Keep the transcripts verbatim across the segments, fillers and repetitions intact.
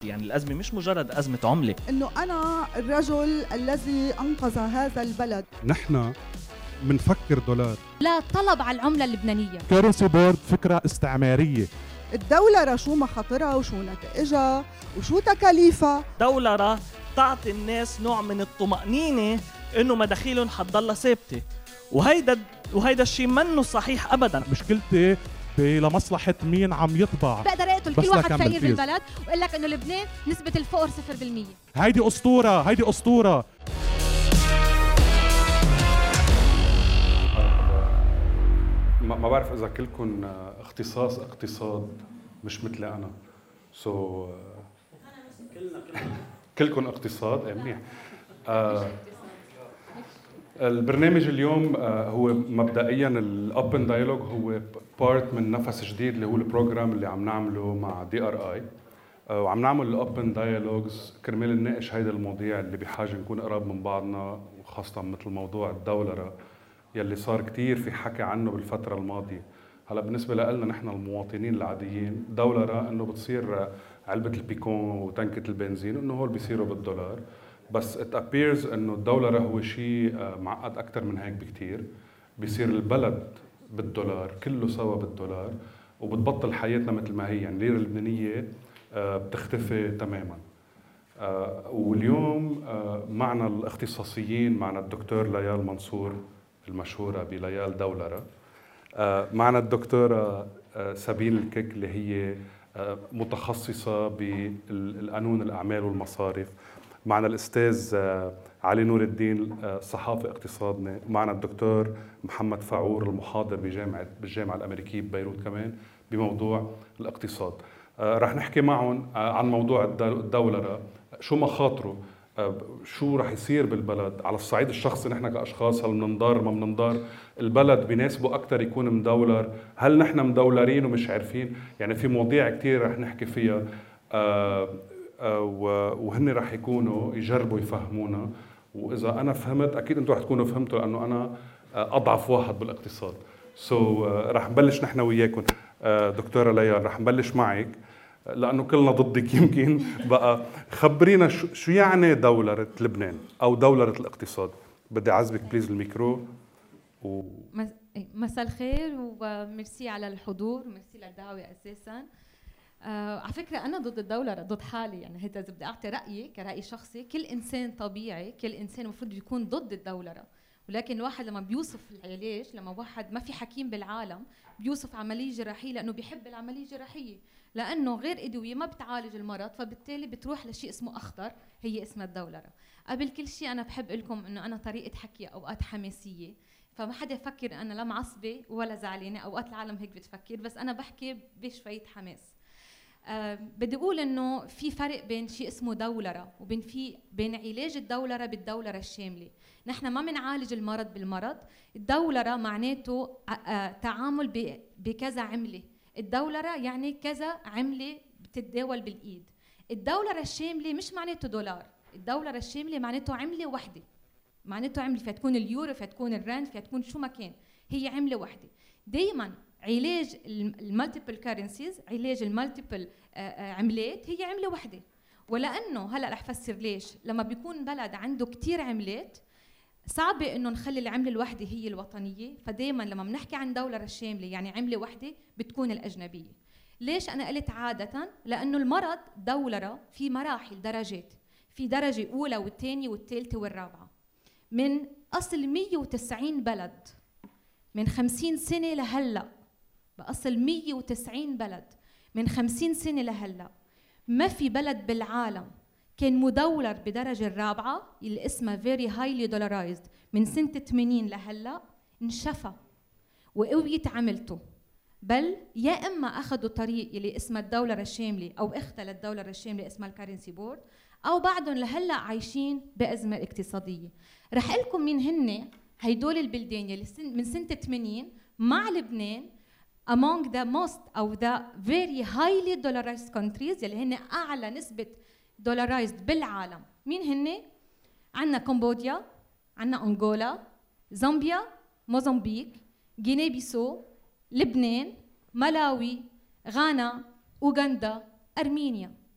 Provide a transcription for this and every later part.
يعني الأزمة مش مجرد أزمة عملة، إنه أنا الرجل الذي أنقذ هذا البلد. نحن منفكر دولار، لا طلب على العملة اللبنانية. كرنسي بورد فكرة استعمارية. الدولار شو مخاطرها وشو نتائجها وشو تكاليفها. دولار تعطي الناس نوع من الطمأنينة إنه مداخيلهم حتضلها ثابتة، وهيدا وهيدا الشيء منه صحيح أبداً. مشكلتي لمصلحة مين عم يطبع. بقدر اقتل كل واحد فقير بالبلد وقال لك إنه لبنان نسبة الفقر صفر بالمية. هيدي أسطورة، هيدي أسطورة. ما بعرف إذا كلكم اختصاص اقتصاد مش مثلي أنا. سو so, كلكم اقتصاد. منيح. آه البرنامج اليوم آه هو مبدئيا الاب ان دايلوج، هو بارت من نفس جديد اللي هو البروجرام اللي عم نعمله مع دي ار اي، آه وعم نعمل الاب ان دايلوجز كرمال نناقش هيدا المواضيع اللي بحاجه نكون قراب من بعضنا، وخاصه مثل موضوع الدولره يلي صار كتير في حكي عنه بالفتره الماضيه. هلا بالنسبه لنا نحن المواطنين العاديين، دولره انه بتصير علبه البيكون وتنكه البنزين انه هول بيصيروا بالدولار، بس it appears انه الدولار هو شيء معقد اكثر من هيك بكثير. بيصير البلد بالدولار، كله سوا بالدولار، وبتبطل حياتنا مثل ما هي، يعني الليره اللبنانيه بتختفي تماما. واليوم معنا الاختصاصيين، معنا الدكتور ليال منصور المشهوره بليال دولره، معنا الدكتورة سابين الكيك اللي هي متخصصة بالقانون الأعمال والمصارف، معنا الأستاذ علي نور الدين صحافي اقتصادنا، معنا الدكتور محمد فعور المحاضر بجامعة بالجامعة الأمريكية ببيروت كمان بموضوع الاقتصاد. رح نحكي معهم عن موضوع الدولرة، شو مخاطره، شو رح يصير بالبلد على الصعيد الشخصي. نحن كأشخاص هل مننضار ما مننضار؟ البلد بيناسبه أكتر يكون مدولر؟ هل نحن مدولرين ومش عارفين؟ يعني في مواضيع كتير رح نحكي فيها، آه آه وهن رح يكونوا يجربوا يفهمونا، وإذا أنا فهمت أكيد أنتوا رح تكونوا فهمتوا، لأنه أنا أضعف واحد بالاقتصاد. سو so, uh, رح نبلش نحن وياكم. uh, دكتورة ليال رح نبلش معك لأنه كلنا ضدك يمكن. بقى خبرينا شو, شو يعني دولرة لبنان أو دولرة الاقتصاد. بدي أعزبك بليز الميكرو. و... مساء الخير وميرسي على الحضور وميرسي للدعوة أساساً. آه على فكرة أنا ضد الدولرة، ضد حالي، يعني هيدا إذا بدي أعطي رأيي كرأي شخصي، كل إنسان طبيعي، كل إنسان المفروض يكون ضد الدولرة، ولكن الواحد لما بيوصف العلاج، لما واحد ما في حكيم بالعالم بيوصف عملية جراحية لأنه بيحب العملية الجراحية، لأنه غير أدوية ما بتعالج المرض، فبالتالي بتروح لشيء اسمه أخطر هي اسمها الدولرة. قبل كل شيء أنا بحب لكم إنه أنا طريقة حكي أوقات حماسية، فما حدا يفكر أنا لا معصبة ولا زعلانة، أوقات العالم هيك بتفكر، بس أنا بحكي بشوية حماس. أه بدي أقول إنه في فرق بين شيء اسمه دولرة وبين في بين علاج الدولرة بالدولرة الشاملة. نحن ما بنعالج المرض بالمرض. الدولرة معناته أه تعامل بكذا عملة. الدولرة يعني كذا عملة بتتداول بالإيد. الدولرة الشاملة مش معناته دولار. الدولرة الشاملة معناته عملة واحدة. معناته عملة فيها تكون اليورو، فيها تكون الراند، فيها تكون شو ما كان، هي عملة واحدة. دايماً علاج المالتيبل كارنسيز، علاج المالتيبل عملات، هي عملة واحدة. ولأنه هلأ رح فسر ليش لما بيكون بلد عنده كتير عملات صعبة إنه نخلي العملة الواحدة هي الوطنية، فدايماً لما بنحكي عن دولة الشاملة يعني عملة واحدة بتكون الأجنبية. ليش أنا قلت عادةً؟ لأنه المرض دولرة في مراحل، درجات، في درجة أولى والثانية والثالثة والرابعة. من أصل مية وتسعين بلد من خمسين سنة لهلأ، بأصل مية وتسعين بلد من خمسين سنة لهلأ، ما في بلد بالعالم كان مدولر بدرجة الرابعة اللي اسمها very highly dollarized من سنة ثمانين لهلأ انشفى وقويت عملته. بل يا إما أخذوا طريق اللي اسمها الدولرة الشاملة أو اختلت الدولرة الشاملة اسمها الكارنسي بورد، أو بعدهم لهلأ عايشين بأزمة اقتصادية. رح لكم مين هن هيدول البلدان اللي من سنة ثمانين مع لبنان among the most أو the very highly dollarized countries اللي هن أعلى نسبة dollarized بالعالم. مين هن؟ عنا كمبوديا، عنا أنغولا، زامبيا، موزمبيق، غيني بيسو، لبنان، ملاوي، غانا، أوغندا، أرمينيا.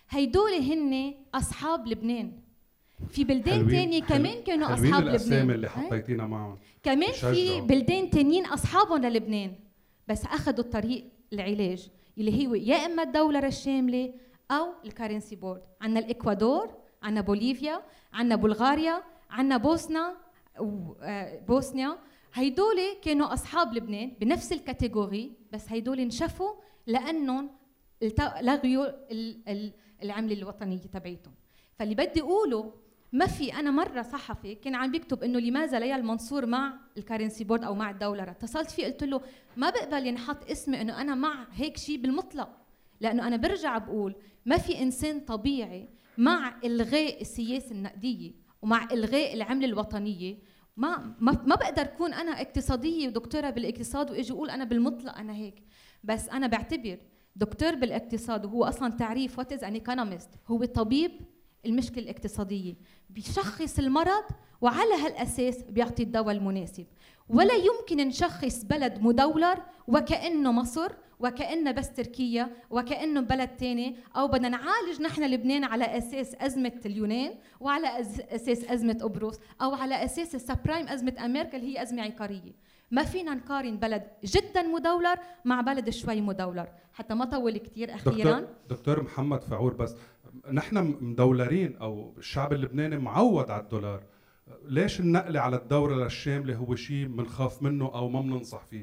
هيدول هن اصحاب لبنان. في بلدان تانية كمان كانوا حلوين اصحاب لبنان. الاسامي اللي حطيتينا معهم. كمان في بلدان تانيين اصحابهم للبنان، بس اخذوا الطريق العلاج اللي هو يا اما الدولة الشاملة او الكارنسي بورد. عندنا الاكوادور، عندنا بوليفيا، عندنا بلغاريا، عندنا بوسنا وبوسنيا. هيدول كانوا اصحاب لبنان بنفس الكاتيجوري، بس هيدول انشفوا لانهم لغيوا العمله الوطنيه تبعيتهم. فاللي بدي اقوله، ما في، انا مره صحفي كان عم بيكتب انه لماذا ليال منصور مع الكارنسي بورد او مع الدولار، اتصلت فيه قلت له ما بقبل ينحط اسمي انه انا مع هيك شيء بالمطلق، لانه انا برجع بقول ما في انسان طبيعي مع الغاء السياسه النقديه ومع الغاء العمله الوطنيه. ما ما ما بقدر اكون انا اقتصاديه ودكتوره بالاقتصاد واجي اقول انا بالمطلق انا هيك. بس انا بعتبر دكتور بالاقتصاد، وهو اصلا تعريف وات از ان ايكونومست، هو طبيب المشكله الاقتصاديه، بيشخص المرض وعلى هالاساس بيعطي الدواء المناسب. ولا يمكن نشخص بلد مدولر وكانه مصر وكانه بس تركيا وكانه بلد تاني، او بدنا نعالج نحن لبنان على اساس ازمه اليونان وعلى اساس ازمه قبرص او على اساس السبرايم ازمه امريكا اللي هي ازمه عقاريه. ما فينا نقارن بلد جدا مدولر مع بلد شوي مدولر. حتى ما طول كثير اخيرا، دكتور, دكتور محمد فعور، بس نحن مدولرين او الشعب اللبناني معود على الدولار، ليش النقل على الدولار الشامله هو شيء بنخاف منه او ما بننصح فيه؟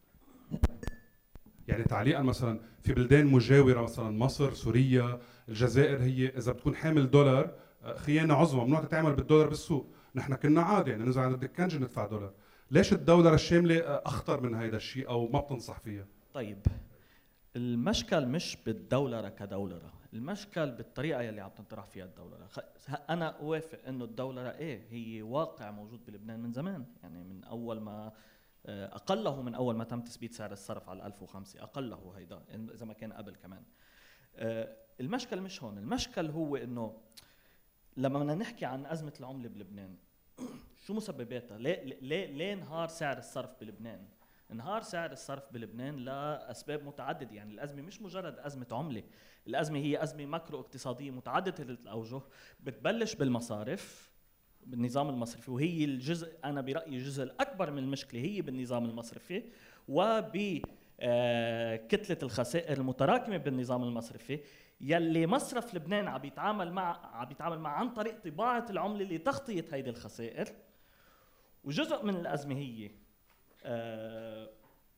يعني تعليقا مثلا في بلدان مجاوره مثلا مصر، سوريا، الجزائر، هي اذا بتكون حامل دولار خيانه عظمى، ممنوع تتعامل بالدولار بالسوق. نحن كنا عادي يعني ننزل عند الدكانجي ندفع دولار. ليش الدولار الشامله اخطر من هيدا الشيء او ما بتنصح فيها؟ طيب، المشكل مش بالدولره كدولره، المشكل بالطريقه يلي عم تنطرح فيها الدولره. انا اوافق انه الدولره ايه هي واقع موجود بلبنان من زمان، يعني من اول ما اقله من اول ما تم تثبيت سعر الصرف على ألف وخمسة، اقله هيدا اذا ما كان قبل كمان. المشكل مش هون، المشكل هو انه لما بدنا نحكي عن ازمه العمله بلبنان شو مسبباتها؟ ليه ليه ليه انهار سعر الصرف بلبنان؟ انهار سعر الصرف بلبنان لاسباب متعدده، يعني الازمه مش مجرد ازمه عمله، الازمه هي ازمه ماكرو اقتصاديه متعدده الاوجه، بتبلش بالمصارف، بالنظام المصرفي، وهي الجزء انا برايي الجزء الاكبر من المشكله هي بالنظام المصرفي، وب كتله الخسائر المتراكمه بالنظام المصرفي يلي مصرف لبنان عم يتعامل مع عم يتعامل مع عن طريق طباعه العمله لتغطيه هيدي الخسائر. وجزء من الازمه هي آه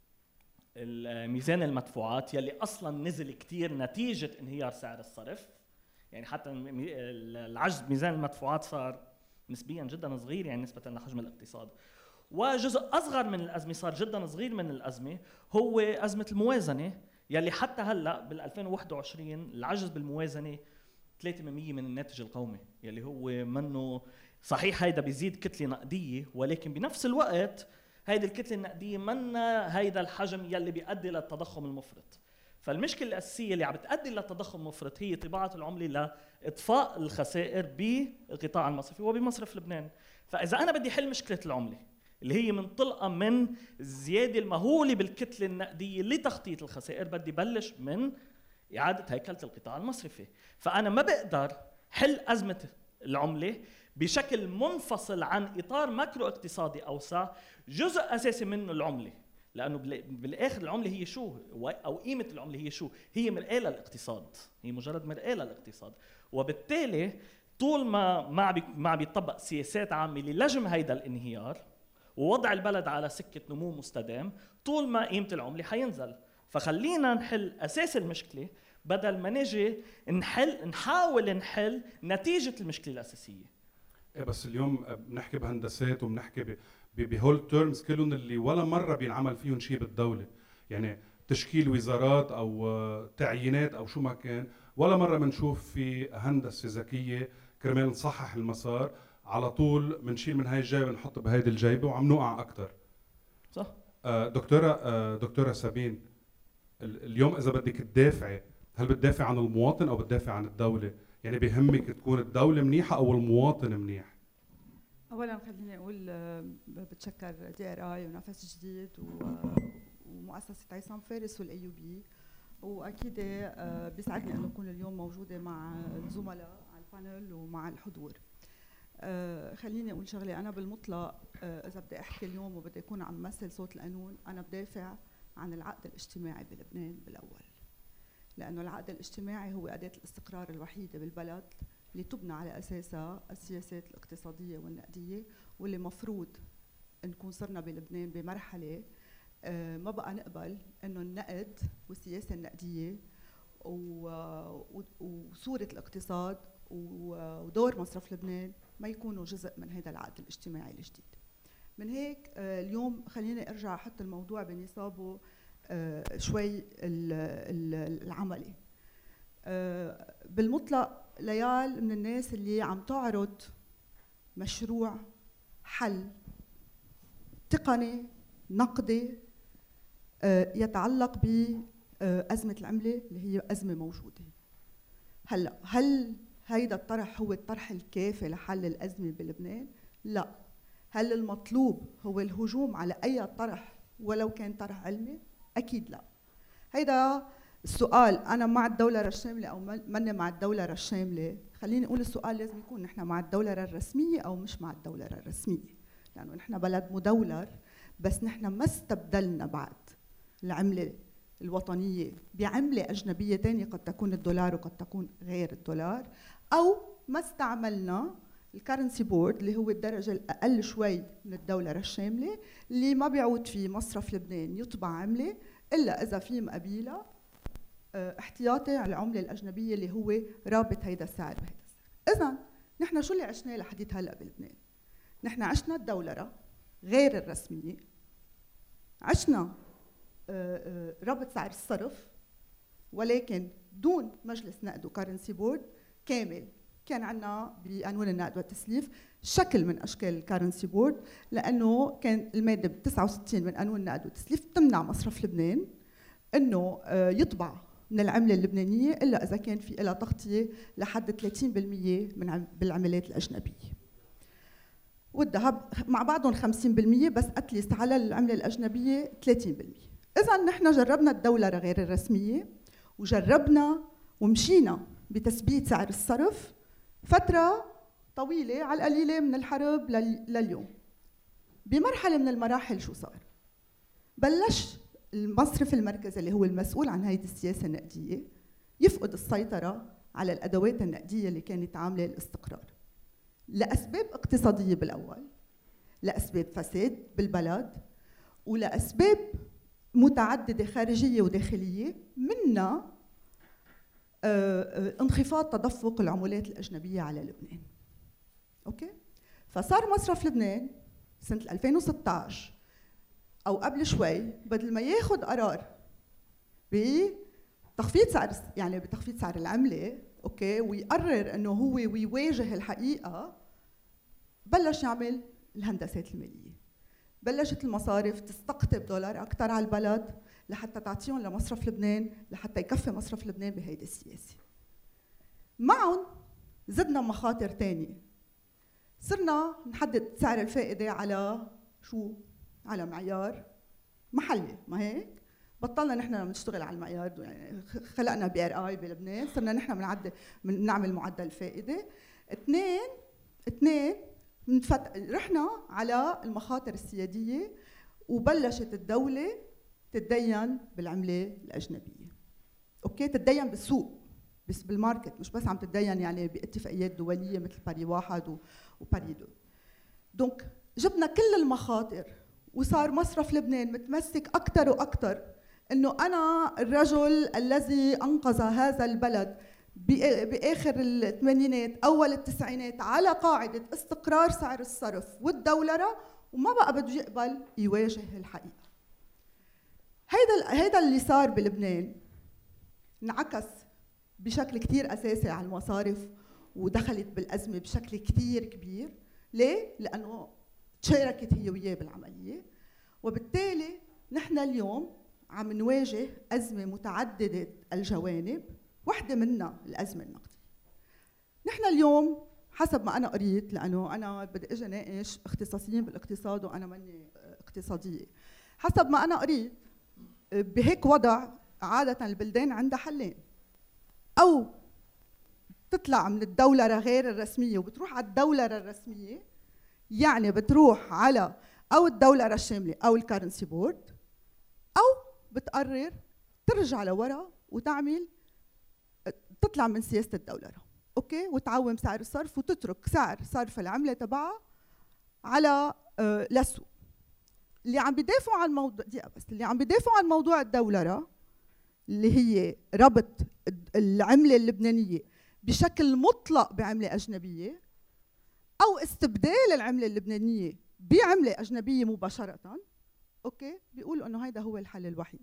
الميزان المدفوعات يلي اصلا نزل كتير نتيجه انهيار سعر الصرف، يعني حتى العجز بميزان المدفوعات صار نسبيا جدا صغير يعني نسبه لحجم الاقتصاد. وجزء اصغر من الازمه صار جدا صغير من الازمه هو ازمه الموازنه يلي حتى هلا بال ألفين وواحد وعشرين العجز بالموازنه ثلاثة بالمئة من الناتج القومي، يلي هو منه صحيح هيدا بيزيد كتله نقديه، ولكن بنفس الوقت هيدي الكتله النقديه منا هيدا الحجم يلي بيؤدي للتضخم المفرط. فالمشكله الاساسيه اللي عم بتؤدي للتضخم المفرط هي طباعه العمله لاطفاء الخسائر بالقطاع المصرفي وبمصرف لبنان. فاذا انا بدي حل مشكله العمله اللي هي منطلقه من الزياده المهوله بالكتله النقديه لتغطيه الخسائر، بدي بلش من اعاده هيكله القطاع المصرفي. فانا ما بقدر حل ازمه العمله بشكل منفصل عن اطار ماكرو اقتصادي اوسع جزء اساسي منه العمله، لانه بالاخر العمله هي شو او قيمه العمله هي شو؟ هي مرآة للاقتصاد، هي مجرد مرآة للاقتصاد. وبالتالي طول ما ما ما بيطبق سياسات عامه للجم هيدا الانهيار ووضع البلد على سكه نمو مستدام، طول ما قيمه العمله حينزل. فخلينا نحل اساس المشكله بدل ما نجي نحل نحاول نحل نتيجه المشكله الاساسيه. بس اليوم بنحكي بهندسات وبنحكي بهول تيرمز كلهم اللي ولا مره بينعمل فيهم شيء بالدوله، يعني تشكيل وزارات او تعيينات او شو ما كان، ولا مره بنشوف في هندسه ذكيه كرمال نصحح المسار، على طول بنشيل من هاي الجيبه بنحط بهيدي الجيبه وعم نوقع اكثر. صح. دكتوره دكتوره سابين، اليوم اذا بدك تدافعي، هل بتدافع عن المواطن او بتدافع عن الدوله؟ يعني بيهمك تكون الدوله منيحه او المواطن منيح؟ اولا خليني اقول بتشكر دي ار اي ونفس جديد ومؤسسه عصام فارس والاي يو بي واكيد آه، بيسعدني انه اكون اليوم موجوده مع الزملاء على البانل ومع الحضور. آه، خليني اقول شغله، انا بالمطلق آه، اذا بدي احكي اليوم وبدي اكون عم مثل صوت القانون، انا بدافع عن العقد الاجتماعي بلبنان بالاول، لانه العقد الاجتماعي هو اداه الاستقرار الوحيده بالبلد اللي تبنى على اساسها السياسات الاقتصاديه والنقديه، واللي مفروض نكون صرنا بلبنان بمرحله آه، ما بقى نقبل انه النقد والسياسه النقديه وصوره الاقتصاد ودور مصرف لبنان ما يكونوا جزء من هذا العقد الاجتماعي الجديد. من هيك آه، اليوم خليني ارجع احط الموضوع بنصابه آه، شوي العملي. آه، بالمطلق ليال من الناس اللي عم تعرض مشروع حل تقني نقدي يتعلق بأزمة العملة اللي هي أزمة موجودة. هلا هل هيدا الطرح هو الطرح الكافي لحل الأزمة بلبنان؟ لا. هل المطلوب هو الهجوم على أي طرح ولو كان طرح علمي؟ أكيد لا. هيدا السؤال، أنا مع الدولة الشاملة أو ماني مع الدولة الشاملة، خليني أقول السؤال لازم يكون نحن مع الدولة الرسمية أو مش مع الدولة الرسمية، لأنه نحن بلد مدولر، بس نحن ما استبدلنا بعد العملة الوطنية بعملة أجنبية تانية قد تكون الدولار وقد تكون غير الدولار، أو ما استعملنا الكرنسي بورد اللي هو الدرجة الأقل شوي من الدولة الشاملة، اللي ما بيعود فيه مصرف لبنان يطبع عملة إلا إذا في مقابلها احتياطي على العملة الأجنبية اللي هو رابط هيدا السعر بهيدا السعر. إذن نحن شو اللي عشناه لحديت هلأ بلبنان؟ نحن عشنا الدولرة غير الرسمية، عشنا ربط سعر الصرف ولكن دون مجلس نقد وكارنسي بورد كامل. كان عندنا بقانون النقد والتسليف شكل من اشكال الكارنسي بورد، لانه كان الماده تسعة وستين من قانون النقد والتسليف تمنع مصرف لبنان انه يطبع من العمله اللبنانيه الا اذا كان في لها تغطيه لحد ثلاثين بالمئة من بالعملات الاجنبيه، والذهب مع بعضهم خمسين بالمئة، بس اتليست على العمله الاجنبيه ثلاثين بالمئة. اذا نحن جربنا الدولره غير الرسميه وجربنا ومشينا بتثبيت سعر الصرف فتره طويله على القليله من الحرب لليوم. بمرحله من المراحل شو صار؟ بلش المصرف المركزي اللي هو المسؤول عن هيدي السياسه النقديه يفقد السيطره على الادوات النقديه اللي كانت عامله الاستقرار لاسباب اقتصاديه بالاول، لاسباب فساد بالبلد، ولاسباب متعدده خارجيه وداخليه، منها انخفاض تدفق العملات الاجنبيه على لبنان. اوكي؟ فصار مصرف لبنان سنه ألفين وستة عشر او قبل شوي بدل ما ياخذ قرار بتخفيض سعر، يعني بتخفيض سعر العمله، اوكي، ويقرر انه هو ويواجه الحقيقه، بلش يعمل الهندسات الماليه. بلشت المصارف تستقطب دولار اكثر على البلد لحتى تعطيهم لمصرف لبنان، لحتى يكفي مصرف لبنان بهيدي السياسه. معهم زدنا مخاطر ثانيه، صرنا نحدد سعر الفائده على شو؟ على معيار محلي، ما هيك؟ بطلنا نحن نشتغل على المعيار، يعني خلقنا بي ار اي بلبنان، صرنا نحن بنعدل بنعمل معدل فائده. اثنين اثنين رحنا على المخاطر السياديه وبلشت الدوله تتدين بالعمله الاجنبيه. اوكي، تتدين بالسوق، بس بالماركت، مش بس عم تتدين يعني باتفاقيات دوليه مثل باري واحد وباري دو. دونك جبنا كل المخاطر وصار مصرف لبنان متمسك اكثر واكثر انه انا الرجل الذي انقذ هذا البلد باخر الثمانينات اول التسعينات على قاعده استقرار سعر الصرف والدولره، وما بقى بده يقبل يواجه الحقيقه. هيدا هيدا اللي صار بلبنان انعكس بشكل كثير اساسي على المصارف ودخلت بالازمه بشكل كثير كبير. ليه؟ لانه تشاركت هي وياه بالعمليه، وبالتالي نحن اليوم عم نواجه ازمه متعدده الجوانب، واحده منها الازمه النقديه. نحن اليوم حسب ما انا قريت، لانه انا بدي اجي ناقش اختصاصيين بالاقتصاد وانا ماني اقتصاديه، حسب ما انا قريت بهيك وضع عادة البلدان عندها حلين، أو تطلع من الدولة غير الرسمية وبتروح على الدولة الرسمية، يعني بتروح على أو الدولة الشاملة أو الكارنسي بورد، أو بتقرر ترجع لورا وتعمل تطلع من سياسة الدولة، أوكي، وتعوم سعر الصرف وتترك سعر صرف العملة تبعها على آه للسوق. اللي عم بيدافعوا عن الموضوع دي بس اللي عم بيدافعوا عن موضوع الدولرة اللي هي ربط العملة اللبنانية بشكل مطلق بعملة أجنبية أو استبدال العملة اللبنانية بعملة أجنبية مباشرة، أوكي، بيقولوا إنه هيدا هو الحل الوحيد.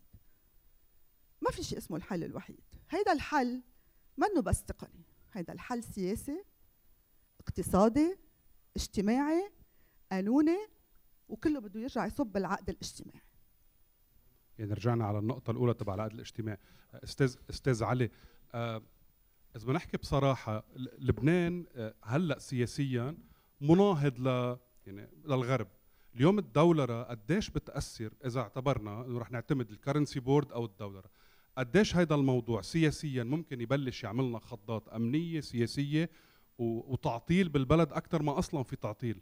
ما في شيء اسمه الحل الوحيد، هيدا الحل منه بس تقني، هيدا الحل سياسي، اقتصادي، اجتماعي، قانوني، وكله بده يرجع يصب بالعقد الاجتماعي. يعني رجعنا على النقطة الأولى تبع العقد الاجتماعي. أستاذ أستاذ علي، آه إذا بدنا نحكي بصراحة، لبنان آه هلأ سياسياً مناهض ل يعني للغرب. اليوم الدولرة قديش بتأثر إذا اعتبرنا إنه رح نعتمد الكرنسي بورد أو الدولرة؟ قديش هيدا الموضوع سياسياً ممكن يبلش يعملنا خضات أمنية سياسية وتعطيل بالبلد أكثر ما أصلاً في تعطيل؟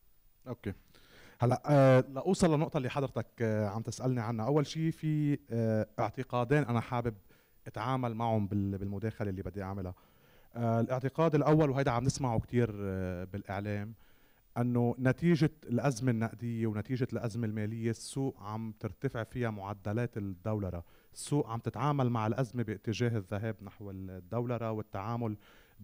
اوكي، هلا أه لاوصل للنقطه اللي حضرتك أه عم تسالني عنها. اول شيء في أه اعتقادين انا حابب اتعامل معهم بالمداخله اللي بدي اعملها. أه الاعتقاد الاول، وهيدا عم نسمعه كثير أه بالاعلام، انه نتيجه الازمه النقديه ونتيجه الازمه الماليه السوق عم ترتفع فيها معدلات الدولره، السوق عم تتعامل مع الازمه باتجاه الذهاب نحو الدولره والتعامل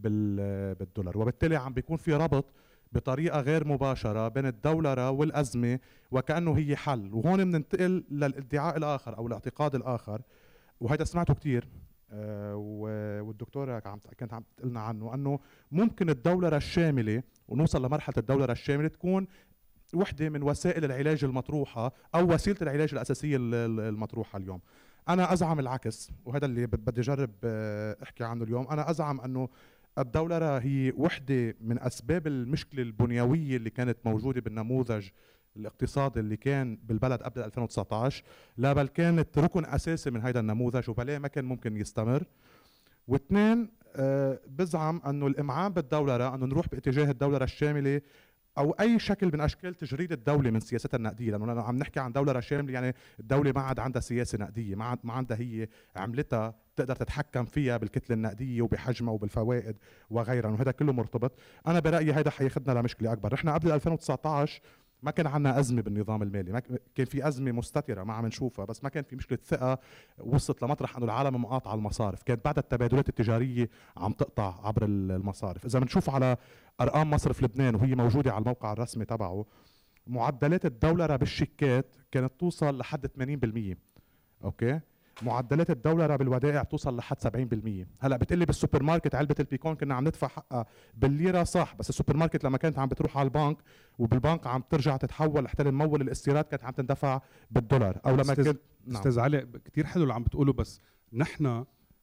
بالدولار، وبالتالي عم بيكون في ربط بطريقة غير مباشرة بين الدولرة والأزمة وكأنه هي حل. وهون بننتقل للادعاء الآخر أو الاعتقاد الآخر، وهذا سمعته كتير آه والدكتورة كانت عم تقلنا عنه، أنه ممكن الدولرة الشاملة ونوصل لمرحلة الدولرة الشاملة تكون وحدة من وسائل العلاج المطروحة أو وسيلة العلاج الأساسية المطروحة اليوم. أنا أزعم العكس، وهذا اللي بدي أجرب أحكي عنه اليوم. أنا أزعم أنه الدولرة هي وحدة من أسباب المشكلة البنيوية اللي كانت موجودة بالنموذج الاقتصادي اللي كان بالبلد قبل ألفين وتسعة عشر، لا بل كانت ركن أساسي من هذا النموذج وبلا ما كان ممكن يستمر. واثنين، آه بزعم أنه الإمعان بالدولرة، أنه نروح باتجاه الدولرة الشاملة أو أي شكل من أشكال تجريد الدولة من سياستها النقدية، لأنه عم نحكي عن دولرة شاملة يعني الدولة ما عاد عندها سياسة نقدية، ما عاد ما عندها هي عملتها تقدر تتحكم فيها بالكتلة النقدية وبحجمها وبالفوائد وغيرها، وهذا كله مرتبط. أنا برأيي هذا حياخذنا لمشكلة أكبر. نحن قبل ألفين وتسعة عشر ما كان عندنا أزمة بالنظام المالي، ما كان في أزمة مستترة ما عم نشوفها، بس ما كان في مشكلة ثقة وصلت لمطرح أنه العالم مقاطع المصارف، كانت بعد التبادلات التجارية عم تقطع عبر المصارف. إذا بنشوف على أرقام مصرف لبنان وهي موجودة على الموقع الرسمي تبعه، معدلات الدولرة بالشيكات كانت توصل لحد ثمانين بالمية، أوكي؟ معدلات الدولرة بالودائع توصل لحد سبعين بالمية. هلا بتقلي بالسوبر ماركت علبة البيكون كنا عم ندفع حقها بالليرة، صح، بس السوبر ماركت لما كانت عم بتروح على البنك وبالبنك عم ترجع تتحول لحتى نمول الاستيراد كانت عم تندفع بالدولار. او لما أستاذ كنت استاذ نعم. علي كثير حلو اللي عم بتقوله، بس نحن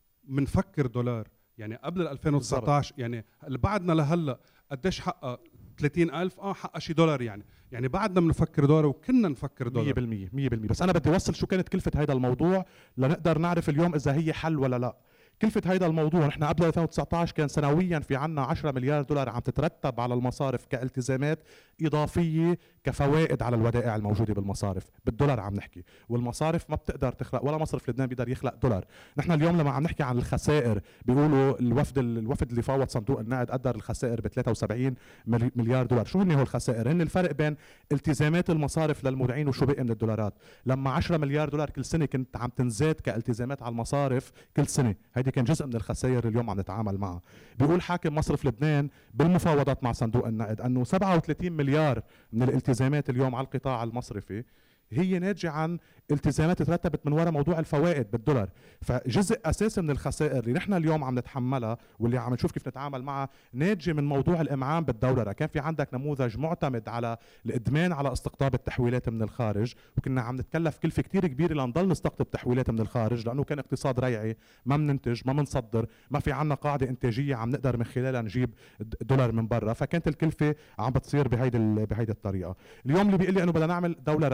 بنفكر دولار يعني قبل ألفين وتسعة عشر يعني بعدنا لهلا قديش حقها ثلاثين ألف اه حقها شي دولار، يعني يعني بعدنا بنفكر دولار وكنا نفكر دولار مية بالمية مية بالمية. بس انا بدي اوصل شو كانت كلفة هذا الموضوع لنقدر نعرف اليوم اذا هي حل ولا لا. كلفة هذا الموضوع، نحن قبل ألفين وتسعة عشر كان سنويا في عنا عشرة مليار دولار عم تترتب على المصارف كالتزامات إضافية كفوائد على الودائع الموجودة بالمصارف، بالدولار عم نحكي، والمصارف ما بتقدر تخلق ولا مصرف لبنان بيقدر يخلق دولار. نحن اليوم لما عم نحكي عن الخسائر بيقولوا الوفد الوفد اللي فاوض صندوق النقد قدر الخسائر ب ثلاثة وسبعين مليار دولار. شو هن هو الخسائر؟ هن الفرق بين التزامات المصارف للمودعين وشو بقي من الدولارات. لما عشرة مليار دولار كل سنة كنت عم تنزاد كالتزامات على المصارف كل سنة، هيدي كان جزء من الخسائر اليوم عم نتعامل معها. بيقول حاكم مصرف لبنان بالمفاوضات مع صندوق النقد انه سبعة وثلاثين مليار من الالتزامات اليوم على القطاع المصرفي هي ناتجة عن التزامات ترتبت من وراء موضوع الفوائد بالدولار. فجزء اساسي من الخسائر اللي نحن اليوم عم نتحملها واللي عم نشوف كيف نتعامل معها ناتجة من موضوع الامعان بالدولار. كان في عندك نموذج معتمد على الادمان على استقطاب التحويلات من الخارج، وكنا عم نتكلف كلفة كتير كبيرة لنضل نستقطب تحويلات من الخارج لانه كان اقتصاد ريعي، ما بننتج ما بنصدر، ما في عنا قاعدة انتاجية عم نقدر من خلالها نجيب دولار من برا، فكانت الكلفة عم بتصير بهيدي بهيدي الطريقة. اليوم اللي بيقول لي انه بدنا نعمل دولار شاملة،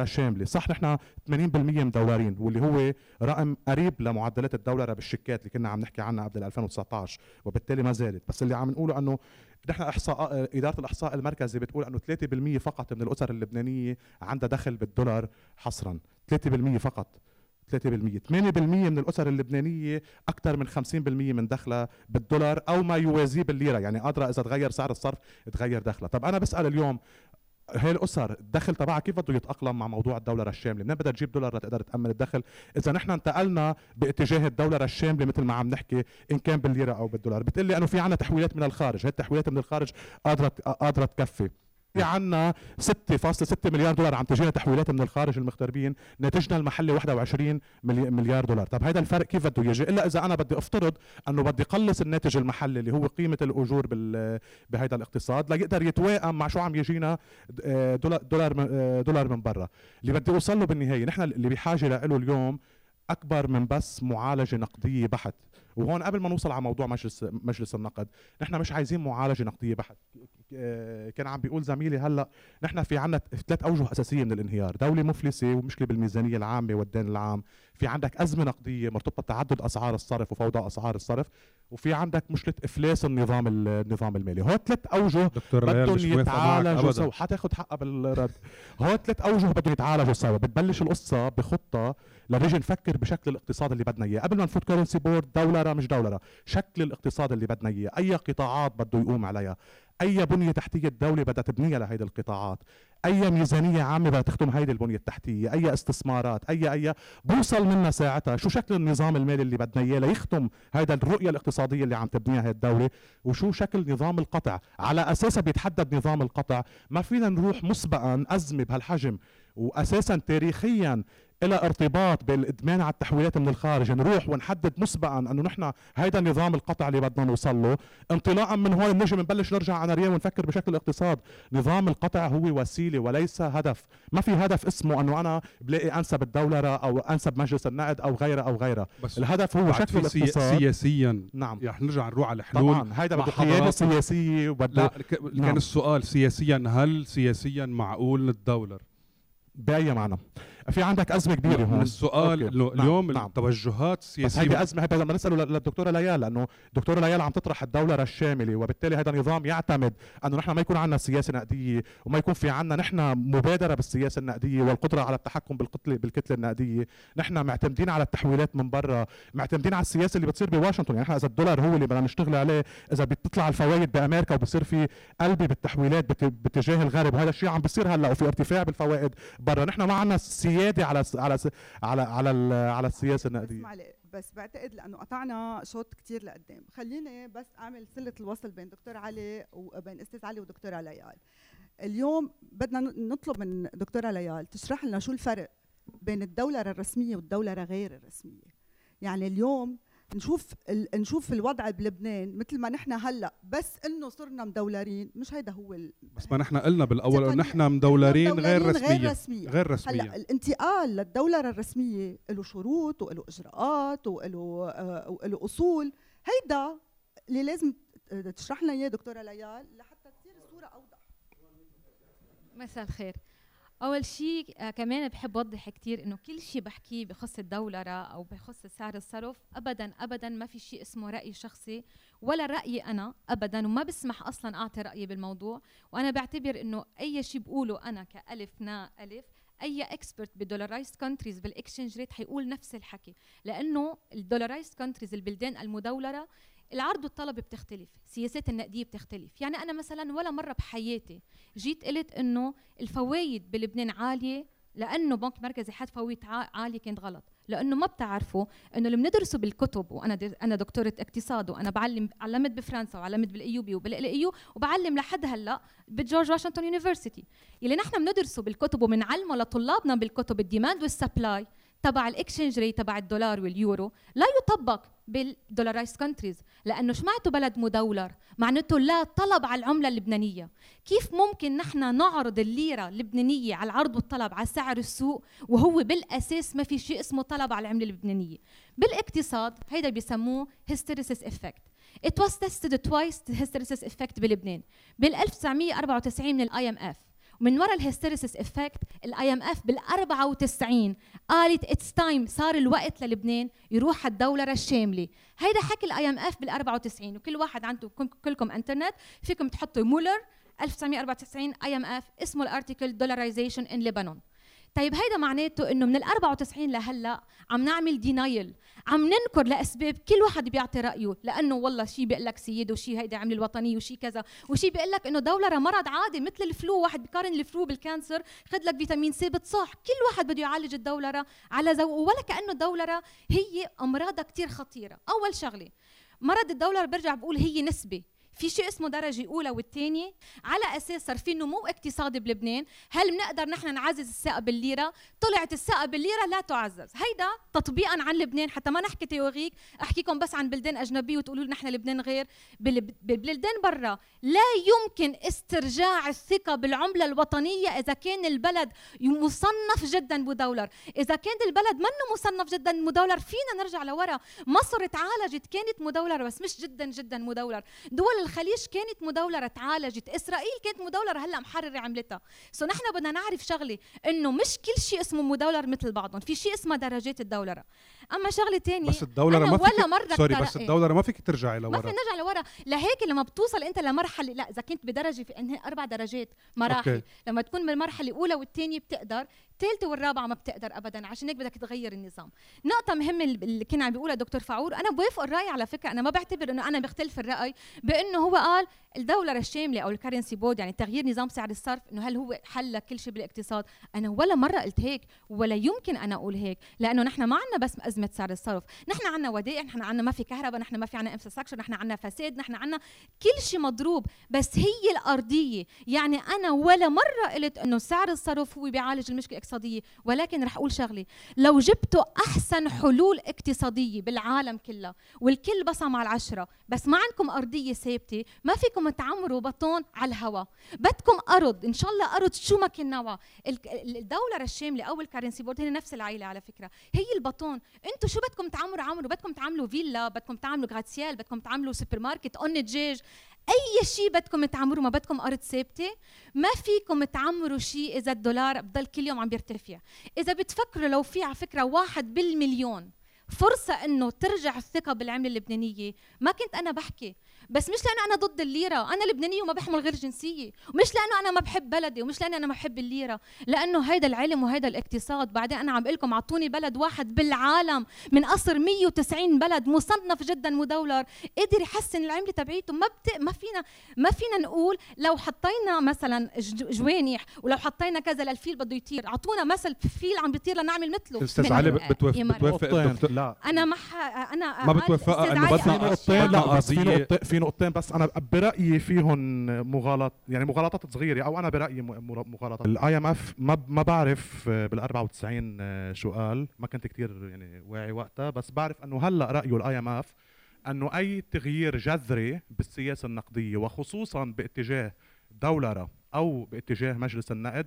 الدولة. صح نحن ثمانين بالمية مدولارين، واللي هو رقم قريب لمعدلات الدولار بالشيكات اللي كنا عم نحكي عنها قبل ألفين وتسعطعش، وبالتالي ما زالت. بس اللي عم نقوله انه نحن احصاء اداره الاحصاء المركزي بتقول انه ثلاثة بالمية فقط من الاسر اللبنانيه عندها دخل بالدولار حصرا، ثلاثة بالمية فقط، ثلاثة بالمية. ثمانية بالمية من الاسر اللبنانيه اكثر من خمسين بالمية من دخلها بالدولار او ما يوازيه بالليره، يعني قادره اذا تغير سعر الصرف تغير دخلها. طب انا بسال اليوم هي الاسر الدخل تبعها كيف بده يتاقلم مع موضوع الدولار الشامله؟ منين بدها تجيب دولار لتقدر تامن الدخل اذا نحن انتقلنا باتجاه الدولار الشامله مثل ما عم نحكي ان كان بالليره او بالدولار؟ بتقلي انه في عنا تحويلات من الخارج، هي التحويلات من الخارج قادره قادره تكفي. في عنا ستة فاصلة ستة مليار دولار عم تجينا تحويلات من الخارج المغتربين، ناتجنا المحلي واحد وعشرين مليار دولار. طب هذا الفرق كيف بده يجي؟ الا اذا انا بدي افترض انه بدي قلص الناتج المحلي اللي هو قيمه الاجور بال بهذا الاقتصاد ليقدر يتواءم مع شو عم يجينا دولار دولار دولار من برا. اللي بدي اوصل له بالنهايه نحن اللي بحاجه له اليوم اكبر من بس معالجه نقديه بحت. وهون قبل ما نوصل على موضوع مجلس مجلس النقد، نحن مش عايزين معالجه نقديه بحت. كان عم بيقول زميلي هلا نحن في عندنا ثلاث اوجه اساسيه من الانهيار، دوله مفلسه ومشكله بالميزانيه العامه والدين العام، في عندك ازمه نقديه مرتبطه بتعدد اسعار الصرف وفوضى اسعار الصرف، وفي عندك مشكله افلاس النظام النظام المالي. هو ثلاث اوجه بدهم يتعالجوا سوا. حتاخذ حقها بالرد. هو ثلاث اوجه بدهم يتعالجوا سوا. بتبلش القصه بخطه لنجي نفكر بشكل الاقتصاد اللي بدنا اياه قبل ما نفوت كرنسي بورد دولره مش دولره، شكل الاقتصاد اللي بدنا اياه، اي قطاعات بده يقوم عليها، اي بنيه تحتيه الدوله بدها تبنيها لهيدي القطاعات، اي ميزانيه عامه بدها تخدم هيدي البنيه التحتيه، اي استثمارات، اي اي بوصل منا ساعتها شو شكل النظام المالي اللي بدنا اياه ليخدم هيدا الرؤيه الاقتصاديه اللي عم تبنيها هي الدوله، وشو شكل نظام القطع. على اساسها بيتحدد نظام القطع. ما فينا نروح مسبقا ازمه بهالحجم واساسا تاريخيا إلى ارتباط بالإدمان على التحويلات من الخارج، نروح ونحدد مسبقا أنه نحن هيدا نظام القطع اللي بدنا نوصل له. انطلاقا من هون بنجي بنبلش نرجع على ريال ونفكر بشكل الاقتصاد. نظام القطع هو وسيلة وليس هدف. ما في هدف اسمه أنه أنا بلاقي أنسب الدولار أو أنسب مجلس النقد أو غيره أو غيره. الهدف هو شكل الاقتصاد سياسيا. نعم رح نرجع نروح على الحلول. طبعا هيدا بده قيادة سياسية وبده. لا ك... نعم. كان السؤال سياسيا، هل سياسيا معقول الدولار؟ بأي معنى؟ في عندك أزمة كبيرة هون. السؤال إنه اليوم نعم. التوجهات السياسية، بس هيدي أزمة. هيدا بدنا نسأله للدكتورة ليال، لأنه الدكتورة ليال عم تطرح الدولار الشاملة، وبالتالي هذا النظام يعتمد أنه نحن ما يكون عندنا سياسة نقدية وما يكون في عندنا نحن مبادرة بالسياسة النقدية والقدرة على التحكم بالكتلة بالكتلة النقدية. نحن معتمدين على التحويلات من برا، معتمدين على السياسة اللي بتصير بواشنطن. يعني نحن إذا الدولار هو اللي بدنا نشتغل عليه، إذا بتطلع الفوائد بأمريكا وبصير في قلبي بالتحويلات باتجاه الغرب، وهذا الشيء عم بيصير هلا وفي ارتفاع بالفوائد برا، نحن ما عندنا سيادة على على على على على السياسه النقديه. بس, بس بعتقد لانه قطعنا شوط كتير لقدام، خليني بس اعمل سله الوصل بين دكتور علي وبين استاذ علي ودكتوره ليال. اليوم بدنا نطلب من دكتوره ليال تشرح لنا شو الفرق بين الدولره الرسميه والدولره غير الرسميه. يعني اليوم نشوف نشوف الوضع بلبنان مثل ما نحن هلا، بس انه صرنا مدولارين، مش هيدا هو ال... بس ما نحن قلنا بالاول انه نحن مدولارين غير رسميه. غير رسميه غير رسميه. هلا الانتقال للدولره الرسميه له شروط وله اجراءات وله آه وله اصول، هيدا اللي لازم تشرح لنا اياه دكتوره ليال لحتى تصير الصوره اوضح. مساء الخير. اول شيء آه كمان بحب اوضح كثير انه كل شيء بحكيه بخص الدولره او بخص سعر الصرف ابدا ابدا ما في شيء اسمه راي شخصي ولا رايي انا ابدا، وما بسمح اصلا اعطي رايي بالموضوع. وانا بعتبر انه اي شيء بقوله انا كالف نا الف، اي اكسبرت بدولارايزد كونتريز بالاكسشينج ريت حيقول نفس الحكي، لانه الدولارايزد كونتريز البلدان المدولره العرض والطلب بتختلف، سياسات النقديه بتختلف. يعني انا مثلا ولا مره بحياتي جيت قلت انه الفوائد بلبنان عاليه لانه بنك مركزي حد فوائد عاليه، كانت غلط. لانه ما بتعرفوا انه اللي بندرسه بالكتب، وانا انا دكتوره اقتصاد وانا بعلم، علمت بفرنسا وعلمت بالايوبي وبالايو وبعلم لحد هلا بجورج واشنطن يونيفرسيتي. اللي نحن بندرسه بالكتب وبنعلمه لطلابنا بالكتب الديماند والسبلاي تبع الاكسشينج ريت تبع الدولار واليورو لا يطبق بالدولارايزد كونتريز، لانه شمعته بلد مدولر معناته لا طلب على العمله اللبنانيه. كيف ممكن نحن نعرض الليره اللبنانيه على العرض والطلب على سعر السوق وهو بالاساس ما في شيء اسمه طلب على العمله اللبنانيه؟ بالاقتصاد هيدا بيسموه hysteresis effect. It was tested twice the hysteresis effect بلبنان بال ألف وتسعمية وأربعة وتسعين من الاي ام اف، من وراء الهيستيريسيس افكت الاي ام اف بال أربعة وتسعين قالت اتس تايم، صار الوقت للبنان يروح الدولره الشامله. هيدا حكي الاي ام اف بال أربعة وتسعين، وكل واحد عنده كلكم انترنت فيكم تحطوا مولر ألف وتسعمية وأربعة وتسعين اي ام اف اسمه الارتيكل دولاريزيشن ان لبنان. طيب هيدا معناته انه من ال أربعة وتسعين لهلا عم نعمل دينايل، عم ننكر لاسباب كل واحد بيعطي رايه، لانه والله شيء بيقول لك سيد وشيء هيدا عمل الوطنيه وشيء كذا، وشيء بيقول لك انه دولره مرض عادي مثل الفلو، واحد بيقارن الفلو بالكانسر، خذ لك فيتامين سي بتصح، كل واحد بده يعالج الدولره على ذوقه، ولا كانه الدولره هي امراضها كثير خطيره. اول شغله مرض الدولره برجع بقول هي نسبه، في شيء اسمه درجة أولى والثانية، على أساس صار في نمو اقتصادي بلبنان، هل بنقدر نحن نعزز الثقة بالليرة؟ طلعت الثقة بالليرة لا تعزز، هيدا تطبيقا عن لبنان، حتى ما نحكي تيوريك، أحكيكم بس عن بلدان أجنبية وتقولوا نحن لبنان غير، بالبلدان برا لا يمكن استرجاع الثقة بالعملة الوطنية إذا كان البلد مصنف جدا مدولر، إذا كان البلد منه مصنف جدا مدولر فينا نرجع لورا. مصر تعالجت كانت مدولرة بس مش جدا جدا مدولر، دول الخليج كانت مدولرة تعالجت، إسرائيل كانت مدولرة هلا محررة عملتها. سو نحن بدنا نعرف شغلة، إنه مش كل شيء اسمه مدولر مثل بعضهم، في شيء اسمه درجات الدولرة. أما شغلة تانية، بس الدولرة ما ولا فيك مرة سوري بس الدولرة ما فيك ترجعي لورا، ما في نرجع لورا. لهيك لما بتوصل أنت لمرحلة، لا إذا كنت بدرجة في إنها أربع درجات مراحل، أوكي. لما تكون بالمرحلة الأولى والثانية بتقدر، الثالثة والرابعة ما بتقدر أبدا، عشان هيك بدك تغير النظام. نقطة مهمة اللي كان عم بيقولها دكتور فاعور، أنا بوافق الرأي على فكرة، أنا ما بعتبر إنه أنا بختلف الرأي بإنه هو قال الدولة الشاملة أو الكرنسي بورد، يعني تغيير نظام سعر الصرف، إنه هل هو حل كل شيء بالاقتصاد؟ أنا ولا مرة قلت هيك ولا يمكن أنا أقول هيك، لأنه نحن ما عنا بس أزمة سعر الصرف، نحن عنا ودائع، نحن عنا ما في كهرباء، نحن ما في عنا انفراستراكشر، نحن عنا فساد، نحن عنا كل شيء مضروب، بس هي الأرضية. يعني أنا ولا مرة قلت إنه سعر الصرف هو بيعالج المشكلة الاقتصادية، ولكن رح أقول شغلة، لو جبتوا أحسن حلول اقتصادية بالعالم كله والكل بصم على العشرة، بس ما عندكم أرضية ثابتة، ما فيكم تعمروا بطون على الهواء، بدكم أرض، إن شاء الله أرض شو ما كان نوعها. الدولة الشاملة أو الكرنسي بورد هن نفس العائلة على فكرة، هي البطون. أنتوا شو بدكم تعمروا عمروا، بدكم تعملوا فيلا، بدكم تعملوا غراتسيال، بدكم تعملوا سوبر ماركت، قن دجاج، أي شيء بدكم تعمروا، ما بدكم أرض ثابتة. ما فيكم تعمروا شيء إذا الدولار بضل كل يوم عم بيرتفع. إذا بتفكروا لو في على فكرة واحد بالمليون فرصة إنه ترجع الثقة بالعملة اللبنانية، ما كنت أنا بحكي. بس مش لأنه أنا ضد الليرة، أنا لبنانية وما بحمل غير جنسية، ومش لأنه أنا ما بحب بلدي، ومش لأنه أنا ما بحب الليرة، لأنه هيدا العلم وهيدا الاقتصاد. بعدين أنا عم بقلكم عطوني بلد واحد بالعالم من أصل مية وتسعين بلد مصنف جدا مدولر قدر يحسن العملة تبعيته. ما بت... ما فينا ما فينا نقول لو حطينا مثلا جوانح ولو حطينا كذا للفيل بده يطير، عطونا مثل فيل عم بيطير لنعمل مثله. استاذ علي بتوافق بتوافق الدكتور؟ لا أنا ما انا ما بتوافق انه في نقطتين، لا بس في نقطتين في نقطتين بس انا برايي فيهم مغالط، يعني مغالطات صغيره، او انا برايي مغالطات. الاي ام اف ما ما بعرف بال أربعة وتسعين شو قال، ما كنت كثير يعني واعي وقتها، بس بعرف انه هلا رايه الاي ام اف انه اي تغيير جذري بالسياسه النقديه وخصوصا باتجاه دولره او باتجاه مجلس النقد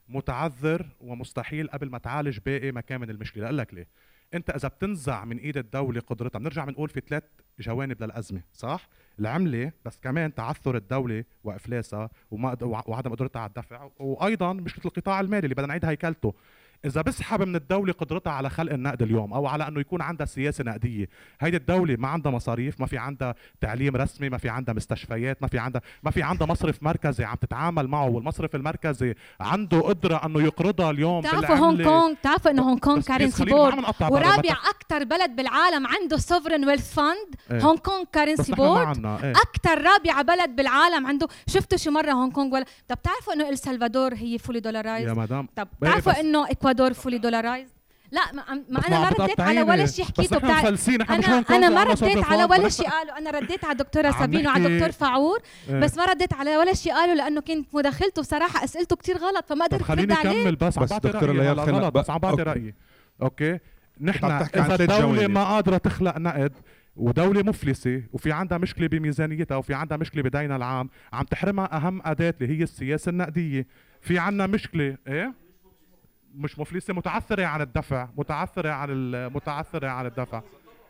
متعذر ومستحيل قبل ما تعالج باقي مكامن المشكله. اقول لك ليه؟ انت اذا بتنزع من ايد الدوله قدرتها، بنرجع بنقول في ثلاث جوانب للازمه، صح؟ العمله، بس كمان تعثر الدوله وافلاسها وما وعدم قدرتها على الدفع، وايضا مشكله القطاع المالي اللي بدنا نعيد هيكلته. إذا بسحب من الدولة قدرتها على خلق النقد اليوم أو على أنه يكون عندها سياسة نقدية، هيدي الدولة ما عندها مصاريف، ما في عندها تعليم رسمي، ما في عندها مستشفيات، ما في عندها ما في عندها مصرف مركزي عم تتعامل معه، والمصرف المركزي عنده قدرة أنه يقرضها اليوم بالعملة. تعرفوا هونغ كونغ، تعرفوا إنه هونغ كونغ كارنسي بورد ورابع أكثر بلد بالعالم عنده سوفرين ويلث فاند، هونغ كونغ كارنسي بورد ايه. أكثر رابعة بلد بالعالم عنده. شفتوا شي مرة هونغ كونغ ولا؟ طب تعرفوا إنه السلفادور هي فولي دولارايز؟ يا مدام طب تعرفوا إنه إكوادور فولي دولارايز؟ لا ما, ما انا ما رديت على ولا شيء حكيته بتاع انا انا ما رديت على ولا شيء قالوا. انا رديت على الدكتوره سابين وعلى الدكتور فاعور، بس ما رديت على ولا شيء قالوا لانه كنت مداخلته بصراحه اسئلته كثير غلط فما قدرت ارد عليه. خليني اكمل بس بس دكتوره ليال غلط بس عم بعطي رايي. اوكي نحن اذا الدوله ما قادره تخلق نقد ودولة مفلسة وفي عندها مشكلة بميزانيتها وفي عندها مشكلة بدينها العام، عم تحرمها أهم أداة اللي هي السياسة النقدية. في عندنا مشكلة إيه؟ مش مفلسة، متعثرة عن الدفع، متعثرة عن متعثرة عن الدفع.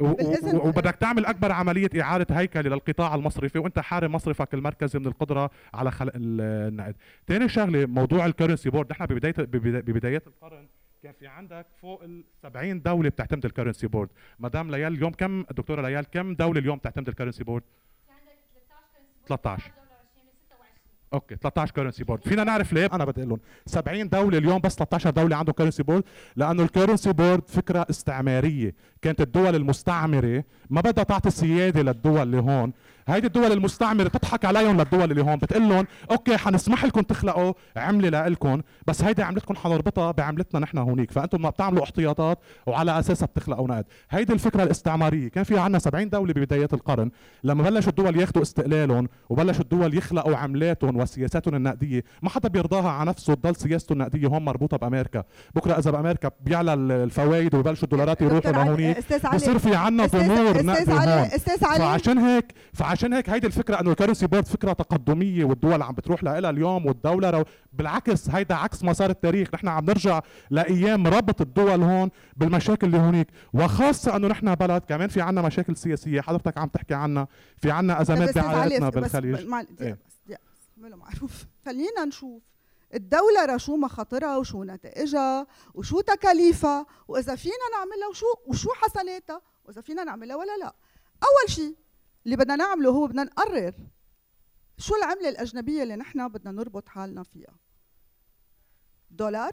بالإذن. وبدك تعمل اكبر عمليه اعاده هيكله للقطاع المصرفي وانت حارم مصرفك المركزي من القدره على خلق النقد. ثاني شغله موضوع الكرنسي بورد، نحن ببدايه ببدايات القرن كان في عندك فوق ال سبعين دوله بتعتمد الكرنسي بورد. مدام ليال اليوم كم دكتوره ليال كم دوله اليوم تعتمد الكرنسي بورد؟ في عندك ثلاثة عشر. اوكي ثلاثة عشر كرنسي بورد. فينا نعرف ليه؟ انا بدي اقول لهم سبعين دوله اليوم بس ثلاثة عشر دوله عندهم كرنسي بورد، لانه الكرنسي بورد فكره استعماريه، كانت الدول المستعمره ما بدها تعطي سياده للدول اللي هون، هيدي الدول المستعمره تضحك عليهم للدول اللي هون، بتقول لهم اوكي حنسمح لكم تخلقوا عمله لكم بس هيدي عملتكم حنربطها بعملتنا نحن هونيك، فانتم ما بتعملوا احتياطات وعلى اساسها بتخلقوا نقد. هيدي الفكره الاستعماريه. كان في عندنا سبعين دوله ببدايات القرن، لما بلشوا الدول ياخذوا استقلالهم وبلشوا الدول يخلقوا عملاتهم وسياساتهم النقديه، ما حدا بيرضاها على نفسه تضل سياسته النقديه هون مربوطه بامريكا. بكره اذا بامريكا بيعلى الفوائد وبلشوا الدولارات يروحوا لهونيك بصير في عندنا ضمور نقدي هون. فعشان هيك فعشان هيك هيدي الفكره انه الكرنسي بورد فكره تقدميه والدول عم بتروح لها اليوم والدوله بالعكس هيدا عكس مسار التاريخ. نحن عم نرجع لايام ربط الدول هون بالمشاكل اللي هونيك، وخاصه انه نحن بلد كمان في عنا مشاكل سياسيه حضرتك عم تحكي عنها، في عنا ازمات بعائلتنا بالخليج. إيه؟ معروف. خلينا نشوف الدولة شو مخاطرها وشو نتائجها وشو تكاليفها واذا فينا نعملها وشو وشو حسناتها واذا فينا نعملها ولا لا. اول شيء اللي بدنا نعمله هو بدنا نقرر شو العملة الأجنبية اللي نحن بدنا نربط حالنا فيها. دولار،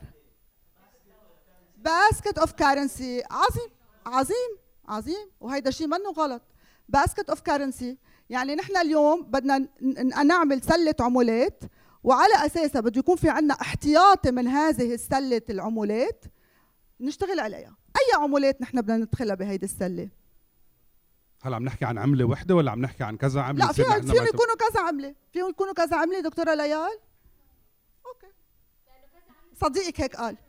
باسكت اوف كارنسي. عظيم عظيم عظيم وهيدا شيء منه غلط. باسكت اوف كارنسي يعني نحن اليوم بدنا نعمل سلة عملات وعلى أساسها بده يكون في عندنا احتياطي من هذه السلة العملات نشتغل عليها. أي عملات نحن بدنا ندخلها بهيدي السلة؟ هلا عم نحكي عن عمله وحده ولا عم نحكي عن كذا عمله؟ لا فيهم فيهم يكونوا كذا عمله، فيهم يكونوا كذا عمله دكتوره ليال. اوكي صديقك هيك قال.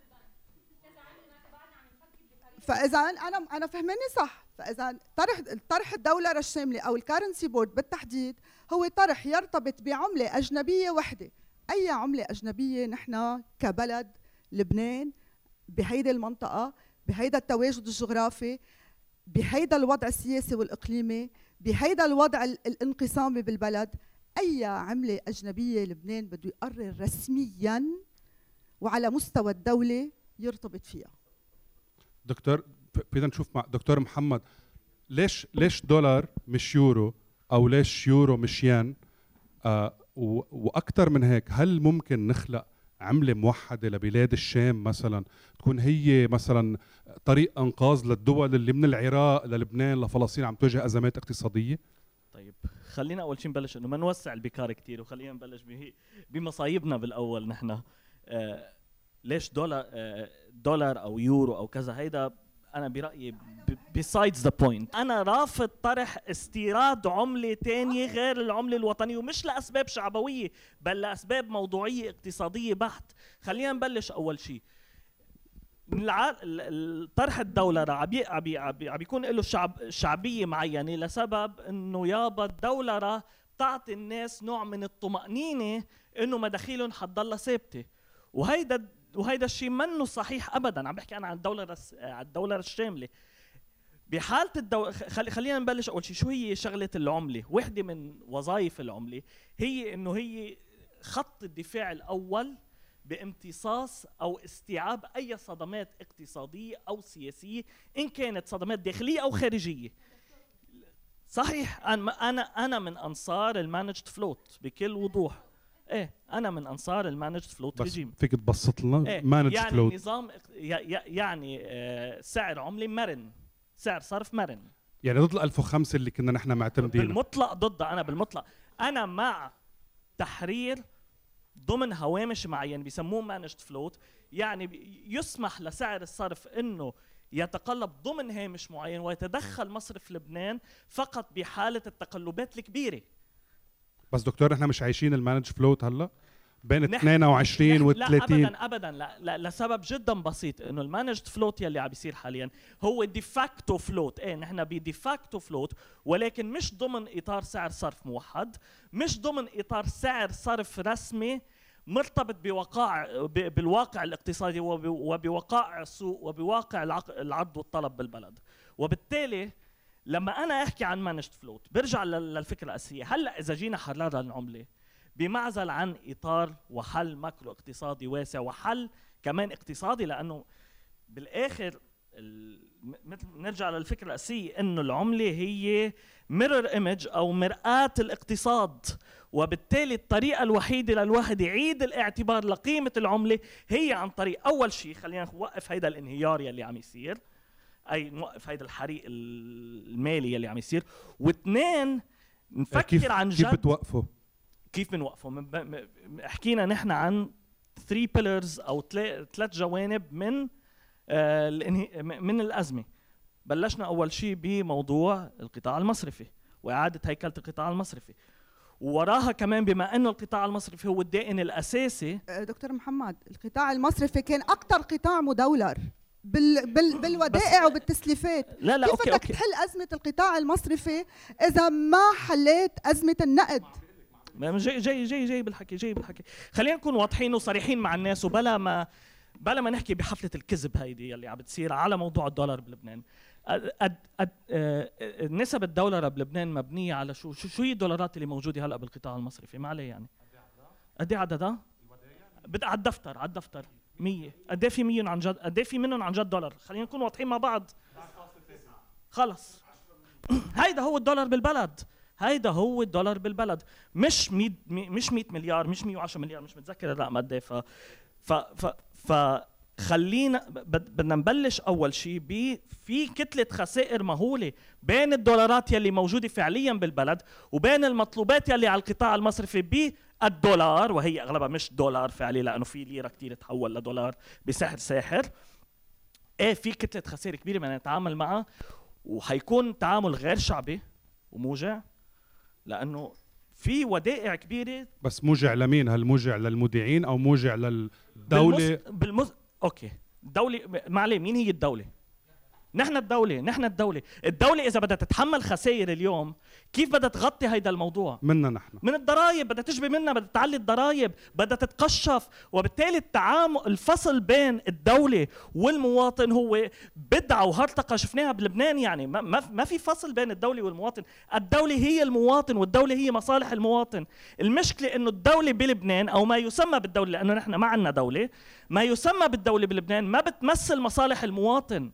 فاذا انا انا فهماني صح، فاذا طرح طرح الدولار الشامله او الكرنسي بورد بالتحديد هو طرح يرتبط بعمله اجنبيه وحده. اي عمله اجنبيه نحن كبلد لبنان بهيدي المنطقه بهيدا التواجد الجغرافي بهيدا الوضع السياسي والإقليمي بهيدا الوضع الانقسامي بالبلد، أي عملة أجنبية لبنان بده يقرر رسمياً وعلى مستوى الدولة يرتبط فيها. دكتور بدنا نشوف مع دكتور محمد ليش ليش دولار مش يورو أو ليش يورو مش ين؟ آه وأكثر من هيك، هل ممكن نخلق عملة موحدة لبلاد الشام مثلا تكون هي مثلا طريق انقاذ للدول اللي من العراق للبنان لفلسطين عم تواجه ازمات اقتصادية؟ طيب خلينا اول شيء نبلش انه ما نوسع البكار كثير وخلينا نبلش بمصايبنا بالاول. نحن آه ليش دولار آه دولار او يورو او كذا، هيدا انا برايي besides the point. انا رافض طرح استيراد عمله ثانيه غير العمله الوطنيه، ومش لاسباب شعبويه بل لاسباب موضوعيه اقتصاديه بحت. خلينا نبلش اول شيء. طرح الدولار عم عم بيكون له شعب شعبيه معينه لسبب انه يابا الدولار بتعطي الناس نوع من الطمانينه انه مداخيلهم حتضلها ثابته، وهيدا وهيدا الشيء منه صحيح ابدا. عم بحكي انا عن الدولار عن الدولار الشامله. بحاله الدو... خلي... خلينا نبلش اول شيء. شو هي شغله العمله؟ وحده من وظائف العمله هي انه هي خط الدفاع الاول بامتصاص او استيعاب اي صدمات اقتصاديه او سياسيه، ان كانت صدمات داخليه او خارجيه. صحيح انا انا انا من انصار المانجد فلوت بكل وضوح. ايه انا من انصار المانجد فلوت ريجيم. فيك تبسط لنا إيه مانجد يعني فلوت؟ نظام يعني آه سعر عمله مرن، سعر صرف مرن. يعني ضد ال ألف وخمسة اللي كنا نحن معتمدين؟ بالمطلق ضدها. انا بالمطلق انا مع تحرير ضمن هوامش معين بيسموه مانجد فلوت، يعني يسمح لسعر الصرف انه يتقلب ضمن هامش معين ويتدخل مصرف لبنان فقط بحاله التقلبات الكبيره. بس دكتور احنا مش عايشين المانج فلوت هلا بين اثنين وعشرين و ثلاثين؟ لا ابدا ابدا لا, لا لسبب جدا بسيط، انه المانجد فلوت يلي عم بيصير حاليا هو ديفاكتو فلوت. ايه نحن بديفاكتو فلوت، ولكن مش ضمن اطار سعر صرف موحد، مش ضمن اطار سعر صرف رسمي مرتبط بوقائع بالواقع الاقتصادي وبوقائع السوق وبواقع العرض والطلب بالبلد. وبالتالي لما انا احكي عن مانجد فلوت برجع للفكره الاساسيه. هلا اذا جينا حررنا العمله بمعزل عن اطار وحل ماكرو اقتصادي واسع وحل كمان اقتصادي، لانه بالاخر مثل نرجع للفكره الاساسيه انه العمله هي ميرور ايمج او مرآة الاقتصاد، وبالتالي الطريقه الوحيده للواحد يعيد الاعتبار لقيمه العمله هي عن طريق اول شيء خلينا نوقف هيدا الانهيار يلي عم يصير، اي نوقف هيدا الحريق المالي يلي عم يصير، واثنين نفكر كيف عن جد كيف بتوقفه؟ كيف بنوقفه. حكينا نحن عن ثري بيلرز او ثلاث جوانب من آه من الازمه. بلشنا اول شيء بموضوع القطاع المصرفي واعاده هيكله القطاع المصرفي، ووراها كمان بما انه القطاع المصرفي هو الدائن الاساسي. دكتور محمد، القطاع المصرفي كان اكثر قطاع مدولر بال بال بالودائع وبالتسليفات. لا لا كيف اوكي بدك اوكي تحل ازمه القطاع المصرفي اذا ما حليت ازمه النقد؟ جاي جاي جاي جاي بالحكي جاي بالحكي خلينا نكون واضحين وصريحين مع الناس، وبلا ما بلا ما نحكي بحفله الكذب هيدي يلي عم بتصير على موضوع الدولار بلبنان. أد أد أه نسب الدولار بلبنان مبنيه على شو شو شو هي الدولارات اللي موجوده هلا بالقطاع المصرفي؟ ما عليه يعني قد ايه عددها؟ بدي على الدفتر على الدفتر مية. قد ايه في مية عن جد؟ قد ايه في منهم عن جد دولار؟ خلينا نكون واضحين مع بعض. خلص هيدا هو الدولار بالبلد، هيدا هو الدولار بالبلد، مش مية مش مية مليار، مش مية وعشرة مليار، مش متذكر الرقم قد ايه. ف ف ف ف خلينا بدنا نبلش اول شيء ب في كتله خسائر مهوله بين الدولارات يلي موجوده فعليا بالبلد وبين المطلوبات يلي على القطاع المصرفي بالدولار، وهي اغلبها مش دولار فعلي لانه في ليره كثير تحول لدولار بسعر ساحر. ايه في كتله خسائر كبيره بدنا نتعامل معها، وحيكون تعامل غير شعبي وموجع لانه في ودائع كبيره. بس موجع لمين؟ هل موجع للمودعين او موجع للدوله؟ بالمس... بالمس... اوكي الدوله ما عليه. مين هي الدوله؟ نحن الدوله نحن الدوله الدوله اذا بدها تتحمل خسائر اليوم كيف بدها تغطي هيدا الموضوع؟ منا نحن من الضرائب، بدها تجبي منا، بدها تعلي الضرائب، بدها تتقشف. وبالتالي التعامل الفصل بين الدوله والمواطن هو بدعه وهرطقه شفناها بلبنان. يعني ما ما في فصل بين الدوله والمواطن، الدوله هي المواطن والدوله هي مصالح المواطن. المشكله انه الدوله بلبنان او ما يسمى بالدوله، لانه نحن ما عندنا دوله، ما يسمى بالدوله بلبنان ما بتمثل مصالح المواطن.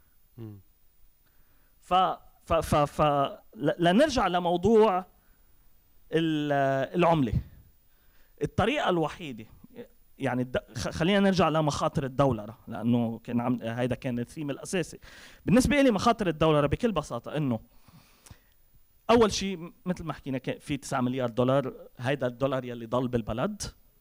ف ف ف ف لنرجع لموضوع العمله. الطريقه الوحيده يعني خلينا نرجع لمخاطر الدولار، لانه كان عم هيدا كان الثيم الاساسي بالنسبه لي. مخاطر الدولار بكل بساطه انه اول شيء مثل ما حكينا في تسعة مليار دولار، هيدا الدولار يلي ضل بالبلد.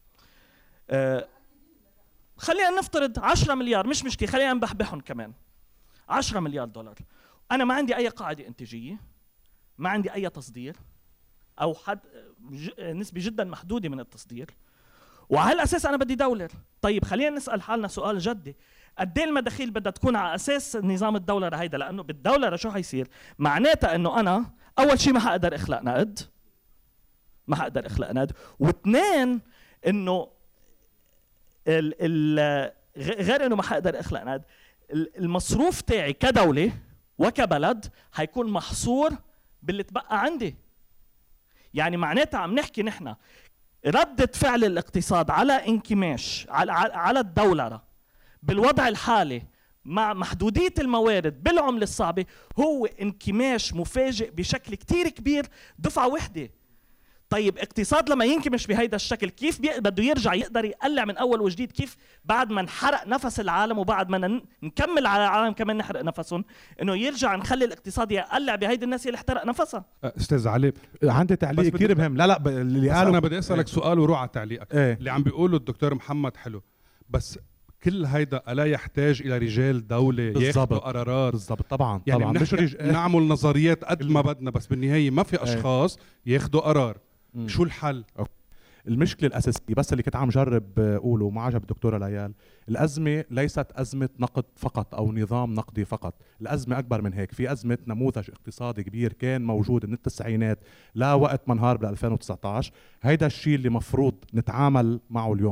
أه خلينا نفترض عشرة مليار، مش مشكله، خلينا نبحبحهم كمان. عشرة مليار دولار، أنا ما عندي أي قاعدة إنتاجية، ما عندي أي تصدير أو حد نسبة جدا محدودة من التصدير، وعلى الأساس أنا بدي دولار. طيب خلينا نسأل حالنا سؤال جدي، قد ايه المداخيل بدها تكون على أساس نظام الدولار هيدا؟ لأنه بالدولار شو حيصير؟ معناتها إنه أنا أول شيء ما حقدر أخلق نقد، ما حقدر أخلق نقد، واثنين إنه ال ال غير إنه ما حقدر أخلق نقد، المصروف تاعي كدولة وكبلد حيكون محصور باللي تبقى عندي. يعني معناتها عم نحكي نحن ردة فعل الاقتصاد على انكماش على على الدولار بالوضع الحالي مع محدودية الموارد بالعملة الصعبة هو انكماش مفاجئ بشكل كتير كبير دفعة وحدة. طيب اقتصاد لما ينكمش بهيدا الشكل كيف بده يرجع يقدر يقلع من اول وجديد؟ كيف بعد ما نحرق نفس العالم وبعد ما نكمل على العالم كمان نحرق نفسهم انه يرجع نخلي الاقتصاد يقلع بهيدي الناس اللي احترق نفسها؟ استاذ علي عندي تعليق كثير مهم. لا لا اللي قالوا انا بدي اسالك ايه. سؤال وروح على تعليقك. ايه. اللي عم بيقوله الدكتور محمد حلو، بس كل هيدا الا يحتاج الى رجال دوله ياخذوا قرارات. بالضبط طبعا يعني طبعا مش رج... نعمل نظريات قد ما بدنا، بس بالنهايه ما في اشخاص ياخذوا قرار. مم. شو الحل؟ أوكي. المشكله الاساسيه بس اللي كنت عم جرب اقوله وما عجب الدكتوره ليال، الازمه ليست ازمه نقد فقط او نظام نقدي فقط، الازمه اكبر من هيك. في ازمه نموذج اقتصادي كبير كان موجود من التسعينات لا وقت ما انهار بال ألفين وتسعة عشر. هيدا الشيء اللي مفروض نتعامل معه اليوم.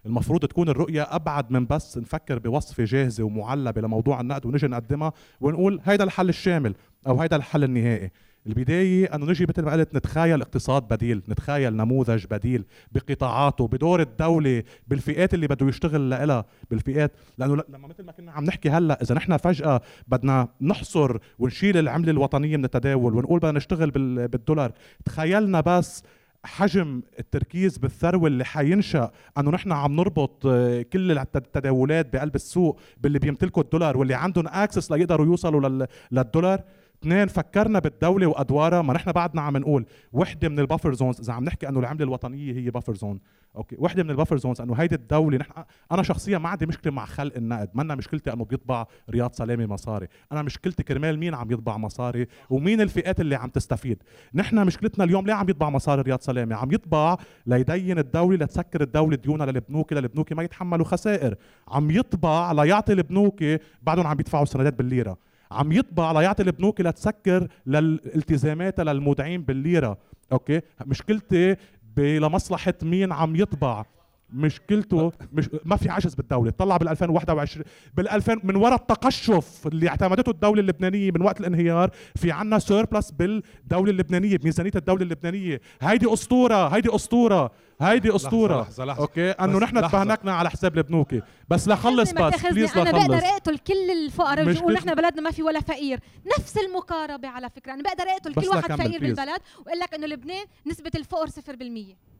المفروض تكون الرؤية أبعد من بس نفكر بوصفة جاهزة ومعلبة لموضوع النقد ونجي نقدمها ونقول هيدا الحل الشامل أو هيدا الحل النهائي. البداية أنه نجي مثل ما قلت نتخيل اقتصاد بديل، نتخيل نموذج بديل بقطاعاته، بدور الدولة، بالفئات اللي بده يشتغل لها، بالفئات. لأنه لما مثل ما كنا عم نحكي هلا، إذا نحن فجأة بدنا نحصر ونشيل العملة الوطنية من التداول ونقول بدنا نشتغل بالدولار، تخيلنا بس حجم التركيز بالثروة اللي حينشأ أنه نحن عم نربط كل التداولات بقلب السوق باللي بيمتلكوا الدولار واللي عندهم أكسس ليقدروا يوصلوا للدولار. اثنين، فكرنا بالدولة وأدوارها. ما نحن بعدنا عم نقول وحدة من البافر زونز، إذا عم نحكي أنه العملة الوطنية هي بافر زون، أوكي، وحدة من البافر زونز أنه هيدي الدولة. نحن أنا شخصيا ما عندي مشكلة مع خلق النقد، ما أنا مشكلتي أنه بيطبع رياض سلامة مصاري، أنا مشكلتي كرمال مين عم يطبع مصاري ومين الفئات اللي عم تستفيد. نحن مشكلتنا اليوم ليه عم يطبع مصاري رياض سلامة؟ عم يطبع ليدين الدولة لتسكر الدولة ديونها للبنوك، للبنوك ما يتحملوا خسائر، عم يطبع ليعطي البنوك بعدهم عم بيدفعوا سندات بالليرة، عم يطبع ليعطي البنوك لتسكر للالتزامات للمودعين بالليرة. اوكي، مشكلتي لمصلحة مين عم يطبع؟ مشكلته مش ما في عجز بالدولة. طلع بال ألفين وواحد وعشرين بالألفين من وراء التقشف اللي اعتمدته الدولة اللبنانية من وقت الانهيار، في عنا سيربلس بالدولة اللبنانية بميزانية الدولة اللبنانية. هيدي أسطورة، هيدي أسطورة، هيدي أسطورة. لحظة لحظة. اوكي، انه نحن تبهنكنا على حساب البنوك. بس لخلص بس بليز انا لخلص. بقدر اقتل كل الفقراء ويقول نحن بلدنا ما في ولا فقير. نفس المقاربة على فكرة، انا بقدر اقتل كل واحد فقير بالبلد واقول لك انه لبنان نسبة الفقر صفر بالمية.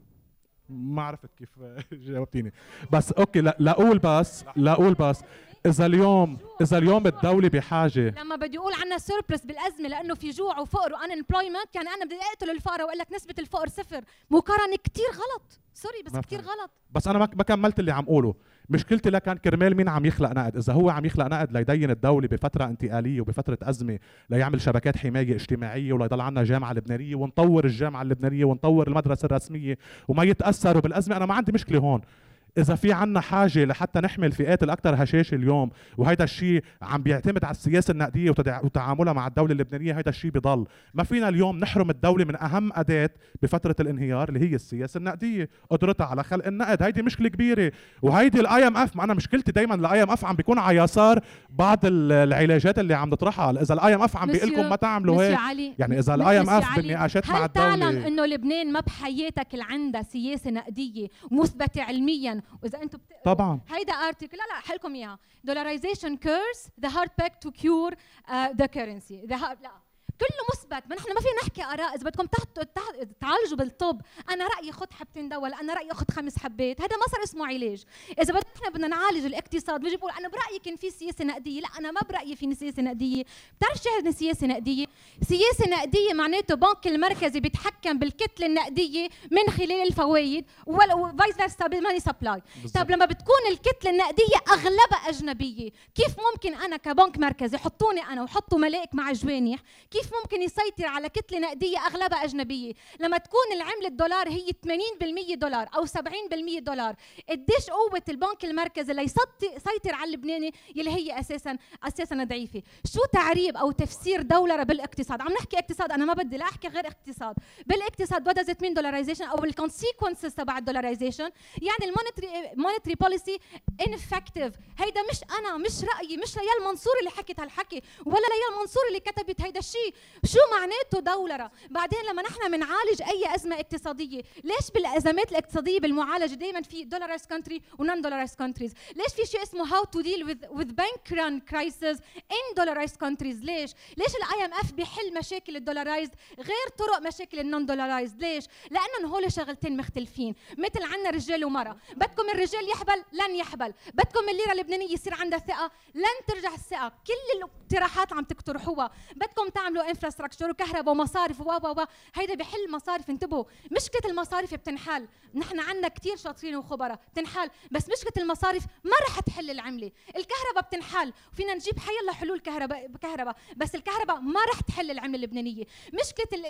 ما عرفت كيف جاوبتيني، بس اوكي. لا لا اقول بس لا اقول بس اذا اليوم اذا اليوم الدوله بحاجه، لما بدي اقول عنا سيربلس بالازمه لانه في جوع وفقر وان امبلويمنت، كان انا بدي اقتل الفقراء واقول لك نسبه الفقر صفر. مقارنه كتير غلط، سوري بس كتير غلط. بس انا ما كملت اللي عم اقوله. مشكلتي لكن كرمال مين عم يخلق نقد؟ اذا هو عم يخلق نقد ليدين الدوله بفتره انتقاليه وبفتره ازمه ليعمل شبكات حمايه اجتماعيه وليضل عنا جامعه لبنانيه ونطور الجامعه اللبنانيه ونطور المدرسه الرسميه وما يتاثروا بالازمه، انا ما عندي مشكله هون. إذا في عنا حاجة لحتى نحمي الفئات الأكثر هشاشة اليوم، وهيدا الشيء عم بيعتمد على السياسة النقدية وتعاملها مع الدولة اللبنانية، هيدا الشيء بضل. ما فينا اليوم نحرم الدولة من أهم أداة بفترة الانهيار اللي هي السياسة النقدية، قدرتها على خلق النقد. هيدي مشكلة كبيرة، وهيدي الاي ام اف. ما أنا مشكلتي دايما الاي ام اف عم بيكون على يسار بعض العلاجات اللي عم نطرحها. إذا الاي ام اف عم بيقول لكم ما تعملوا هيك، يعني إذا الاي ام اف بالنقاشات مع الدولة. هل تعلم إنه لبنان ما بحياتك اللي عندها سياسة نقدية مثبتة علميا؟ وإذا أنتم طبعا هيدا ارتكل، لا لا حلكم اياها، دولاريزيشن كيرس ذا هارد باك تو كيور ذا كرنسي، ذا لا كله مثبت. ما نحن ما فينا نحكي اراء. اذا بدكم تحت تعالجوا بالطب، انا رايي خذ حبتين دواء، انا رايي خذ خمس حبات، هذا ما صار اسمه علاج. اذا بدنا بدنا نعالج الاقتصاد بيجي بقول انا برايي كان في سياسه نقديه، لا انا ما برايي في سياسه نقديه. بتعرف شو هي سياسه نقديه؟ سياسه نقديه معناته بنك المركزي بيتحكم بالكتله النقديه من خلال الفوائد وفايس فيرسا بالماني سبلاي. طب لما بتكون الكتله النقديه اغلبها اجنبيه، كيف ممكن انا كبنك مركزي حطوني انا وحطوا ملائك مع جوانح، كيف ممكن يسيطر على كتله نقديه اغلبها اجنبيه؟ لما تكون العمله الدولار هي ثمانين بالمية دولار او سبعين بالمية دولار، قديش قوه البنك المركزي ليسيطر على اللبناني يلي هي اساسا اساسا ضعيفه؟ شو تعريب او تفسير دولار بالاقتصاد؟ عم نحكي اقتصاد، انا ما بدي لا احكي غير اقتصاد. بالاقتصاد وات داز مين دولاريزيشن او الكونسيكونسز تبع الدولاريزيشن؟ يعني المونيتري مونيتري بوليسي انفكتيف. هيدا مش انا، مش رايي، مش ليال منصور اللي حكت هالحكي ولا ليال منصور اللي كتبت هيدا الشيء. شو معناته دولره؟ بعدين لما نحن بنعالج اي ازمه اقتصاديه، ليش بالازمات الاقتصاديه بالمعالجه دائما في دولاريز كونتري ونون دولاريز كونتريز؟ ليش في شيء اسمه هاو تو ديل وذ وذ بانك ران كرايسيس ان دولاريز كونتريز؟ ليش؟ ليش الاي ام اف بيحل مشاكل الدولارايز غير طرق مشاكل النون دولاريز؟ ليش؟ لانه هول شغلتين مختلفين. مثل عندنا رجال ومراه، بدكم الرجال يحبل لن يحبل، بدكم الليره اللبنانيه يصير عندها ثقه لن ترجع الثقه. كل الاقتراحات عم تقترحوها، بدكم تعملوا انفراستراكشر وكهرباء ومصارف و و هيدا بحل مصارف. انتبهوا، مشكله المصارف بتنحل، نحن عندنا كثير شاطرين وخبراء بتنحل، بس مشكله المصارف ما رح تحل العمله. الكهرباء بتنحل وفينا نجيب حيلا حلول كهرباء بكهرباء، بس الكهرباء ما رح تحل العمله اللبنانيه. مشكله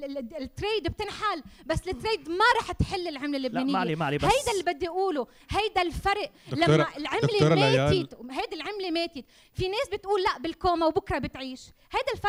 التريد بتنحل، بس التريد ما رح تحل العمله اللبنانيه. لا معلي معلي بس هيدا اللي بدي اقوله، هيدا الفرق. لما العمله ماتت، هيدا العمله ماتت، في ناس بتقول لا بالكوما وبكره بتعيش. هيدا الفرق. على فكره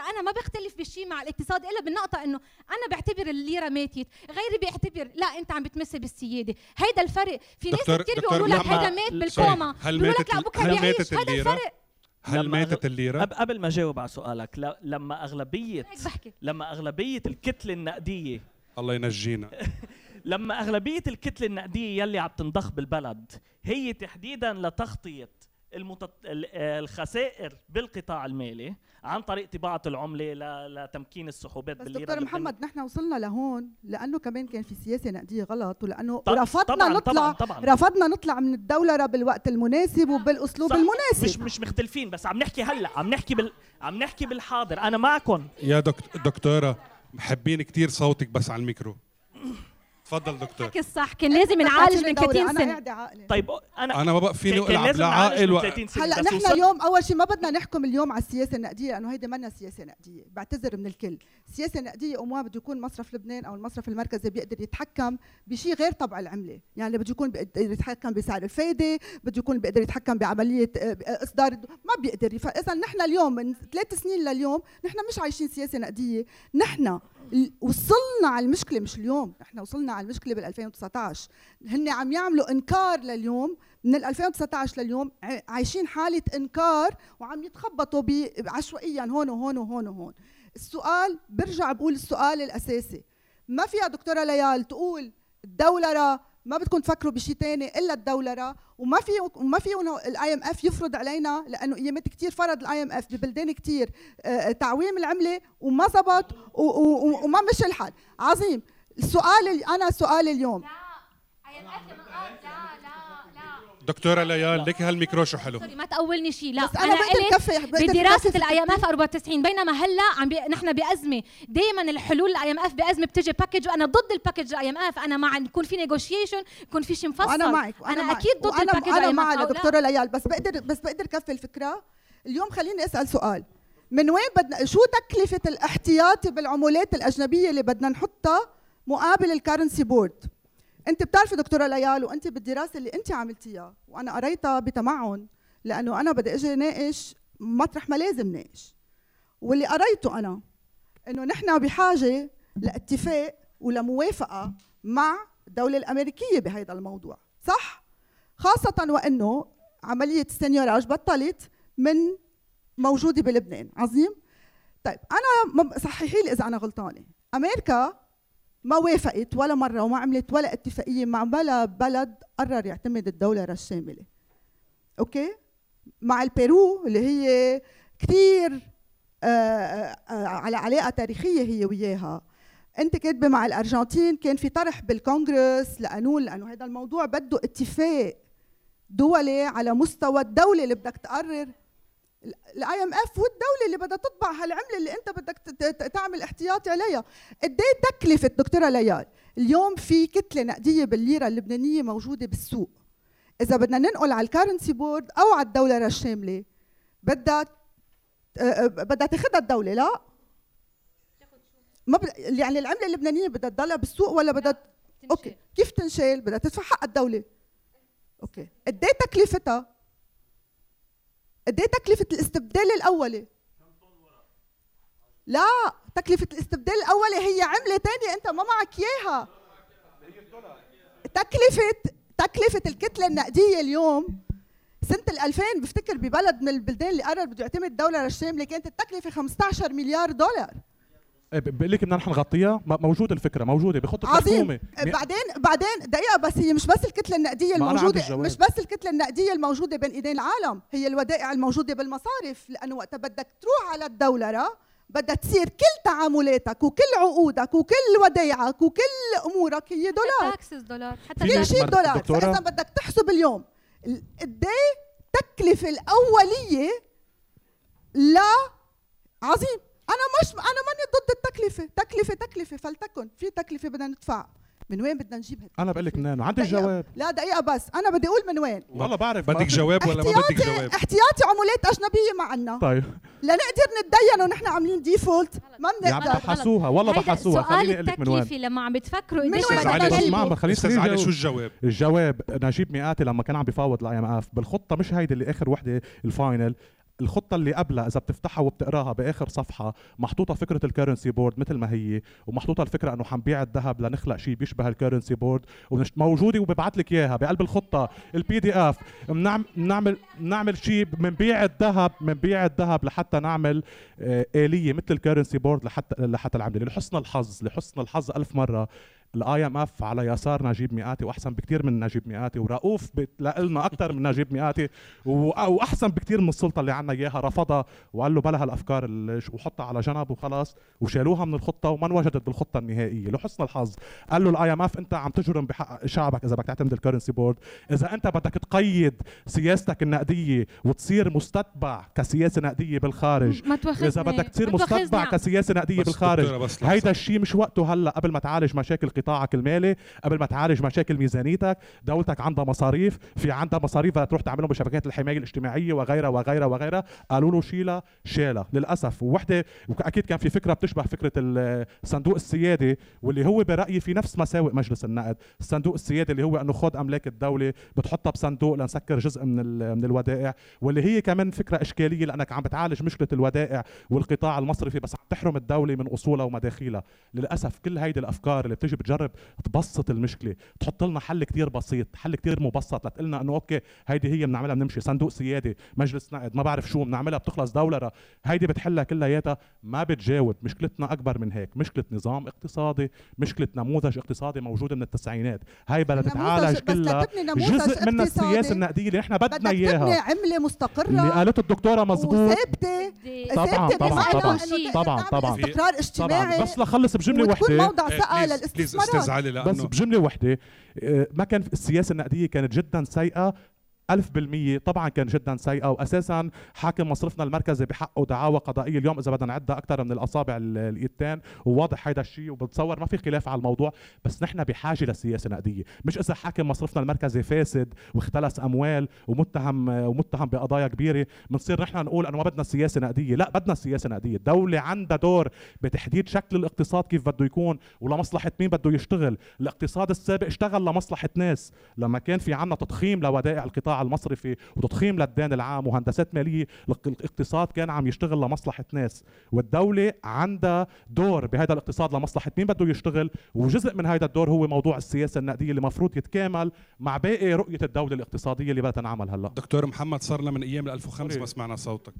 انا ما بختلف بشيء مع الاقتصاد الا بالنقطه انه انا بعتبر الليره ماتت، غيري بيعتبر لا انت عم بتمثل بالسياده. هيدا الفرق. في ناس كثير بيقولوا لك هيدا مات بالكوما، بيقولوا لك لا بكره بيعيش. هيدا الفرق. هل ماتت الليره؟ قبل ما جاوب على سؤالك، لما اغلبيه لما اغلبيه الكتله النقديه الله ينجينا لما اغلبيه الكتله النقديه يلي عم تنضخ بالبلد هي تحديدا لتغطيه المتط... الخسائر بالقطاع المالي عن طريق طباعة العملة لتمكين السحوبات بس بالليرة. دكتور محمد نحن وصلنا لهون لأنه كمان كان في سياسة نقدية غلط، ولأنه طب رفضنا طبعاً نطلع طبعاً طبعاً. رفضنا نطلع من الدولة بالوقت المناسب وبالأسلوب المناسب. مش مش مختلفين، بس عم نحكي هلا، عم نحكي بال عم نحكي بالحاضر. أنا معكم يا دكتور دكتورة، محبين كتير صوتك بس على الميكرو. تفضل دكتور. حكي الصح، كان لازم نعالج من ثلاثين سنة. طيب انا انا ما بقى فيني العب لا عاقل و... هلا نحن اليوم اول شيء ما بدنا نحكم اليوم على السياسه النقديه لانه هيدي منا سياسه نقديه، بعتذر من الكل. السياسه النقديه امها بده يكون مصرف لبنان او المصرف المركزي بيقدر يتحكم بشيء غير طبع العمله، يعني بده يكون بيقدر يتحكم بسعر الفايده، بده يكون بيقدر يتحكم بعمليه اصدار، ما بيقدر. فاذا نحن اليوم من ثلاث سنين لليوم نحن مش عايشين سياسه نقديه، نحن وصلنا على المشكله مش اليوم، نحن وصلنا على المشكله بال ألفين وتسعة عشر. هن عم يعملوا انكار لليوم، من ال ألفين وتسعة عشر لليوم عايشين حاله انكار وعم يتخبطوا عشوائيا هون وهون وهون وهون. السؤال برجع بقول السؤال الاساسي، ما فيها دكتوره ليال تقول الدولره ما بدكم تفكروا بشيء ثاني الا الدولره، وما في وما في الاي ام اف يفرض علينا، لانه ايامات كثير فرض الاي ام اف ببلدان كثير تعويم العمله وما زبط وما مشي الحال. عظيم. السؤال انا سؤالي اليوم دكتورة ليال لك هالميكرو شو حلو. ما تقولني شيء. لا بس انا, أنا قلت بدراسه الاي ام اف أربعة وتسعين، بينما هلا عم بي... نحن بازمه. دائما الحلول الاي ام اف بازمه بتجي باكج، وانا ضد الباكج الاي ام اف. انا مع يكون في نيغوشيشن، يكون في شيء مفصل. انا معك انا, أنا اكيد ضد وأنا الباكج. انا مع دكتوره ليال، بس بقدر بس بقدر كفي الفكره. اليوم خليني اسال سؤال، من وين بدنا، شو تكلفه الاحتياطي بالعملات الاجنبيه اللي بدنا نحطها مقابل الكرنسي بورد؟ انت بتعرفي دكتوره ليال، وانت بالدراسه اللي انت عملتيها وانا قريتها بتمعن، لانه انا بدي اجي ناقش مطرح ما لازم ناقش، واللي قريته انا انه نحن بحاجه لاتفاق ولموافقه مع الدوله الامريكيه بهذا الموضوع، صح؟ خاصه وانه عمليه السنيوراج بطلت من موجوده بلبنان. عظيم. طيب انا صححي لي اذا انا غلطانه، امريكا ما وافقت ولا مرة وما عملت ولا اتفاقية مع ولا بلد قرر يعتمد الدولة الشاملة. أوكي؟ مع البيرو اللي هي كثير آآ آآ على علاقة تاريخية هي وياها. أنت كاتبة مع الأرجنتين كان في طرح بالكونغرس لقانون، لأنه هذا الموضوع بده اتفاق دولي على مستوى الدولة اللي بدك تقرر، الاي ام اف والدوله اللي بدها تطبع هالعمله اللي انت بدك تعمل احتياطي عليها. قد ايه تكلفه دكتوره ليال؟ اليوم في كتله نقديه بالليره اللبنانيه موجوده بالسوق، اذا بدنا ننقل على الكرنسي بورد او على الدولار الشامله بدها بدها تاخذها الدوله. لا ما ب... يعني العمله اللبنانيه بدها تضلها بالسوق ولا بدها تنشال. اوكي كيف تنشال؟ بدها تدفع حق الدوله. اوكي قد ايه تكلفتها؟ قد ايه تكلفة الاستبدال الأولي؟ لا، تكلفة الاستبدال الأولي هي عملة ثانية أنت ما معك إياها. تكلفة تكلفة الكتلة النقدية اليوم سنة الألفين بفتكر ببلد من البلدان اللي قرر بده يعتمد الدولار الشاملة كانت التكلفة خمسة عشر مليار دولار. بقول لك بدنا نحن نغطيها، موجوده الفكره موجوده بخطه الحكومه. بعدين بعدين دقيقه، بس هي مش بس الكتله النقديه الموجوده، مش بس الكتله النقديه الموجوده بين ايدين العالم، هي الودائع الموجوده بالمصارف، لانه وقت بدك تروح على الدولره بدها تصير كل تعاملاتك وكل عقودك وكل ودائعك وكل امورك هي دولار. تاكسس دولار، حتى كل شيء دولار. فاذا بدك تحسب اليوم قد ايه التكلفه الاوليه لا عظيم. أنا مش أنا ماني ضد التكلفة، تكلفة تكلفة فلتكن، في تكلفة بدنا ندفع، من وين بدنا نجيبها؟ أنا بقول لك منين، عندي الجواب. لا دقيقة بس، أنا بدي أقول من وين؟ والله بعرف. بدك جواب ولا ما بدك جواب؟ احتياطي عملات أجنبية ما عنا. طيب. لنقدر نتدين ونحن عاملين ديفولت، ما بنقدر. يعني بحثوها، والله بحثوها، خليني أقول لك من وين. التكلفة لما عم بتفكروا من قديش بدنا خليني استاذ علي شو الجواب؟ الجواب نجيب مئاتي لما كان عم بيفاوض الاي ام اف بالخطة، مش هيدي اللي آخر وحدة الفاينل، الخطه اللي قبلها اذا بتفتحها وبتقراها باخر صفحه محطوطه فكره الكرنسي بورد مثل ما هي، ومحطوطه الفكره انه حنبيع الذهب لنخلق شيء بيشبه الكرنسي بورد، وموجوده وببعث لك اياها بقلب الخطه البي دي اف. بنعمل بنعمل بنعمل شيء بنبيع الذهب بنبيع الذهب لحتى نعمل آه آلية مثل الكرنسي بورد لحتى لحتى العمله. لحسن الحظ لحسن الحظ ألف مرة الاي ام اف على يسار نجيب مئاتي واحسن بكثير من نجيب مئاتي، ورؤوف بتلاقي لنا اكثر من نجيب مئاتي واحسن بكثير من السلطه اللي عنا اياها، رفضها وقال له بلا هالافكار وحطها على جنب وخلاص، وشالوها من الخطه وما انوجدت بالخطه النهائيه. لحسن الحظ قال له الاي ام اف انت عم تجرم بحق شعبك اذا بدك تعتمد الكرنسي بورد، اذا انت بدك تقيد سياستك النقديه وتصير مستتبع كسياسه نقديه بالخارج، اذا بدك تصير مستتبع كسياسه نقديه بالخارج، هيدا الشيء مش وقته هلا قبل ما تعالج مشاكل قطاعك المالي، قبل ما تعالج مشاكل ميزانيتك. دولتك عندها مصاريف، في عندها مصاريف تروح تعملهم بشبكات الحمايه الاجتماعيه وغيرها وغيرها وغيرها، قالوا له شيلها شالها للاسف. ووحده واكيد كان في فكره بتشبه فكره الصندوق السيادي، واللي هو برايي في نفس مساوئ مجلس النقد. الصندوق السيادي اللي هو انه خذ املاك الدوله بتحطها بصندوق لنسكر جزء من من الودائع، واللي هي كمان فكره اشكاليه لانك عم بتعالج مشكله الودائع والقطاع المصرفي بس عم تحرم الدوله من اصولها ومداخيلها. للاسف كل هيدي الافكار اللي بتيجي بتجرب تبسط المشكله، تحط لنا حل كتير بسيط، حل كتير مبسط لتقلنا انه اوكي هيدي هي بنعملها بنمشي، صندوق سيادي، مجلس نقد، ما بعرف شو بنعملها بتخلص دولره، هيدي بتحلها كلياتها. ما بتجاوب. مشكلتنا اكبر من هيك، مشكله نظام اقتصادي، مشكله نموذج اقتصادي موجوده من التسعينات، هاي بدها تتعالج كلها. جزء من السياسه النقديه اللي احنا بدنا اياها، بدك تبني عمله مستقره اللي قالته الدكتوره مزبوط وثابته. طبعا طبعا طبعا طبعا طبعا استقرار اجتماعي. بس لخلص بجمله وحده موضع ثقه للاستثمارات. بس بجمله وحده، ما كان السياسه النقديه كانت جدا سيئه ألف بالمية، طبعا كان جدا سيئة، وأساسا حاكم مصرفنا المركزي بحقه دعاوى قضائية اليوم إذا بدنا نعدها أكثر من الأصابع الإيدتين، وواضح هيدا الشيء وبتصور ما في خلاف على الموضوع. بس نحن بحاجة لسياسة نقدية، مش إذا حاكم مصرفنا المركزي فاسد واختلس أموال ومتهم ومتهم بقضايا كبيرة بنصير نحن نقول أنه ما بدنا سياسة نقدية. لا، بدنا سياسة نقدية. الدولة عندها دور بتحديد شكل الاقتصاد كيف بده يكون ولمصلحة مين بده يشتغل. الاقتصاد السابق اشتغل لمصلحة ناس، لما كان في عنا تضخيم لودائع القطاع المصرفي وتضخيم للدين العام وهندسات ماليه، الاقتصاد كان عم يشتغل لمصلحه ناس، والدوله عندها دور بهذا الاقتصاد لمصلحه مين بده يشتغل، وجزء من هذا الدور هو موضوع السياسه النقديه اللي المفروض يتكامل مع باقي رؤيه الدوله الاقتصاديه اللي بدها تنعمل هلا. دكتور محمد، صار لنا من ايام ألف وخمسة ما سمعنا صوتك.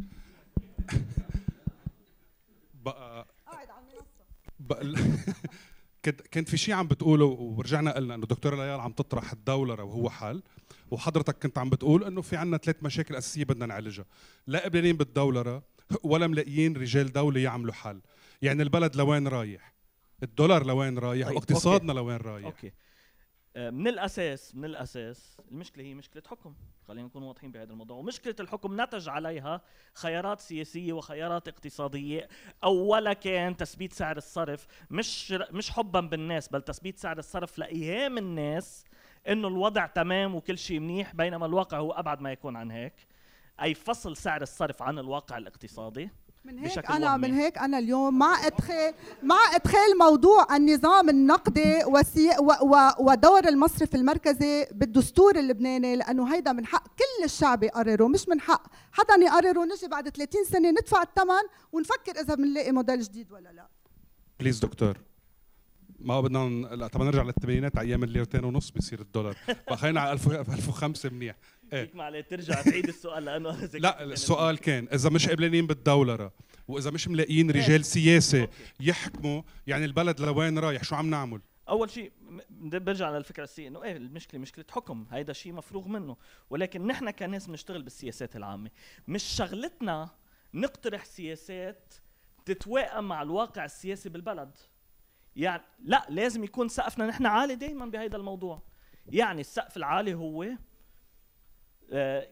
بقى بقى كنت في شيء عم بتقوله ورجعنا قلنا انه دكتور ليال عم تطرح الدولره وهو حل، وحضرتك كنت عم بتقول انه في عنا ثلاث مشاكل اساسيه بدنا نعالجها، لا قبلانين بالدولره ولا ملاقيين رجال دوله يعملوا حل. يعني البلد لوين رايح؟ الدولار لوين رايح؟ طيب واقتصادنا لوين رايح؟ اوكي. من الاساس من الاساس المشكله هي مشكله حكم، خلينا نكون واضحين بهذا الموضوع، ومشكله الحكم نتج عليها خيارات سياسيه وخيارات اقتصاديه. اولا كان تثبيت سعر الصرف، مش مش حبا بالناس، بل تثبيت سعر الصرف لايهام الناس انه الوضع تمام وكل شيء منيح، بينما الواقع هو ابعد ما يكون عن هيك، اي فصل سعر الصرف عن الواقع الاقتصادي. من هيك انا من هيك انا اليوم مع ادخال مع ادخال موضوع النظام النقدي وسي و و ودور المصرف المركزي بالدستور اللبناني، لانه هيدا من حق كل الشعب يقرره، مش من حق حدا يقرره نجي بعد ثلاثين سنه ندفع الثمن ونفكر اذا بنلاقي موديل جديد ولا لا. بليز دكتور، ما بدنا لا طبعا نرجع للثمانينات على ايام الليرتين ونص بيصير الدولار، فخلينا على ألف وخمسة منيح. ايه ما عليه ترجع تعيد السؤال لانه لا السؤال كان اذا مش قبلانين بالدولره واذا مش ملاقيين رجال سياسه يحكموا، يعني البلد لوين رايح؟ شو عم نعمل؟ اول شيء برجع للفكره الاساسيه انه ايه المشكله مشكله حكم، هيدا شيء مفروغ منه، ولكن نحن كناس بنشتغل بالسياسات العامه، مش شغلتنا نقترح سياسات تتوائم مع الواقع السياسي بالبلد. يعني لا، لازم يكون سقفنا نحن عالي دائما بهذا الموضوع. يعني السقف العالي هو آه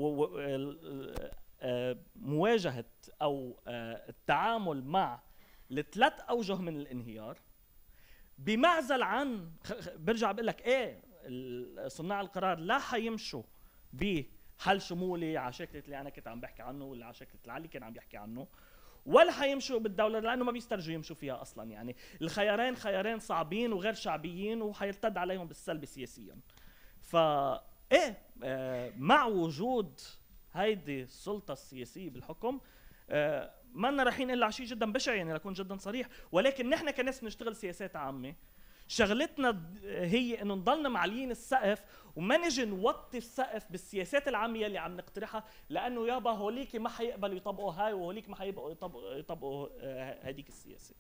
آه مواجهة أو آه التعامل مع الثلاث أوجه من الانهيار، بمعزل عن برجع بقول لك إيه صناع القرار لا حيمشوا بحل شمولي على شكل اللي أنا كنت عم بحكي عنه ولا على شكل العلي كان عم يحكي عنه، ولا حيمشوا بالدولة لأنه ما بيسترجوا يمشوا فيها أصلا. يعني الخيارين خيارين صعبين وغير شعبيين وحيرتد عليهم بالسلب سياسيا. فا إيه آه مع وجود هيدي السلطه السياسيه بالحكم آه ما لنا رايحين الا على شيء جدا بشع، يعني لكون جدا صريح. ولكن نحن كناس بنشتغل سياسات عامه، شغلتنا هي انه نضلنا معليين السقف وما نجي نوطي السقف بالسياسات العاميه اللي عم نقترحها، لانه يابا هوليك ما حيقبلوا يطبقوا هاي وهوليك ما حيبقوا يطبقوا يطبقوا هذيك السياسه.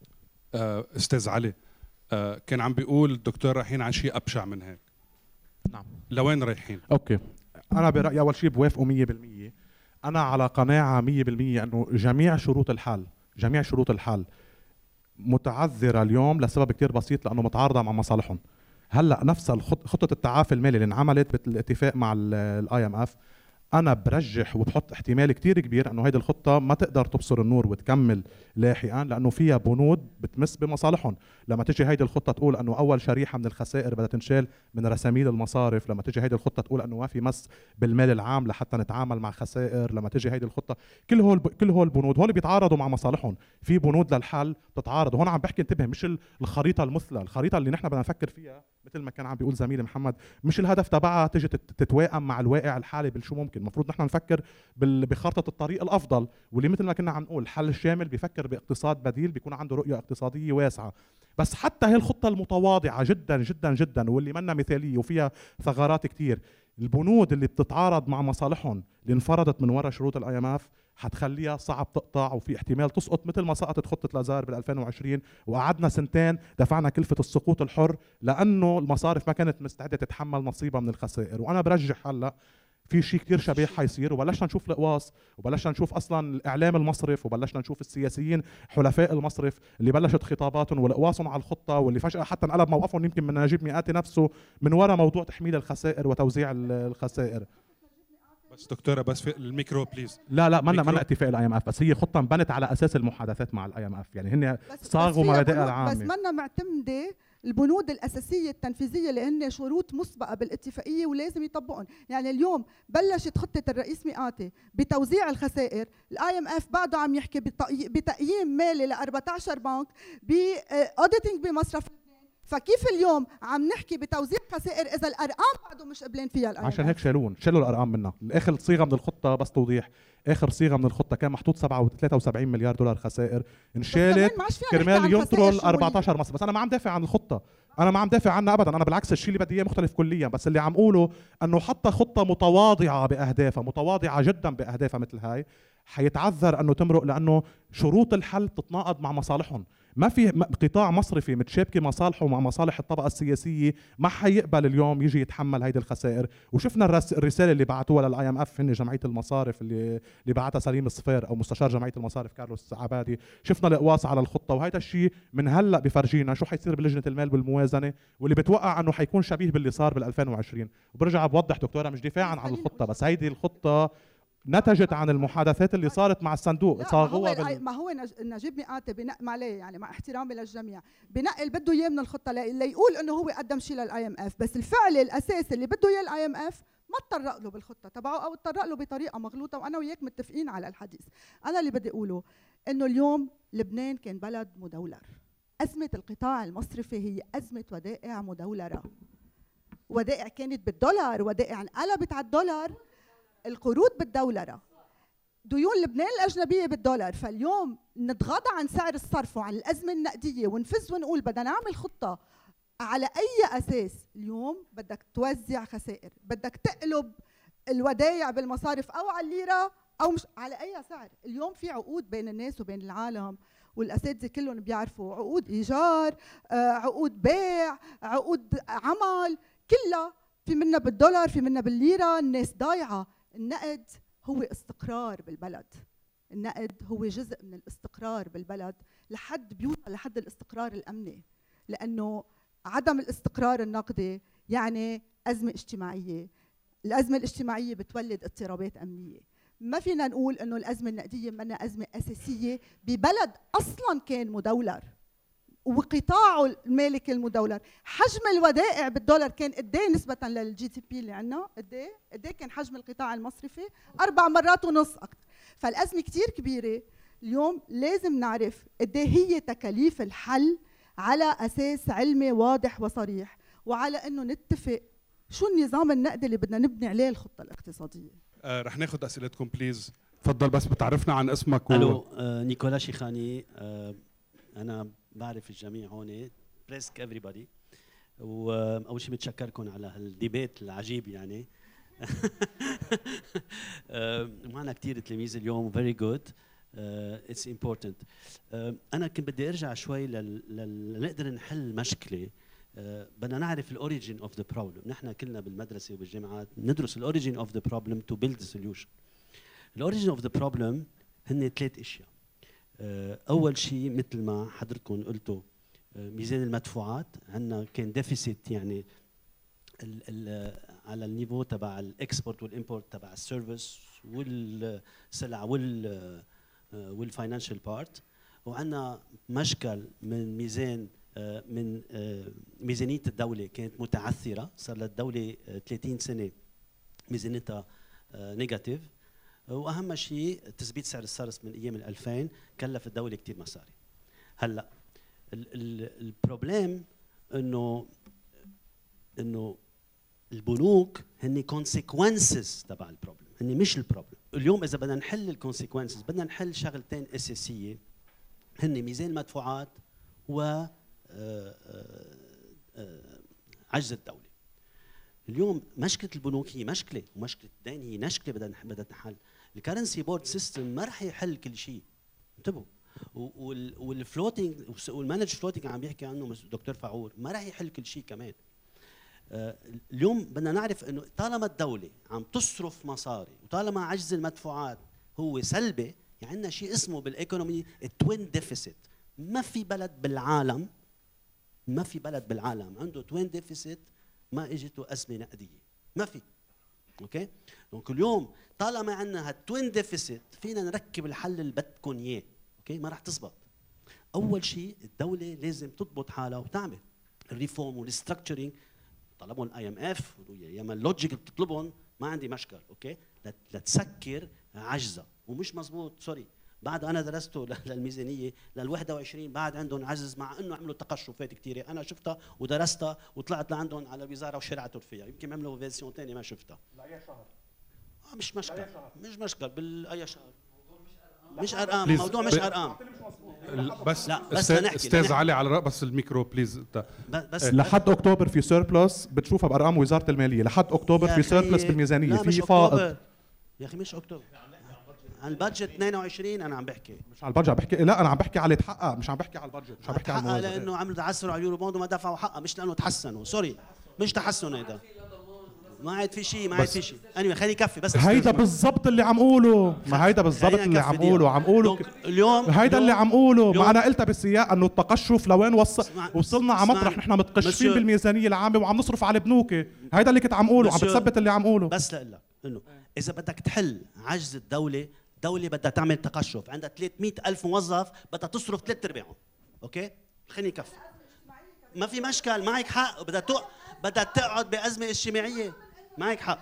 استاذ علي، آه كان عم بيقول الدكتور رايحين على شيء ابشع من هيك. نعم. لوين رايحين؟ اوكي، انا برايي اول شيء بوافقه مية بالمية. انا على قناعه مية بالمية انه جميع شروط الحل جميع شروط الحل متعذره اليوم لسبب كتير بسيط، لانه متعارضه مع مصالحهم. هلا نفس خطه التعافي المالي اللي انعملت بالاتفاق مع الاي ام اف، انا برجح وبحط احتمال كتير كبير انه هيدي الخطه ما تقدر تبصر النور وتكمل لاحقا، لانه فيها بنود بتمس بمصالحهم. لما تجي هيدي الخطه تقول انه اول شريحه من الخسائر بدها تنشال من رساميل المصارف، لما تجي هيدي الخطه تقول انه ما في مس بالمال العام لحتى نتعامل مع خسائر، لما تجي هيدي الخطه كل هول كل هول البنود هول بيتعارضوا مع مصالحهم. في بنود للحل بتتعارض، وهون عم بحكي انتبه مش الخريطه المثلى، الخريطه اللي نحن بدنا نفكر فيها مثل ما كان عم بيقول زميلي محمد، مش الهدف تبعها تجي تتوائم مع الواقع الحالي بالشو ممكن. المفروض نحن نفكر بخارطه الطريق الافضل، واللي مثل ما كنا عم نقول الحل الشامل بيفكر باقتصاد بديل، بيكون عنده رؤيه اقتصاديه واسعه. بس حتى هي الخطه المتواضعه جدا جدا جدا واللي منا مثاليه وفيها ثغرات كتير، البنود اللي بتتعارض مع مصالحهم اللي انفرضت من وراء شروط الاي ام اف حتخليها صعب تقطع، وفي احتمال تسقط مثل ما سقطت خطه لازار بال ألفين وعشرين، وقعدنا سنتين دفعنا كلفه السقوط الحر لانه المصارف ما كانت مستعده تتحمل نصيبها من الخسائر. وانا برجح هلا في شيء كثير شبيه حيصير، وبلشنا نشوف القواص، وبلشنا نشوف اصلا الاعلام المصرف، وبلشنا نشوف السياسيين حلفاء المصرف اللي بلشت خطاباتهم والقواسهم على الخطه، واللي فجاه حتى انقلب موقفهم يمكن من نجيب مئاتي نفسه من وراء موضوع تحميل الخسائر وتوزيع الخسائر. بس دكتوره بس في الميكرو بليز. لا لا منا منا اتفاق الاي ام اف، بس هي خطه انبنت على اساس المحادثات مع الاي ام اف، يعني هن صاغوا مبادئها العامه، بس منا معتمده البنود الأساسية التنفيذية اللي هن شروط مسبقة بالاتفاقية ولازم يطبقون. يعني اليوم بلشت خطة الرئيس مئاتي بتوزيع الخسائر، الاي ام اف بعده عم يحكي بتقييم مالي ل أربعة عشر بنك، باوديتنج بمصرف لبنان. فكيف اليوم عم نحكي بتوزيع خسائر اذا الارقام بعده مش قبلين فيها الاي ام اف؟ عشان هيك شالون شالوا الارقام منها. اخر صيغه من الخطه بس توضيح، اخر صيغه من الخطه كان محطوط سبعة وثلاثة وسبعين مليار دولار خسائر انشالت كرمال ينطروا ال أربعة عشر مصر. بس انا ما عم دافع عن الخطه، انا ما عم دافع عنها ابدا، انا بالعكس الشيء اللي بدي اياه مختلف كليا. بس اللي عم اقوله انه حتى خطه متواضعه باهدافها، متواضعه جدا باهدافها مثل هاي، حيتعذر انه تمرق، لانه شروط الحل تتناقض مع مصالحهم. ما في قطاع مصرفي متشابكه مصالحه مع مصالح الطبقه السياسيه ما حيقبل اليوم يجي يتحمل هيدي الخسائر. وشفنا الرساله اللي بعثوها للاي ام اف، هن جمعيه المصارف اللي اللي بعثها سليم الصفير او مستشار جمعيه المصارف كارلوس عبادي، شفنا القواص على الخطه، وهذا الشيء من هلا بفرجينا شو حيصير بلجنه المال والموازنه، واللي بتوقع انه حيكون شبيه باللي صار بال ألفين وعشرين. وبرجع بوضح دكتوره مش دفاعا عن الخطه، بس هيدي الخطه نتجت عن المحادثات اللي صارت مع الصندوق، صاغوها ما هو, بال... ما هو نجيب مئاتي بنقل عليه، يعني مع احترامي للجميع، بنقل بده اياه من الخطه ليقول انه هو قدم شيء للاي ام اف، بس الفعل الاساسي اللي بده اياه الاي ام اف ما اتطرق له بالخطه تبعه او اتطرق له بطريقه مغلوطه، وانا وياك متفقين على الحديث. انا اللي بدي اقوله انه اليوم لبنان كان بلد مدولر. ازمه القطاع المصرفي هي ازمه ودائع مدولره، ودائع كانت بالدولار، ودائع انقلبت على الدولار، القروض بالدولره، ديون لبنان الاجنبيه بالدولار. فاليوم نتغاضى عن سعر الصرف وعن الازمه النقديه ونفز ونقول بدنا نعمل خطه على اي اساس؟ اليوم بدك توزع خسائر، بدك تقلب الودايع بالمصارف او على الليره او مش على اي سعر. اليوم في عقود بين الناس وبين العالم، والاساتذه كلهم بيعرفوا، عقود ايجار، عقود بيع، عقود عمل، كلها في منا بالدولار، في منا بالليره، الناس ضايعه. النقد هو استقرار بالبلد، النقد هو جزء من الاستقرار بالبلد لحد بيوصل لحد الاستقرار الامني، لانه عدم الاستقرار النقدي يعني ازمه اجتماعيه، الازمه الاجتماعيه بتولد اضطرابات امنيه. ما فينا نقول انه الازمه النقديه منا ازمه اساسيه ببلد اصلا كان مدولر وقطاعه المالكي المدولر. حجم الودائع بالدولار كان قد ايه نسبه للجي دي بي اللي عندنا؟ قد ايه؟ قد ايه كان حجم القطاع المصرفي؟ اربع مرات ونص اكثر. فالازمه كثير كبيره. اليوم لازم نعرف قد ايه هي تكاليف الحل على اساس علمي واضح وصريح، وعلى انه نتفق شو النظام النقدي اللي بدنا نبني عليه الخطه الاقتصاديه. آه رح ناخذ اسئلتكم بليز. تفضل بس بتعرفنا عن اسمك. الو آه نيكولا شيخاني. آه انا بعرف الجميع هون بريسك ايفريبادي، واول شيء بتشكركم على هالديبيت العجيب يعني. آه معنا كثير تلاميذ اليوم فيري جود. اتس امبورتنت. انا كنت بدي ارجع شوي لنقدر نحل مشكله. Uh, بدنا نعرف الاوريجين اوف ذا بروبلم. نحن كلنا بالمدرسه وبالجامعات ندرس الاوريجين اوف ذا بروبلم تو بيلد سوليوشن. الاوريجين اوف ذا بروبلم هن ثلاث اشياء. uh, اول شيء مثل ما حضرتكم قلتوا uh, ميزان المدفوعات عندنا كان ديفيسيت يعني ال ال على النيفو تبع الاكسبورت والامبورت تبع السيرفيس والسلع وال والفاينانشال بارت، وعندنا مشكل من ميزان من ميزانيه الدوله كانت متعثره، صار للدوله ثلاثين سنه ميزانيتها نيجاتيف، واهم شيء تثبيت سعر الصرف من ايام الألفين كلف الدوله كثير مصاري. هلا البروبليم انه انه البنوك هن كونسيكونسز تبع البروبلم، هن مش البروبلم. اليوم اذا بدنا نحل الكونسيكونسز بدنا نحل شغلتين اساسيه هن ميزان المدفوعات و عجز الدولة. اليوم مشكلة البنوك هي مشكلة، ومشكلة الدين هي مشكلة بدها بدها تنحل. الكرنسي بورد سيستم ما رح يحل كل شيء، انتبهوا. والفلوتنج والمانج فلوتنج عم بيحكي عنه دكتور فاعول ما رح يحل كل شيء كمان. اليوم بدنا نعرف انه طالما الدولة عم تصرف مصاري وطالما عجز المدفوعات هو سلبي، يعني عندنا شيء اسمه بالايكونومي التوين ديفيسيت. ما في بلد بالعالم ما في بلد بالعالم عنده توين ديفيسيت ما اجته ازمه نقديه، ما في. اوكي؟ دونك اليوم طالما عندنا هالتوين ديفيسيت فينا نركب الحل اللي بدكم اياه، اوكي؟ ما راح تزبط. اول شيء الدوله لازم تضبط حالها وتعمل الريفورم والستركتشرينج. طلبهم الاي ام اف ياما اللوجيك اللي بتطلبهم ما عندي مشكل، اوكي؟ لتسكر عجزها، ومش مزبوط سوري. بعد انا درسته للميزانيه لل واحد وعشرين بعد عندهم عجز، مع انه عملوا تقشفات كثيره انا شفتها ودرستها وطلعت لعندهم على الوزاره وشرعتهم فيها، يمكن عملوا فيرسيون ثانيه ما شفتها. لاي شهر؟ اه مش مشكل مش مشكل بالاي شهر مش ارقام، الموضوع مش ارقام بس. لا بس استاذ, استاذ علي على رأس الميكرو بليز. بس لحد اكتوبر في سيربلس بتشوفها بارقام وزاره الماليه، لحد اكتوبر في سيربلس بالميزانيه في فائض. يا اخي مش اكتوبر، عن البادجت اثنين وعشرين انا عم بحكي. مش على البادجت عم بحكي، لا انا عم بحكي على يتحقق، مش عم بحكي على البادجت، مش عم بحكي على الموازنه. لانه عملوا تعثروا على اليورو بوند وما دفعوا حقها، مش لانه تحسنوا، سوري مش تحسن. هيدا ما عاد في شيء، ما عاد في شيء. اني خليني يكفي بس. هيدا بالضبط اللي عم قوله، ما هيدا بالضبط اللي عم قوله عم قوله اليوم. هيدا اللي عم قوله، ما انا قلتها بالسياق انه التقشف لوين وصل، وصلنا على مطرح نحن متقشفين بالميزانيه العامه وعم نصرف على البنوك. هيدا اللي كنت عم قوله، عم بتثبت اللي عم قوله. بس لاقول انه اذا بدك تحل عجز الدوله، دولة بدها تعمل تقشف، عندها ثلاثمئة ألف موظف بدها تصرف ثلاث ارباعهم، اوكي؟ خليني كفي. ما في مشكل، معك حق، بدها تق... بدها تقعد بأزمة اجتماعية، معك حق.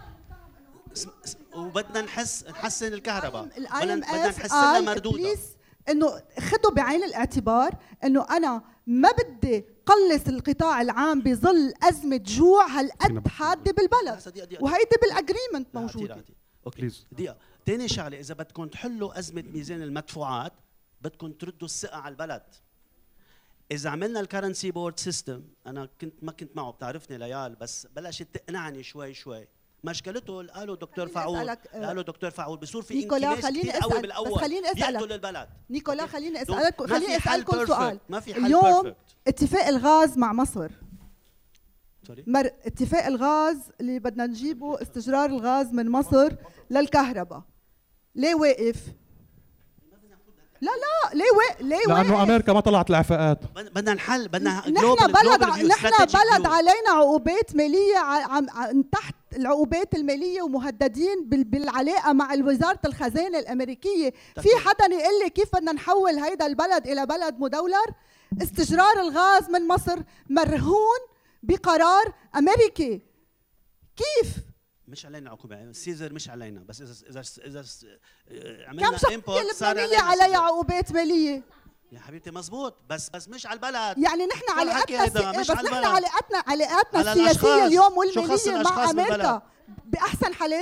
وبدنا نحس نحسن الكهرباء، بدنا نحسن لها مردودها. انه خذوا بعين الاعتبار انه انا ما بدي قلص القطاع العام بظل أزمة جوع هالقد حادة بالبلد، وهيدي بالاجريمنت موجودة. اوكي دقيقة. ثاني شغله، اذا بدكم تحلوا ازمه ميزان المدفوعات بدكم تردوا الثقه على البلد. اذا عملنا الكرنسي بورد سيستم، انا كنت ما كنت معه بتعرفني ليال، بس بلشت تقنعني شوي شوي. مشكلته قالوا دكتور فاعول قالوا دكتور فاعول بصير في انكماش كثير قوي بالاول، خليني اسالك للبلد. نيكولا خليني اسالك خليني اسالكم سؤال. ما في حل اليوم بيرفكت. اتفاق الغاز مع مصر، سوري مر... اتفاق الغاز اللي بدنا نجيبه استجرار الغاز من مصر للكهرباء، ليه واقف؟ لا لا ليه واقف؟ ليه واقف؟ لانه امريكا ما طلعت العفاءات. بدنا نحل، بدنا نحن بلد ع... نحن بلد علينا عقوبات ماليه عم ع... تحت العقوبات الماليه ومهددين بال... بالعلاقه مع وزاره الخزانه الامريكيه. في حدا يقول لي كيف بدنا نحول هيدا البلد الى بلد مدولر؟ استجرار الغاز من مصر مرهون بقرار امريكي. كيف؟ مش علينا عقوبه، السيزر مش علينا، بس اذا اذا اذا عملنا كم شخص اللبنانيه عليها عقوبات ماليه؟ يا حبيبتي مزبوط، بس بس مش على البلد. يعني نحن علاقتنا بس نحن علاقتنا علاقاتنا السياسيه اليوم والماليه مع امريكا باحسن حالاتها.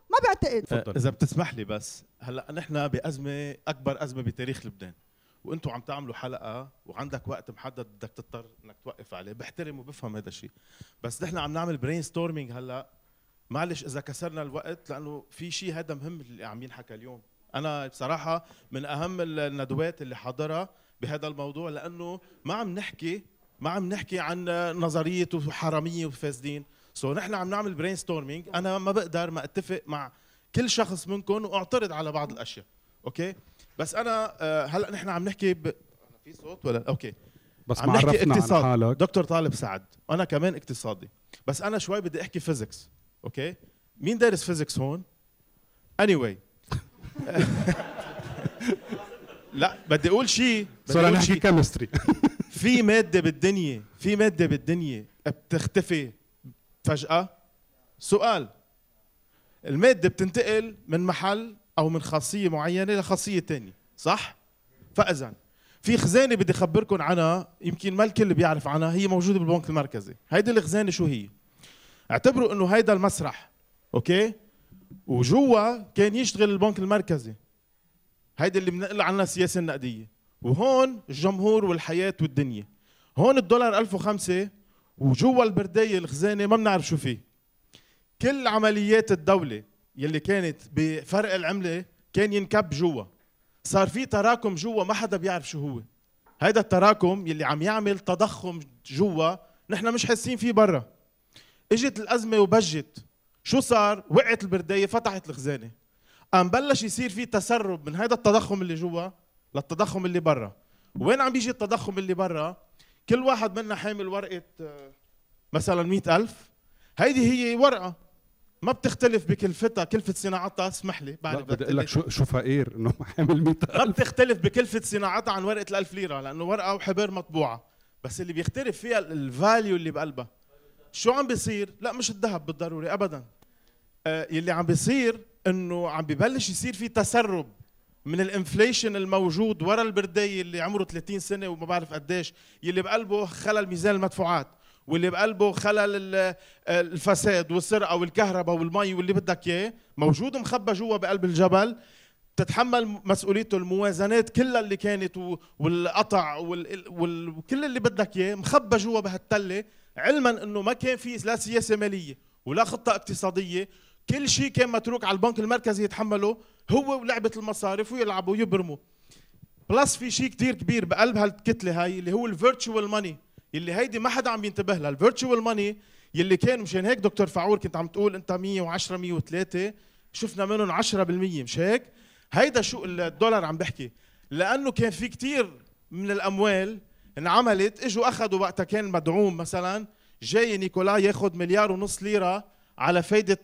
ما بعتقد. تفضل. اذا بتسمح لي بس، هلا نحن بازمه اكبر ازمه بتاريخ لبنان، وانتم عم تعملوا حلقه وعندك وقت محدد بدك تضطر انك توقف عليه، بحترم وبفهم هذا الشيء، بس نحن عم نعمل برين ستورمينج هلا. معلش اذا كسرنا الوقت لانه في شيء هذا مهم اللي عم ينحكى اليوم. انا بصراحه من اهم الندوات اللي حاضرها بهذا الموضوع، لانه ما عم نحكي ما عم نحكي عن نظريه وحراميه وفاسدين. سو نحن عم نعمل برين ستورمينج. انا ما بقدر ما اتفق مع كل شخص منكم واعترض على بعض الاشياء، اوكي؟ بس انا آه هلا نحن عم نحكي ب... في صوت ولا اوكي؟ بس عم نحكي اقتصاد. عن حالك. دكتور طالب سعد، وانا كمان اقتصادي، بس انا شوي بدي احكي فيزيكس، اوكي؟ مين دارس فيزيكس هون؟ anyway لا بدي اقول شيء، صرنا نحكي كيمستري. في ماده بالدنيا في ماده بالدنيا بتختفي فجأة. سؤال، المادة بتنتقل من محل أو من خاصية معينة لخاصية تانية، صح؟ فإذا في خزانة بدي أخبركم عنها، يمكن ما الكل بيعرف عنها، هي موجودة بالبنك المركزي. هيدي الخزانة شو هي؟ اعتبروا إنه هيدا المسرح، أوكي؟ وجوا كان يشتغل البنك المركزي، هيدي اللي بنقل عنها السياسة النقدية، وهون الجمهور والحياة والدنيا. هون الدولار ألف وخمسة، وجوا البرداية الخزانة ما بنعرف شو فيه. كل عمليات الدولة يلي كانت بفرق العملة كان ينكب جوا. صار في تراكم جوا ما حدا بيعرف شو هو. هيدا التراكم يلي عم يعمل تضخم جوا نحن مش حاسين فيه برا. اجت الأزمة وبجت. شو صار؟ وقعت البرداية، فتحت الخزانة. قام بلش يصير في تسرب من هيدا التضخم اللي جوا للتضخم اللي برا. وين عم بيجي التضخم اللي برا؟ كل واحد منا حامل ورقة مثلا مئة ألف. هيدي هي ورقة ما بتختلف بكلفتها، كلفة صناعتها، اسمح لي بعد بدي اقول لك شو شو فقير انه حامل مئة ألف. ما بتختلف بكلفة صناعتها عن ورقة الألف ليرة، لأنه ورقة وحبر مطبوعة، بس اللي بيختلف فيها الفاليو اللي بقلبها. شو عم بيصير؟ لا مش الذهب بالضروري أبدا. آه يلي عم بيصير إنه عم ببلش يصير في تسرب من الانفليشن الموجود ورا البرداية اللي عمره ثلاثين سنة وما بعرف قديش، يلي بقلبه خلل ميزان المدفوعات، واللي بقلبه خلل الفساد والسرقه والكهرباء والمي واللي بدك اياه، موجود مخبى جوا بقلب الجبل. تتحمل مسؤوليته الموازنات كلها اللي كانت والقطع وكل اللي بدك اياه مخبى جوا بهالتله، علما انه ما كان في لا سياسه ماليه ولا خطه اقتصاديه. كل شيء كان متروك على البنك المركزي يتحمله هو ولعبه المصارف ويلعبوا ويبرموا. بلس في شيء كتير كبير بقلب هالكتله هاي اللي هو الفيرتشوال ماني، يلي هيدي ما حدا عم ينتبه لها. الفيرتشوال ماني يلي كان، مشان هيك دكتور فعور كنت عم تقول انت مية وعشرة مية وثلاثة، شفنا منهم عشرة بالمية، مش هيك؟ هيدا شو الدولار عم بحكي، لانه كان في كتير من الاموال انعملت، اجوا اخذوا وقتها كان مدعوم، مثلا جاي نيكولا ياخذ مليار ونص ليره على فايده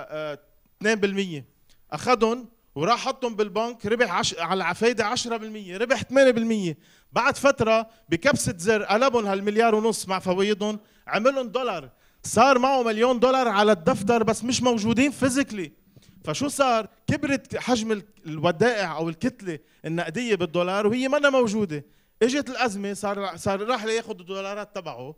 اثنين بالمية، اخذهم وراح حطهم بالبنك، ربح عش... على فايده عشرة بالمية، ربح ثمانية بالمية. بعد فتره بكبسه زر قلبهم هالمليار ونص مع فوايدهم، عملهم دولار، صار معه مليون دولار على الدفتر بس مش موجودين فيزيكلي. فشو صار؟ كبرت حجم الودائع او الكتله النقديه بالدولار وهي ما موجوده. اجت الازمه، صار صار راح لياخذ الدولارات تبعه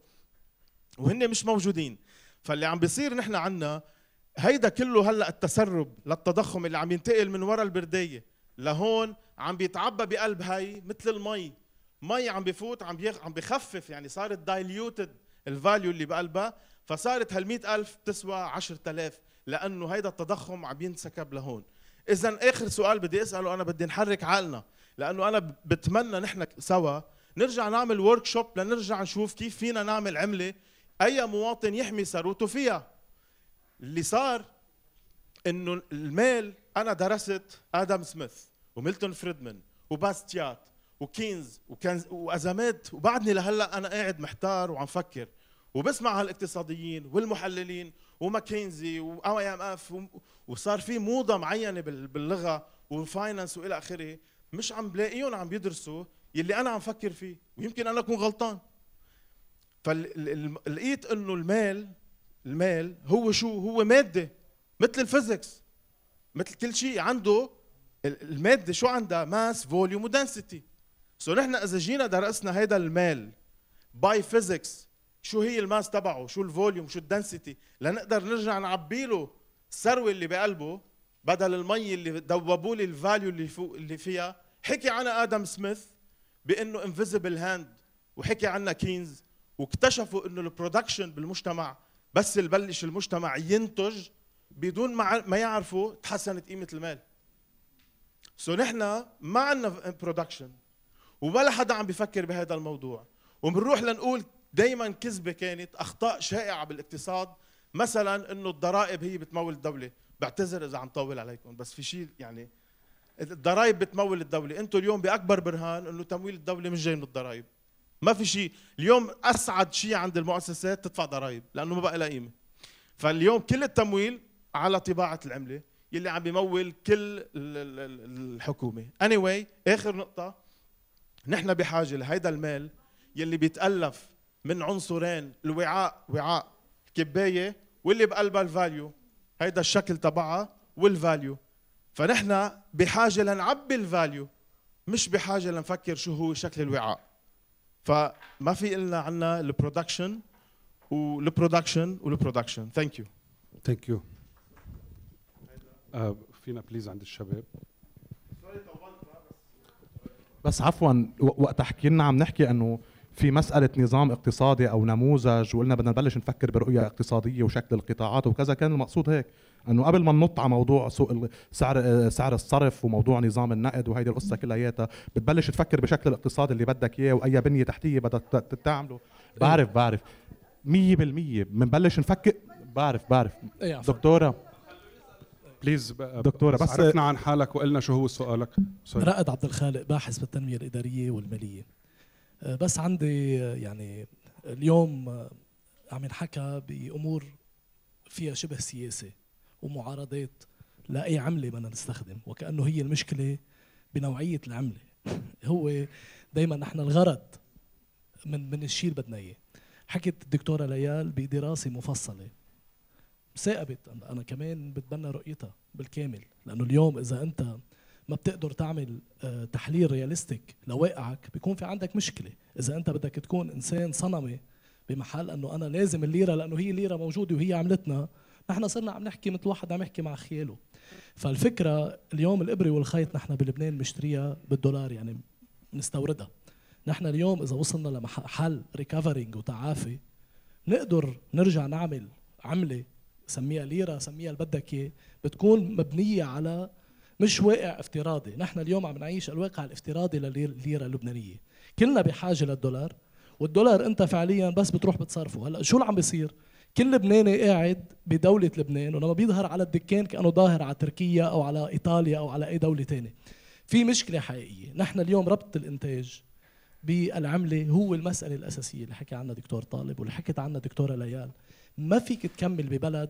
وهن مش موجودين. فاللي عم بيصير نحن عنا هيدا كله هلا التسرب للتضخم اللي عم ينتقل من ورا البردايه لهون، عم بيتعبى بقلب هاي مثل المي، مي عم بفوت، عم بيخ... عم بخفف، يعني صارت دايليوتد الفاليو اللي بقلبها، فصارت هالمئة ألف تسوى عشرة آلاف، لأنه هيدا التضخم عم ينسكب لهون. إذا آخر سؤال بدي أسأله، أنا بدي نحرك عقلنا، لأنه أنا بتمنى نحن سوا نرجع نعمل ورك شوب لنرجع نشوف كيف فينا نعمل عملة أي مواطن يحمي ثروته فيها. اللي صار إنه المال، أنا درست آدم سميث وميلتون فريدمان وباستيات وكينز وكنز وأزمات، وبعدني لهلا أنا قاعد محتار وعم فكر وبسمع هالاقتصاديين والمحللين وماكينزي واي ام اف، وصار في موضه معينه باللغه والفاينانس والى اخره، مش عم بلاقيهم عم بيدرسوا يلي انا عم فكر فيه، ويمكن انا اكون غلطان. فلقيت انه المال المال هو شو؟ هو ماده مثل الفيزيكس، مثل كل شيء عنده الماده شو عندها؟ ماس، فوليوم، ودنسيتي. سو نحن اذا جينا درسنا هيدا المال باي فيزيكس، شو هي الماس تبعه، شو الفوليوم، شو الدنسيتي، لنقدر نرجع نعبي له الثروه اللي بقلبه، بدل المي اللي دوبوا لي الفاليو اللي فوق اللي فيها. حكي عنها ادم سميث بانه انفيزبل هاند، وحكي عنها كينز، واكتشفوا انه البرودكشن بالمجتمع بس يبلش المجتمع ينتج بدون ما يعرفوا تحسنت قيمه المال. سو نحن ما عندنا برودكشن ولا حدا عم بيفكر بهذا الموضوع، وبنروح لنقول دائما كذبه كانت، اخطاء شائعه بالاقتصاد، مثلا انه الضرائب هي بتمول الدوله. بعتذر اذا عم طول عليكم، بس في شيء يعني الضرائب بتمول الدوله. انتم اليوم باكبر برهان انه تمويل الدوله مش جاي من الضرائب. ما في شيء اليوم اسعد شيء عند المؤسسات تدفع ضرائب لانه ما بقى لها قيمه. فاليوم كل التمويل على طباعه العمله يلي عم بيمول كل الحكومه. anyway اخر نقطه، نحن بحاجه لهيدا المال يلي بيتالف من عنصرين، الوعاء وعاء كبايه واللي بقلبها الفاليو، هيدا الشكل تبعها والفاليو. فنحن بحاجه لنعبي الفاليو، مش بحاجه لنفكر شو هو شكل الوعاء. فما في إلنا عنا البرودكشن والبرودكشن والبرودكشن. ثانك يو ثانك يو. فينا بليز عند الشباب. بس عفوا، وقت حكينا عم نحكي انه في مسألة نظام اقتصادي أو نموذج، وقلنا بدنا نبلش نفكر برؤية اقتصادية وشكل القطاعات وكذا، كان المقصود هيك انه قبل ما ننط على موضوع سوق سعر سعر الصرف وموضوع نظام النقد وهيدي القصة كلياتها، بتبلش تفكر بشكل الاقتصاد اللي بدك اياه واي بنية تحتية بدك تعمله. بعرف بعرف مية بالمية بنبلش نفكر. بعرف بعرف دكتورة بليز دكتورة بس عرفنا عن حالك وقلنا شو هو سؤالك. رائد عبد الخالق، باحث بالتنمية الإدارية والمالية. بس عندي يعني اليوم عم ينحكى بأمور فيها شبه سياسة ومعارضات لأي عملة بدنا نستخدم، وكأنه هي المشكلة بنوعية العملة. هو دايما نحن الغرض من من الشيء اللي بدنا اياه. حكت الدكتورة ليال بدراسة مفصلة ثاقبت، أنا كمان بتبنى رؤيتها بالكامل، لأنه اليوم إذا أنت ما بتقدر تعمل تحليل رياليستيك لواقعك بيكون في عندك مشكلة. إذا أنت بدك تكون إنسان صنمي بمحل أنه أنا لازم الليرة لأنه هي الليرة موجودة وهي عملتنا، نحن صرنا عم نحكي مثل واحد عم يحكي مع خياله. فالفكرة اليوم الإبرة والخيط نحن بلبنان بنشتريها بالدولار، يعني نستوردها. نحن اليوم إذا وصلنا لمحل ريكفرينج وتعافي نقدر نرجع نعمل عملة سميها ليرة سميها اللي بدك اياه، بتكون مبنية على مش واقع افتراضي. نحن اليوم عم نعيش الواقع الافتراضي للليرة اللبنانية. كلنا بحاجة للدولار، والدولار انت فعليا بس بتروح بتصرفه. هلا شو اللي عم بيصير؟ كل لبناني قاعد بدولة لبنان، ولما بيظهر على الدكان كأنه ظاهر على تركيا أو على إيطاليا أو على أي دولة تانية. في مشكلة حقيقية. نحن اليوم ربط الإنتاج بالعملة هو المسألة الأساسية اللي حكي عنها دكتور طالب واللي حكت عنها دكتورة ليال. ما فيك تكمل ببلد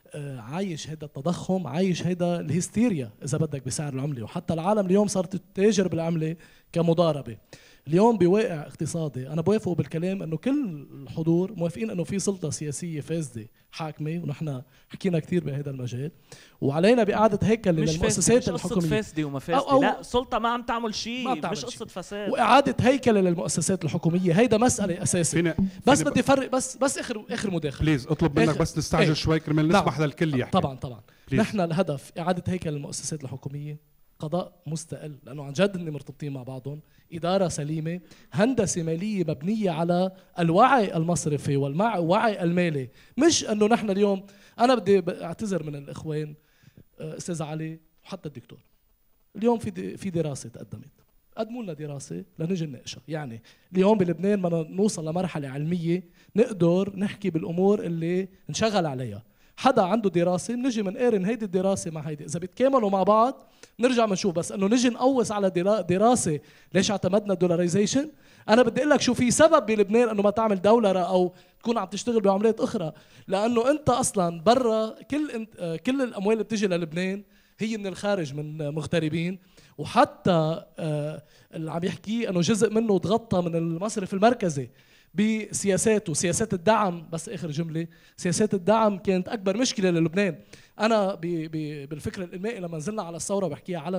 عايش هيدا التضخم، عايش هيدا الهستيريا إذا بدك بسعر العملة. وحتى العالم اليوم صارت تتاجر بالعملة كمضاربة. اليوم بواقع اقتصادي أنا بوافق بالكلام أنه كل الحضور موافقين أنه في سلطة سياسية فاسدة حاكمة، ونحن حكينا كثير بهذا المجال، وعلينا بإعادة هيكل للمؤسسات الحكومية. مش فاسدة وما فاسدة، لا سلطة ما عم تعمل شيء، مش قصة فساد، وإعادة هيكل للمؤسسات الحكومية. هيدا مسألة أساسية. فينا بس بدي فرق بس بس آخر آخر مداخلة بليز اطلب منك بس نستعجل شوي كرمال نسمح للكل يحكي. طبعا طبعا بليز. نحن الهدف إعادة هيكل المؤسسات الحكومية، قضاء مستقل، لأنه عن جد إني مرتبطين مع بعضهم، إدارة سليمة، هندسة مالية مبنية على الوعي المصرفي والوعي المالي. مش أنه نحن اليوم، أنا بدي أعتذر من الإخوان أستاذ علي وحتى الدكتور، اليوم في في دراسة تقدمت، قدموا لنا دراسة لنجي نناقشها. يعني اليوم بلبنان بدنا نوصل لمرحلة علمية نقدر نحكي بالأمور اللي نشغل عليها. حدا عنده دراسة بنجي بنقارن هيدي الدراسة مع هيدي، إذا بيتكاملوا مع بعض نرجع بنشوف. بس إنه نجي نقوس على دراسة ليش اعتمدنا الدولاريزيشن، أنا بدي أقول لك شو في سبب بلبنان إنه ما تعمل دولارة أو تكون عم تشتغل بعملات أخرى. لأنه أنت أصلاً برا كل انت كل الأموال اللي بتجي للبنان هي من الخارج من مغتربين، وحتى اللي عم يحكيه إنه جزء منه تغطى من المصرف المركزي بسياسات وسياسات الدعم. بس آخر جملة، سياسات الدعم كانت أكبر مشكلة للبنان. أنا بي بي بالفكر الإنمائي لما نزلنا على الثورة بحكيها علنا،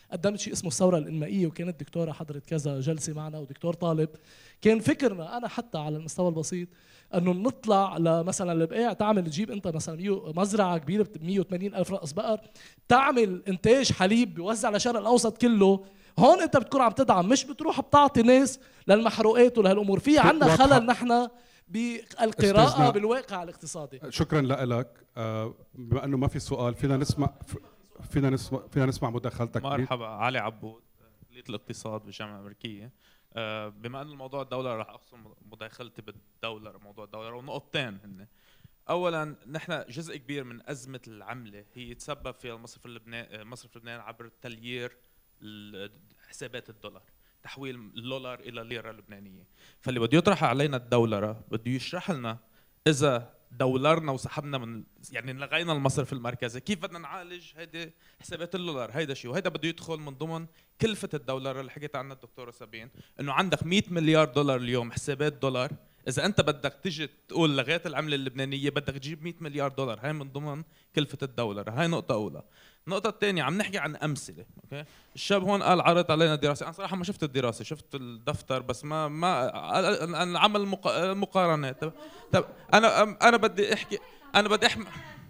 قدمت شيء اسمه الثوره الانمائيه، وكانت دكتوره حضرت كذا جلسه معنا ودكتور طالب. كان فكرنا انا حتى على المستوى البسيط انه نطلع لمثلا البقاع، تعمل تجيب انت مثلا مزرعه كبيره ب مية وثمانين الف راس بقر، تعمل انتاج حليب بيوزع على الشرق الاوسط كله. هون انت بتكون عم تدعم، مش بتروح بتعطي ناس للمحروقات ولهالامور. في عندنا خلل نحن بالقراءه بالواقع الاقتصادي. شكرا لك. بما انه ما في سؤال، فينا نسمع فينا نسمع فينا نسمع مداخلتك. مرحبا، علي عبود، كلية الاقتصاد بالجامعة الأمريكية. بما أن الموضوع الدولار رح أقسم مداخلتي بالدولار، موضوع الدولار ونقطتين هن. أولاً نحن جزء كبير من أزمة العملة هي يتسبب فيها المصرف اللبناني مصرف لبنان عبر تليير حسابات الدولار، تحويل اللولار إلى ليرة لبنانية. فاللي بده يطرح علينا الدولار بده يشرح لنا إذا دولارنا وسحبنا من يعني لغينا المصرف المركزي كيف بدنا نعالج هيدي حسابات اللولار. هيدا شيء، وهيدا بده يدخل من ضمن كلفة الدولار اللي حكيت عنها الدكتورة سابين، انه عندك مية مليار دولار اليوم حسابات دولار. اذا انت بدك تجي تقول لغيت العملة اللبنانية بدك تجيب مية مليار دولار، هاي من ضمن كلفة الدولار. هاي نقطة أولى. النقطة الثانية عم نحكي عن أمثلة، اوكي؟ الشاب هون قال عرض علينا دراسة، أنا صراحة ما شفت الدراسة، شفت الدفتر بس ما ما أنا عمل مقارنات. طب أنا أنا بدي أحكي أنا بدي أحكي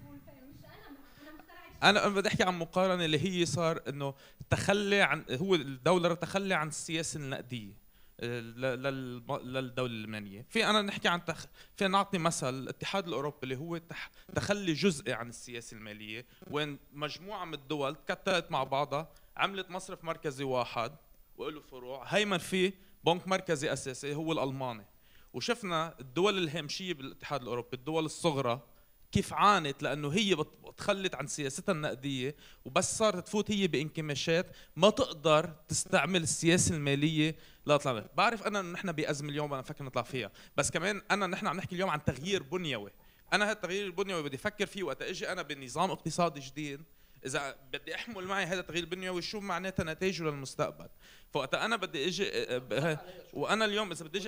أنا بدي أحكي عن مقارنة اللي هي صار إنه تخلي عن هو الدولار تخلي عن السياسة النقدية للدولة اللبنانية. في أنا نحكي عن تخ... في نعطي مثل الاتحاد الأوروبي اللي هو تح... تخلي جزئي عن السياسة المالية، وين مجموعة من الدول تكتلت مع بعضها عملت مصرف مركزي واحد وله فروع، هيمن فيه بنك مركزي أساسي هو الألماني. وشفنا الدول الهامشية بالاتحاد الأوروبي، الدول الصغرى كيف عانت لأنه هي تخلت عن سياستها النقدية، وبس صارت تفوت هي بانكماشات ما تقدر تستعمل السياسة المالية لا طلع. بعرف أنا إنه نحن بأزمة اليوم أنا فكر نطلع فيها، بس كمان أنا نحن عم نحكي اليوم عن تغيير بنيوي. أنا هالتغيير البنيوي بدي أفكر فيه وقت أجي أنا بنظام اقتصادي جديد، إذا بدي أحمل معي هذا التغيير البنيوي شو معناتها نتائجه للمستقبل. فوقت أنا بدي أجي وأنا اليوم إذا بدي أجي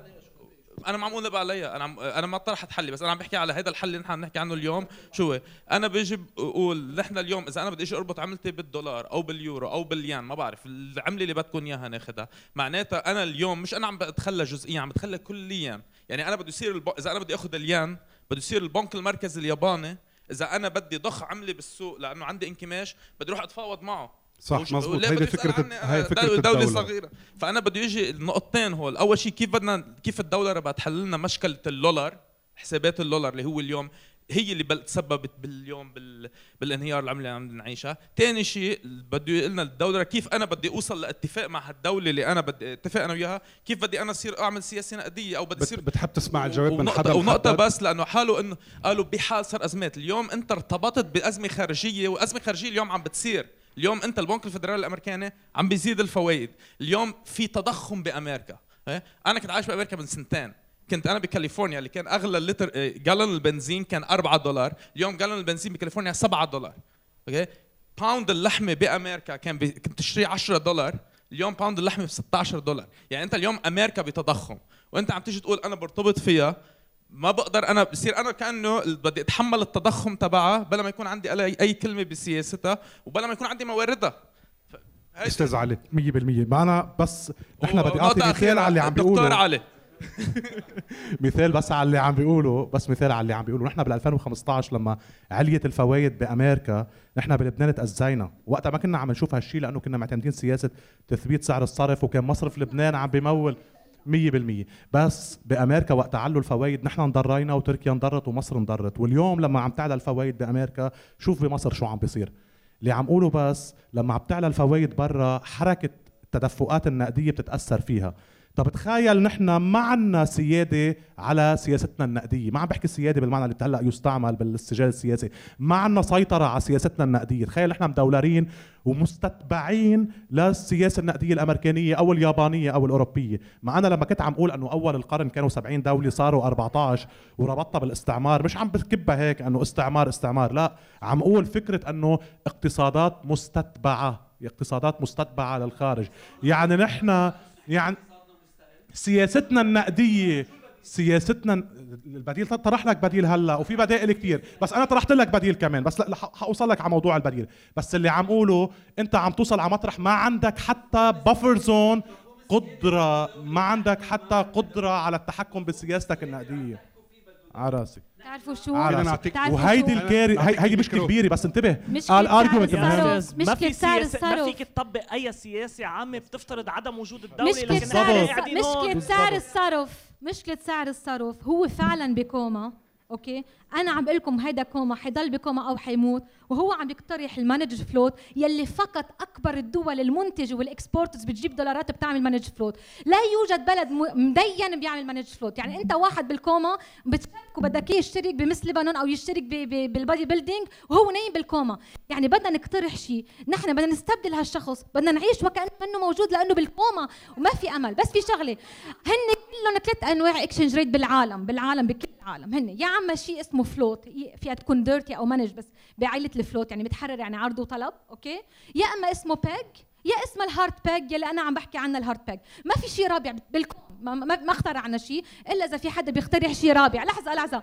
انا ما عم اقول عليها، انا عم انا ما طرحت حلي، بس انا عم بحكي على هذا الحل اللي نحن عم نحكي عنه اليوم. شو هو؟ انا بيجي بقول نحن اليوم اذا انا بدي اجي اربط عملتي بالدولار او باليورو او باليان، ما بعرف العمله اللي بدكم اياها ناخذها، معناتها انا اليوم مش انا عم بتخلى جزئيا، عم بتخلى كليا. يعني انا بده يصير الب... اذا انا بدي اخذ اليان بده يصير البنك المركزي الياباني، اذا انا بدي ضخ عملي بالسوق لانه عندي انكماش بدي اروح اتفاوض معه. صح مزبوط. هيدي فكرة هاي فكرة دولة, الدولة. دولة صغيرة. فأنا بده يجي النقطتين هول. أول شيء كيف بدنا كيف الدولة رح تحل لنا مشكلة اللولار، حسابات اللولار اللي هو اليوم هي اللي تسببت باليوم بال... بالانهيار العملة اللي عم نعيشها. ثاني شيء بده يقول لنا الدولة كيف أنا بدي أوصل لاتفاق مع هالدولة اللي أنا بدي اتفق أنا وياها، كيف بدي أنا أصير أعمل سياسة نقدية أو بدي أصير. بتحب تسمع الجواب من ونقطة حدا ونقطة بس لأنه حاله إنه قالوا بحال صار أزمات. اليوم أنت ارتبطت بأزمة خارجية، وأزمة خارجية اليوم عم بتصير. اليوم انت البنك الفدرالي الامريكاني عم بيزيد الفوائد، اليوم في تضخم بامريكا. انا كنت عايش بامريكا من سنتين، كنت انا بكاليفورنيا اللي كان اغلى لتر جالون البنزين كان أربعة دولار، اليوم جالون البنزين بكاليفورنيا سبعة دولار. اوكي، باوند اللحمه بامريكا كان بي... كنت تشتري عشرة دولار، اليوم باوند اللحمه ب ستة عشر دولار. يعني انت اليوم امريكا بتضخم وانت عم تيجي تقول انا برتبط فيها، ما بقدر انا بصير انا كانه بدي اتحمل التضخم تبعها بلا ما يكون عندي اي كلمه بسياستها وبلا ما يكون عندي مواردها. استاذ علي مية بالمية معنا، بس نحن بدي اعطي مثال على اللي عم بيقوله. دكتور علي مثال بس على اللي عم بيقوله بس مثال على اللي عم بيقوله نحن بال ألفين وخمسطعش لما عليت الفوائد بامريكا نحن بلبنان تأذينا وقتها، ما كنا عم نشوف هالشيء لانه كنا معتمدين سياسه تثبيت سعر الصرف، وكان مصرف لبنان عم بيمول مية بالمية. بس بامريكا وقت علوا الفوائد نحن انضرينا وتركيا انضرت ومصر انضرت. واليوم لما عم تعلى الفوائد بامريكا شوف بمصر شو عم بيصير. اللي عم قوله بس لما عم تعلى الفوائد برا حركه التدفقات النقديه بتتاثر فيها. طب تخيل نحن ما عنا سياده على سياستنا النقديه، ما عم بحكي سياده بالمعنى اللي هلا يستعمل بالسجال السياسي، ما عنا سيطره على سياستنا النقديه. تخيل نحن مدولارين ومستتبعين للسياسه النقديه الامريكانيه او اليابانيه او الاوروبيه. مع انا لما كنت عم اقول انه اول القرن كانوا سبعين دوله صاروا أربعطعش وربطتها بالاستعمار، مش عم بكبها هيك انه استعمار استعمار، لا، عم اقول فكره انه اقتصادات مستتبعه، اقتصادات مستتبعه للخارج. يعني نحن يعني سياستنا النقديه سياستنا البديل، طرح لك بديل هلا وفي بدائل كثير، بس انا طرحت لك بديل كمان، بس لا حوصل لك على موضوع البديل. بس اللي عم قوله انت عم توصل على مطرح ما عندك حتى بافر زون، قدره ما عندك حتى قدره على التحكم بسياستك النقديه. على راسي. تعرفوا شو؟ وهيدي الكارثه، هيدي مشكله كبيره، بس انتبه قال ارجيومنت مشكله سعر الصرف. ما فيك تطبق اي سياسه عامه بتفترض عدم وجود الدوله. مشكله سعر مشكله سعر الصرف مشكله سعر الصرف هو فعلا بكوما. اوكي انا عم بقول لكم هيدا كوما، حيضل بكوما او حيموت، وهو عم يقترح المانج فلوت يلي فقط اكبر الدول المنتجه والاكسبورترز بتجيب دولارات بتعمل مانج فلوت. لا يوجد بلد مدين بيعمل مانج فلوت. يعني انت واحد بالكوما بتشارك وبدك يشترك بمثل لبنان او يشترك بالبادي بيلدينج وهو نايم بالكوما. يعني بدنا نقترح شيء، نحن بدنا نستبدل هالشخص، بدنا نعيش وكأنه منه موجود لانه بالكوما وما في امل. بس في شغله، هن كلهم ثلاث انواع اكسشينج ريت بالعالم، بالعالم بكل العالم هن يا عم شيء اسمه فلوت فيها تكون ديرتي او مانج بس بعائله الفلوت، يعني متحرر يعني عرض وطلب. اوكي يا اما اسمه باج يا اسمه الهارد باج يلي انا عم بحكي عنه الهارد باج. ما في شيء رابع بالكون، ما, ما, ما اخترعنا شيء الا اذا في حدا بيخترع شيء رابع. لحظه لحظه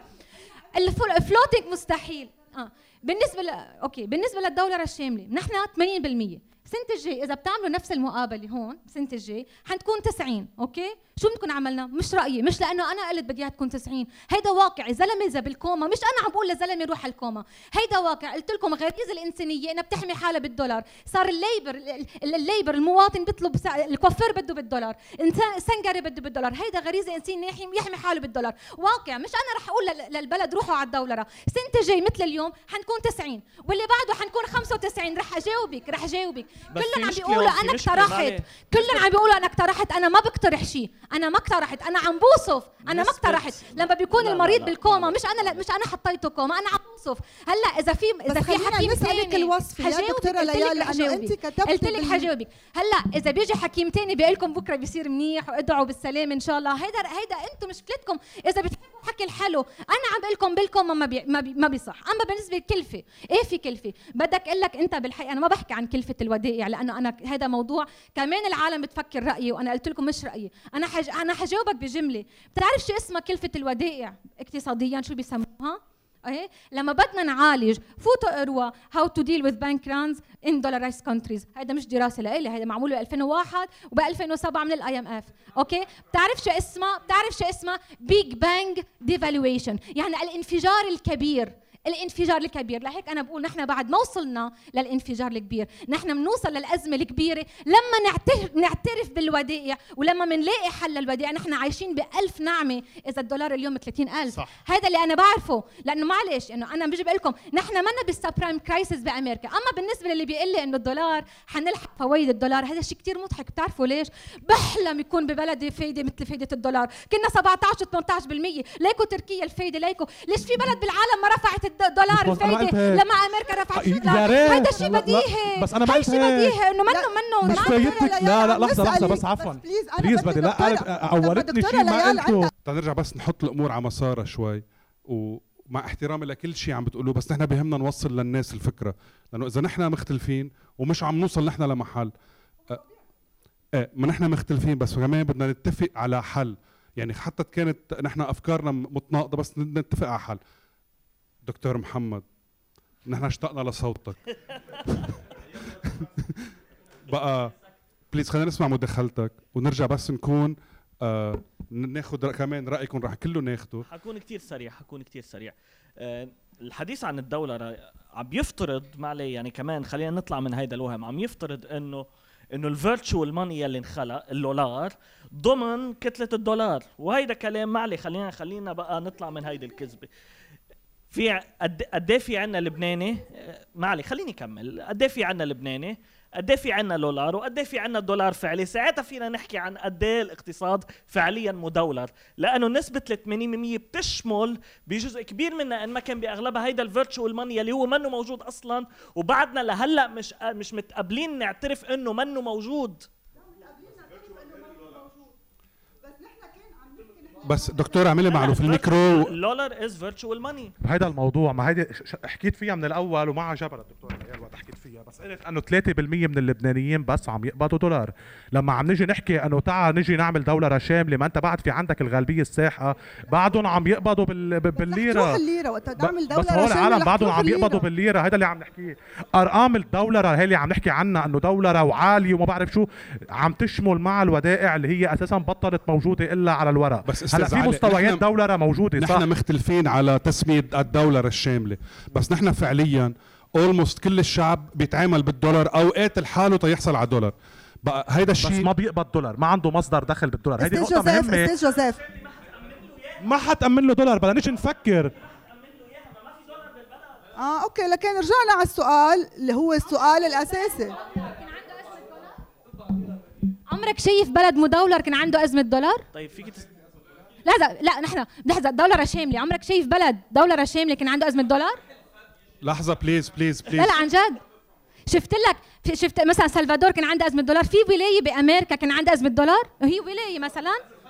الفلوتينج مستحيل. اه بالنسبه ل... اوكي بالنسبه للدولار الشامله نحن ثمانين بالمية. السنة الجاي إذا بتعملوا نفس المقابلة هون السنة الجاي حنكون تسعين. أوكي شو بدكم عملنا؟ مش رأيي، مش لأنه أنا قلت بدي إياها تكون تسعين، هيدا واقع. زلمة إذا بالكوما، مش أنا عم بقول لزلمة روح الكوما، هيدا واقع. قلت لكم غريزة الإنسانية إنها بتحمي حالها بالدولار. صار الليبر الليبر المواطن بيطلب سع... الكوافير بده بالدولار، إنسان سنجري بده بالدولار. هيدا غريزة إنسانية يحمي حاله بالدولار، واقع. مش أنا رح أقول للبلد روحوا على الدولار. السنة الجاي مثل اليوم حنكون تسعين واللي بعده حنكون خمسة وتسعين. رح أجاوبك رح أجاوبك كلهم عم بيقولوا انا اقترحت، كلهم عم بيقولوا انا اقترحت. انا ما بقترح شيء، انا ما اقترحت، انا عم بوصف. انا ما اقترحت. لما بيكون المريض بالكوما مش انا مش انا حطيته كوما، انا عم بوصف. هلا اذا في اذا في حكيم ثاني الوصف يا دكتوره ليال لانه انت كتبتي، قلت لك حجاوبك. هلا اذا بيجي حكيم ثاني بيقول لكم بكره بيصير منيح وادعوا بالسلامه ان شاء الله، هيدا هيدا انتم مشكلتكم. اذا بتحبوا حكي الحلو، انا عم بقول لكم بالكوما ما بي ما, بي ما بيصح. اما بالنسبه للكلفه، ايه في كلفه بدك اقول لك انت بالحقيقه. انا ما بحكي عن كلفه الودائع لانه انا هذا موضوع كمان العالم بتفكر رأيي وانا قلت لكم مش رأيي. انا حج... انا حجاوبك بجمله. بتعرف شو اسمها كلفة الودائع اقتصاديا شو بيسموها؟ ايه لما بدنا نعالج فوتوا اقروا هاو تو ديل وذ بانك رانز ان دولاريزد كونتريز. هيدا مش دراسه لإلي، هيدا معموله ب ألفين وواحد وب ألفين وسبعة من الاي ام اف. اوكي بتعرف شو اسمها؟ بتعرف شو اسمها؟ بيج بانج ديفالويشن، يعني الانفجار الكبير. الانفجار الكبير. لهيك انا بقول نحن بعد ما وصلنا للانفجار الكبير، نحن بنوصل للازمه الكبيره لما نعترف نعترف بالودائع ولما بنلاقي حل للودائع. نحن عايشين بألف نعمه اذا الدولار اليوم ثلاثين ألف. هذا اللي انا بعرفه، لانه معلش انه انا بجي بقول لكم نحن منا بالسبرايم كرايسيس بامريكا. اما بالنسبه للي بيقول لي انه الدولار حنلحق فوائد الدولار، هذا شيء كثير مضحك. بتعرفوا ليش؟ بحلم يكون ببلدي فايده مثل فايده الدولار. كنا سبعة عشر ثمانية عشر بالمية. ليكو تركيا الفايده، ليكو ليش في بلد بالعالم ما رفعت الدولار الفايده لما امريكا رفعت الدولار؟ هذا شيء بديهي. بس انا بقول شيء بديهي انه منه منه مش فايدتك. لا لا لحظه لحظه بس عفوا بليز بدي لا اولتني شيء ما قلته. نرجع بس نحط الامور على مسارها شوي، ومع احترامي لكل شيء عم بتقولوه، بس نحن بهمنا نوصل للناس الفكره، لانه اذا نحن مختلفين ومش عم نوصل نحن لمحل ايه ما نحن مختلفين بس كمان بدنا نتفق على حل. يعني حتى كانت نحن افكارنا متناقضه بس نتفق على حل. دكتور محمد نحن اشتقنا لصوتك. بقى بليز خلينا نسمع مداخلتك ونرجع بس نكون آه ناخذ كمان رايكم، راح كله ناخذه. حكون كثير سريع حكون كثير سريع. آه الحديث عن الدولار عم يفترض معلي، يعني كمان خلينا نطلع من هيدا الوهم، عم يفترض انه انه الفيرتشوال ماني اللي انخلق الدولار ضمن كتله الدولار، وهيدا كلام معلي. خلينا خلينا بقى نطلع من هيدي الكذبه. في قد ايه في عندنا لبناني، معلي خليني اكمل، قد ايه في عندنا لبناني، قد ايه في عندنا دولار، وقد ايه في عندنا دولار فعلي. ساعتها فينا نحكي عن قد ايه الاقتصاد فعليا مدولر، لانه نسبه ثمانين بالمية بتشمل بجزء كبير منها ان ما كان باغلبها هيدا الفيرتشوال ماني اللي هو منه موجود اصلا، وبعدنا لهلا مش مش متقبلين نعترف انه منه موجود. بس دكتور اعملي معروف الميكرو. الدولار از فيرتشوال ماني. هيدا الموضوع ما هيدي حكيت فيها من الاول وما عجبها الدكتور ليال وقت حكيت فيها. هي مسألة انه ثلاثة بالمية من اللبنانيين بس عم يقبضوا دولار. لما عم نجي نحكي انه تعال نجي نعمل دولة شاملة، ما انت بعد في عندك الغالبية الساحقة بعدهم عم يقبضوا بال... بالليرة. الليرة وقت نعمل دولة بس هول العالم بعدهم عم يقبضوا بالليرة. هذا اللي عم نحكيه. ارقام الدولار هي اللي عم نحكي عنها انه دولار وعالية وما بعرف شو، عم تشمل مع الودائع اللي هي اساسا بطلت موجودة الا على الورق. بس هلا في مستويات دولار موجودة صح. نحن مختلفين على تسمية الدولار الشاملة، بس نحن فعليا اولموست كل الشعب بيتعامل بالدولار، اوقات لحاله تيحصل على دولار. بقى هيدا الشيء بس ما بيقبض دولار، ما عنده مصدر دخل بالدولار. هيدي نقطة مهمة. استاذ جوزيف ما حتأمن له دولار، بدنا نيجي نفكر. اه اوكي، لكن رجعنا على السؤال اللي هو السؤال الاساسي. عمرك شايف بلد مدولر كان عنده ازمه دولار؟ طيب فيك تس... لا لا نحن لحظه، دولار شامله، عمرك شايف بلد دولار شامله كان عنده ازمه دولار؟ لحظه بليز بليز بليز. لا لا عن جد، شفت لك شفت مثلا سلفادور كان عندها ازمه دولار، في ولايه بامريكا كان عندها ازمه دولار، وهي ولايه مثلا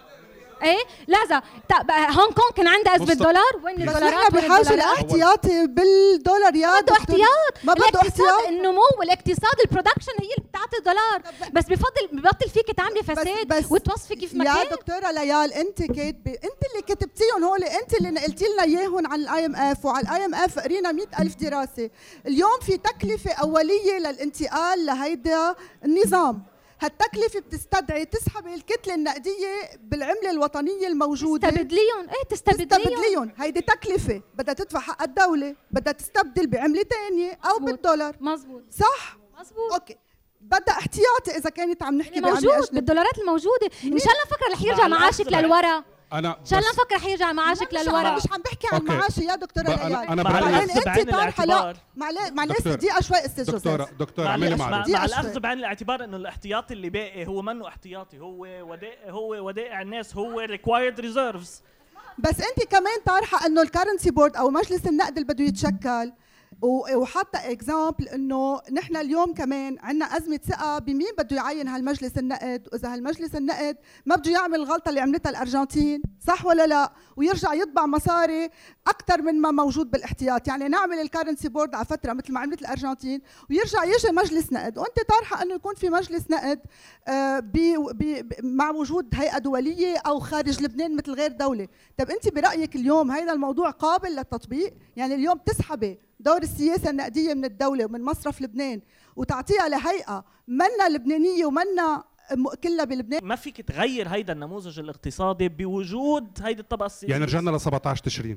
ايه لحظه هونغ كونغ كان عندها ازمه دولار. وين الدولارات؟ وين بحاجه لاحتياطي بالدولار يا بده احتياط، ما بده احتياط. النمو والاقتصاد البرودكشن هي اللي بتعطي الدولار، بس بفضل ببطل فيك تعملي فساد وتوصفي كيف ما كان. يا دكتوره ليال انت كاتبه، انت اللي كتبتيهم هول، انت اللي نقلتي لنا اياهم عن الاي ام اف، وعلى الاي ام اف قرينا مئة ألف دراسه. اليوم في تكلفه اوليه للانتقال لهيدا النظام، هالتكلفة بتستدعي تسحبي الكتلة النقدية بالعملة الوطنية الموجودة، تستبدليهم. ايه تستبدليهم؟ تستبدليهم، هيدي تكلفة بدها تدفع حق الدولة، بدها تستبدل بعملة ثانية أو مزبوط. بالدولار. مزبوط صح؟ مزبوط. أوكي، بدها احتياطي إذا كانت عم نحكي موجود بالدولارات الموجودة. إن شاء الله فكرة رح يرجع معاشك للورا. انا ان شاء الله نفكر حيرجع معاشك للورا. مش عم بحكي عن معاشي يا دكتوره ليال. انا انا بعدين انت طارحه. لا معلش دقيقه شوي استاذ جوزيف. دكتوره دكتوره اعملي مع, مع الاخذ بعين الاعتبار انه الاحتياطي اللي باقي هو منه احتياطي، هو ودائع، هو ودائع الناس، هو ريكوايرد ريزيرفز. بس انت كمان طارحه انه الكرنسي بورد او مجلس النقد اللي بده يتشكل، وحتى اكزامبل انه نحن اليوم كمان عندنا ازمه ثقه بمين بده يعين هالمجلس النقد، واذا هالمجلس النقد ما بده يعمل الغلطه اللي عملتها الارجنتين، صح ولا لا؟ ويرجع يطبع مصاري اكثر من ما موجود بالاحتياط، يعني نعمل الكرنسي بورد على فتره مثل ما عملت الارجنتين، ويرجع يجي مجلس نقد، وانت طارحه انه يكون في مجلس نقد آه بي بي مع وجود هيئه دوليه او خارج لبنان مثل غير دوله. طب انت برايك اليوم هذا الموضوع قابل للتطبيق؟ يعني اليوم تسحبي دور السياسة النقدية من الدولة ومن مصرف لبنان وتعطيها لهيئة منا لبنانية ومنا كلها بلبنان. ما فيك تغير هيدا النموذج الاقتصادي بوجود هيدي الطبقة السياسية. يعني رجعنا ل سبعطعش تشرين.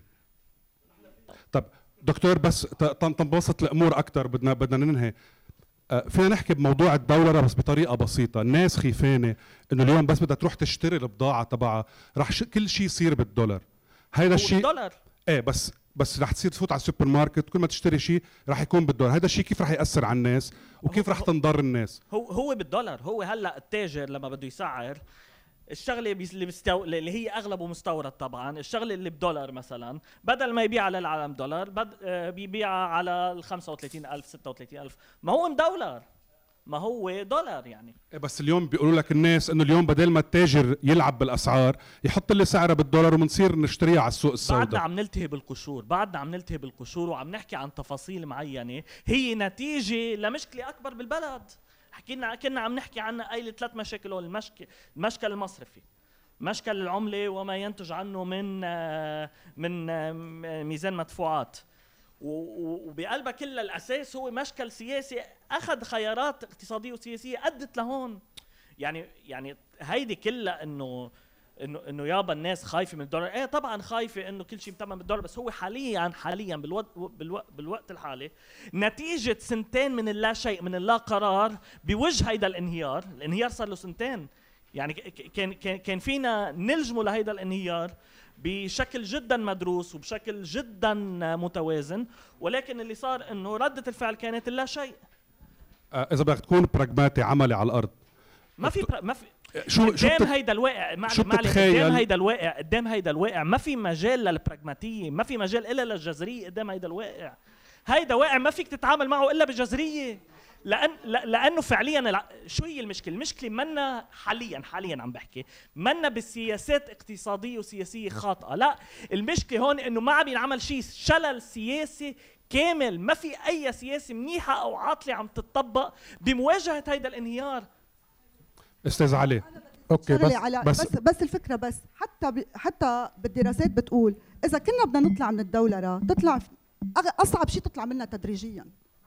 طب دكتور بس تنبسط الامور اكثر، بدنا بدنا ننهي. فينا نحكي بموضوع الدولار بس بطريقه بسيطه. الناس خيفانه انه اليوم بس بدها تروح تشتري البضاعه تبعها رح ش... كل شيء يصير بالدولار. هيدا الشيء بالدولار ايه بس بس رح تصير تفوت على السوبر ماركت كل ما تشتري شيء رح يكون بالدولار. هذا الشيء كيف رح ياثر على الناس وكيف رح تنضر الناس؟ هو هو بالدولار. هو هلا التاجر لما بده يسعر الشغله اللي بستو... اللي هي اغلبه مستورد طبعا، الشغله اللي بدولار مثلا بدل ما يبيعها للعالم دولار بد... بيبيعها على ال خمسة وثلاثين ألف ستة وثلاثين ألف، ما هو مدولار، ما هو دولار يعني. بس اليوم بيقولوا لك الناس انه اليوم بدل ما التاجر يلعب بالاسعار يحط لي سعرها بالدولار وبنصير نشتريها على السوق السوداء. بعدنا عم نلتهي بالقشور، بعدنا عم نلتهي بالقشور وعم نحكي عن تفاصيل معينه هي نتيجه لمشكله اكبر بالبلد. حكينا كنا عم نحكي عن اي ثلاث مشاكل، المشكل المشكل المصرفي، مشكل العمله وما ينتج عنه من من ميزان مدفوعات، وبقلبها كلها الاساس هو مشكل سياسي اخذ خيارات اقتصاديه وسياسيه ادت لهون. يعني يعني هيدي كلها انه انه انه يابا الناس خايفه من الدولار. ايه طبعا خايفه انه كل شيء متمم بالدولار، بس هو حاليا حاليا بالوقت بالوقت, بالوقت الحالي نتيجه سنتين من اللا شيء، من اللا قرار بوجه هيدا الانهيار. الانهيار صار له سنتين، يعني كان كان كان فينا نلجمه لهيدا الانهيار بشكل جدا مدروس وبشكل جدا متوازن، ولكن اللي صار انه ردة الفعل كانت لا شيء. آه اذا بدك تكون براغماتي عملي على الارض ما في ما في شو شو قدام هيدا الواقع، معلي قدام هيدا الواقع قدام هيدا الواقع ما في مجال للبراغماتيه، ما في مجال الا للجذريه قدام هيدا الواقع. هيدا واقع ما فيك تتعامل معه الا بجذريه. لان لانه فعليا شو هي المشكله؟ المشكله منا حاليا حاليا عم بحكي منا بالسياسات اقتصاديه وسياسيه خاطئه، لا المشكله هون انه ما عم ينعمل شيء، شلل سياسي كامل، ما في اي سياسه منيحه او عاطله عم تطبق بمواجهه هيدا الانهيار. استاذ علي اوكي بس على بس, بس بس الفكره بس حتى ب حتى بالدراسات بتقول اذا كنا بدنا نطلع من الدولره تطلع اصعب شيء تطلع منها تدريجيا.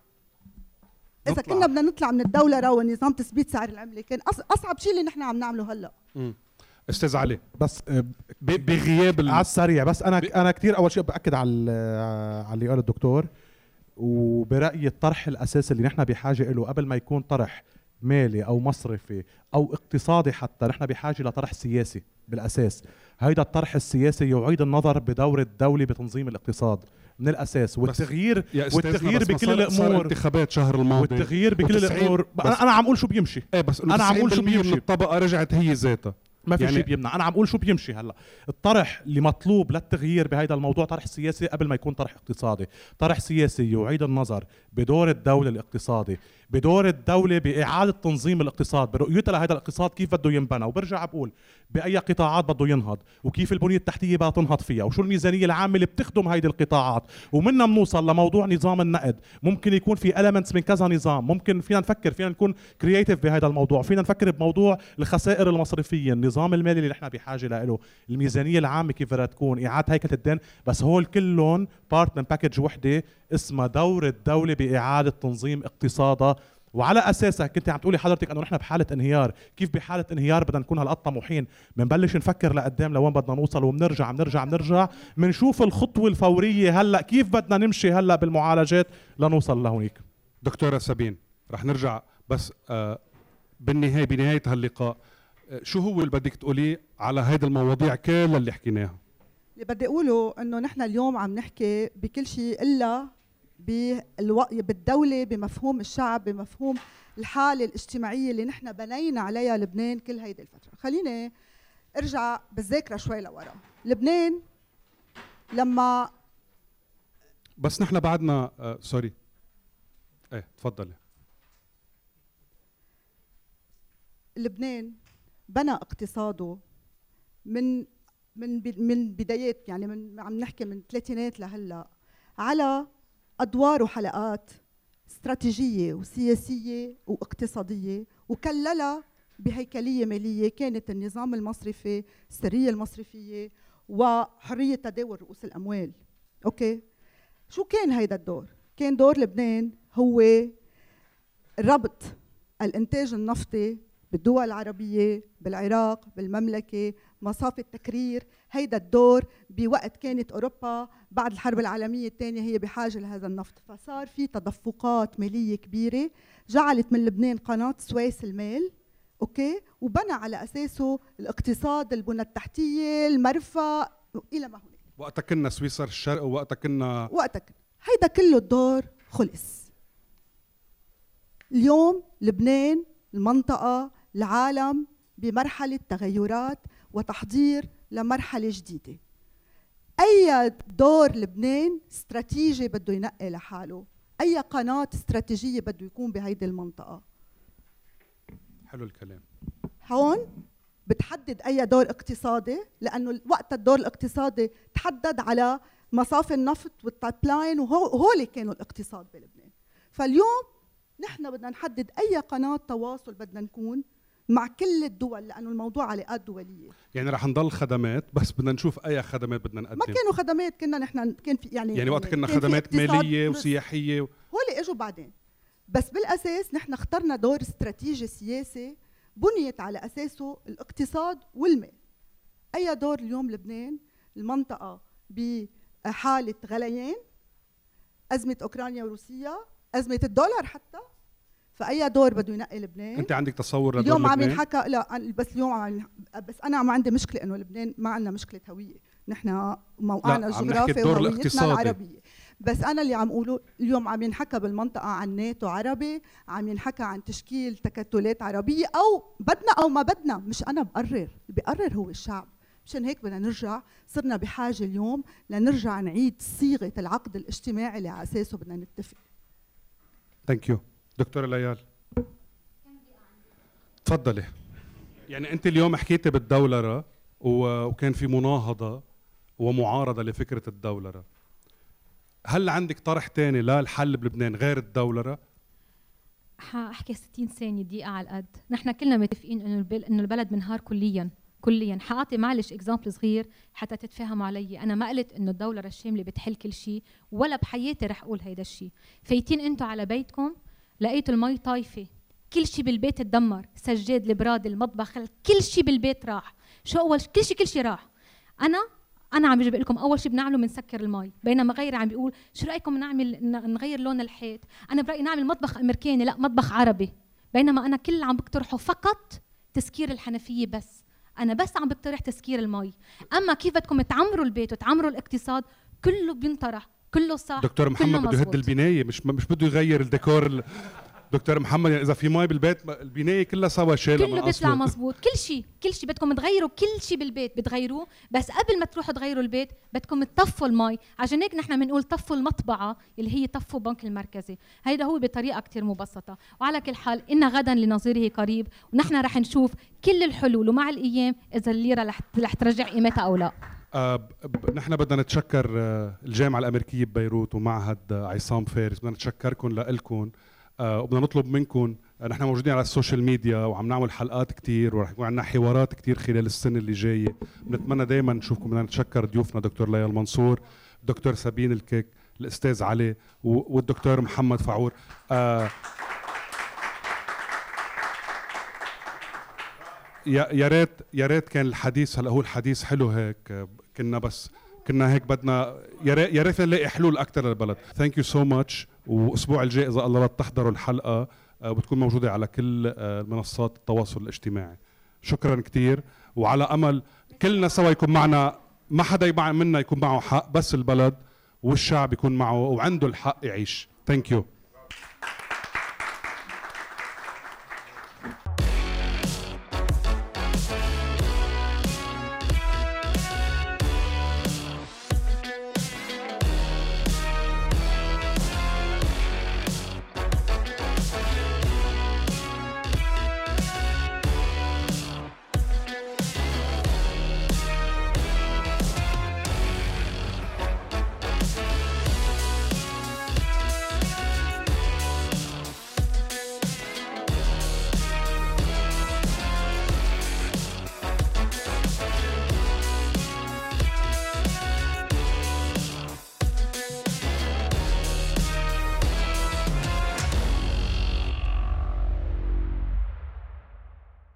اذا نطلع. كنا بدنا نطلع من الدولره ونظام تثبيت سعر العمله كان أصعب شيء اللي نحن عم نعمله هلا. امم استاذ علي بس بغياب على السريع بس انا انا كثير اول شيء باكد على على اللي قاله الدكتور، وبرايي الطرح الاساسي اللي نحن بحاجه له قبل ما يكون طرح مالي او مصرفي او اقتصادي، حتى نحن بحاجه لطرح سياسي بالاساس. هيدا الطرح السياسي يعيد النظر بدور الدوله بتنظيم الاقتصاد من الاساس، والتغيير والتغيير بكل الامور. انتخابات شهر الماضي والتغيير بكل الامور. انا انا عم اقول شو بيمشي. ايه بس انا عم اقول شو بيمشي. من الطبقه رجعت هي ذاتها، ما في يعني شيء بيمنع. انا عم اقول شو بيمشي هلا. الطرح اللي مطلوب للتغيير بهذا الموضوع طرح سياسي قبل ما يكون طرح اقتصادي. طرح سياسي يعيد النظر بدور الدوله الاقتصادي، بدور الدوله باعاده تنظيم الاقتصاد، برؤيتها لهذا الاقتصاد كيف بده ينبنى، وبرجع بقول باي قطاعات بده ينهض، وكيف البنيه التحتيه بدها تنهض فيها، وشو الميزانيه العامه اللي بتخدم هذه القطاعات، ومنها بنوصل لموضوع نظام النقد. ممكن يكون في elements من كذا نظام، ممكن فينا نفكر، فينا نكون كرييتيف بهذا الموضوع، فينا نفكر بموضوع الخسائر المصرفيه، النظام المالي اللي نحن بحاجه له، الميزانيه العامه كيف بدها تكون، اعاده هيكله الدين. بس هول كلهم بارت من باكج وحده اسمها دور الدوله باعاده تنظيم اقتصادها، وعلى اساسها كنت عم تقولي حضرتك انه نحن بحاله انهيار. كيف بحاله انهيار بدنا نكون هالقد طموحين؟ بنبلش نفكر لقدام لوين بدنا نوصل، وبنرجع بنرجع بنرجع بنشوف الخطوه الفوريه هلا كيف بدنا نمشي هلا بالمعالجات لنوصل لهونيك. دكتوره سابين رح نرجع بس آه بالنهايه بنهايه هاللقاء آه شو هو اللي بدك تقوليه على هيدي المواضيع كل اللي حكيناها؟ اللي بدي اقوله انه نحن اليوم عم نحكي بكل شيء الا بالو... بالدولة، بمفهوم الشعب، بمفهوم الحالة الاجتماعية اللي نحن بنينا عليها لبنان كل هيدي الفترة. خليني ارجع بالذاكرة شوي لورا. لبنان لما بس نحن بعدنا آه سوري ايه تفضلي. لبنان بنى اقتصاده من من من بدايات، يعني من عم نحكي من الثلاثينات لهلا على أدوار وحلقات استراتيجية وسياسية واقتصادية، وكللها بهيكلية مالية كانت النظام المصرفي، السرية المصرفية، وحرية تداول رؤوس الأموال. أوكي، شو كان هيدا الدور؟ كان دور لبنان هو ربط الإنتاج النفطي بالدول العربية، بالعراق، بالمملكة، مصافي التكرير. هيدا الدور بوقت كانت أوروبا بعد الحرب العالمية الثانية هي بحاجة لهذا النفط، فصار في تدفقات مالية كبيرة جعلت من لبنان قناة سويس المال. أوكي، وبنى على أساسه الاقتصاد، البنى التحتية، المرفأ إلى ما هناك. وقتها كنا سويسرا الشرق، ووقتها كنا وقتها كنا هيدا كله الدور خلص. اليوم لبنان، المنطقة، العالم بمرحلة تغيرات وتحضير لمرحلة جديدة. أي دور لبنان استراتيجي بده ينقي لحاله، أي قناة استراتيجية بده يكون بهيدي المنطقة. حلو الكلام. هون بتحدد أي دور اقتصادي، لأنه وقت الدور الاقتصادي تحدد على مصافي النفط والبايبلاين، وهول كانوا الاقتصاد بلبنان. فاليوم نحن بدنا نحدد أي قناة تواصل بدنا نكون مع كل الدول، لأنه الموضوع علاقات دولية. يعني رح نضل خدمات، بس بدنا نشوف أي خدمات بدنا نقدم. ما كانوا خدمات، كنا نحن كان في يعني يعني وقت كنا خدمات مالية وسياحية و... هول اجوا بعدين. بس بالأساس نحن اخترنا دور استراتيجي سياسي بنيت على أساسه الاقتصاد والمال. أي دور اليوم لبنان؟ المنطقة بحالة غليان، أزمة أوكرانيا وروسيا، أزمة الدولار حتى. فأي دور بده ينقي لبنان؟ أنت عندك تصور لدور اليوم لبنان؟ عم ينحكى لا، بس اليوم عم بس أنا عم عندي مشكلة إنه لبنان ما عندنا مشكلة هوية، نحن موقعنا الجغرافي وهويتنا العربية. بس أنا اللي عم أقوله اليوم عم ينحكى بالمنطقة عن ناتو عربي، عم ينحكى عن تشكيل تكتلات عربية، أو بدنا أو ما بدنا، مش أنا بقرر، اللي بيقرر هو الشعب. مشان هيك بدنا نرجع، صرنا بحاجة اليوم لنرجع نعيد صيغة العقد الاجتماعي اللي على أساسه بدنا نتفق. ثانك يو دكتورة ليال تفضلي. يعني انت اليوم حكيتي بالدولرة وكان في مناهضة ومعارضة لفكرة الدولرة، هل عندك طرح تاني للحل بلبنان غير الدولرة؟ حاحكي ستين ثانية دقيقة على القد. نحن كلنا متفقين انه البل... انه البلد منهار كليا كليا. حاعطي معلش اكزامبل صغير حتى تتفهموا علي. انا ما قلت انه الدولة الشاملة بتحل كل شيء، ولا بحياتي رح اقول هيدا الشيء. فايتين انتوا على بيتكم لقيتوا المي طايفة، كل شيء بالبيت تدمر، سجاد، البراد، المطبخ، كل شيء بالبيت راح. شو اول كل شيء كل شيء راح. انا انا عم بجيب لكم اول شيء بنعمله بنسكر المي، بينما غيري عم بيقول شو رايكم نعمل نغير لون الحيط. انا برايي نعمل مطبخ امريكاني لا مطبخ عربي، بينما انا كل اللي عم بقترحه فقط تسكير الحنفيه. بس انا بس عم بقترح تسكير المي. اما كيف بدكم تعمروا البيت وتعمروا الاقتصاد كله بينطرح، كله صح. دكتور محمد بده يهد البنايه، مش مش بده يغير الديكور ال... دكتور محمد يعني اذا في مي بالبيت البنايه كلها سوا شايله من كله بيطلع مزبوط. كل شيء كل شيء بدكم تغيروا، كل شيء بالبيت بتغيروه، بس قبل ما تروحوا تغيروا البيت بدكم تطفوا المي. عشان هيك نحن بنقول طفوا المطبعه اللي هي طفوا بنك المركزي. هيدا هو بطريقه كثير مبسطه. وعلى كل حال إن غدا لنظيره قريب، ونحن رح نشوف كل الحلول، ومع الايام اذا الليره رح ترجع قيمتها او لا. آه نحن بدنا نتشكر آه الجامعه الامريكيه ببيروت ومعهد آه عصام فارس، بدنا نتشكركم لكم. آه وبدنا نطلب منكم، نحن موجودين على السوشيال ميديا وعم نعمل حلقات كتير ورح يكون عندنا حوارات كتير خلال السنة اللي جاية. بنتمنى دايما نشوفكم. بدنا نتشكر ضيوفنا دكتور ليال منصور، دكتور سابين الكيك، الأستاذ علي والدكتور محمد فعور. آه يا ريت يا ريت كان الحديث هلا هو الحديث حلو هيك، كنا بس كنا هيك بدنا يا ريت يا ريت نلاقي حلول اكثر للبلد. ثانك يو سو ماتش. والاسبوع الجاي اذا الله رد تحضروا الحلقه وبتكون موجوده على كل منصات التواصل الاجتماعي. شكرا كثير، وعلى امل كلنا سوا يكون معنا، ما حدا منا يكون معه حق، بس البلد والشعب يكون معه وعنده الحق يعيش. ثانك يو.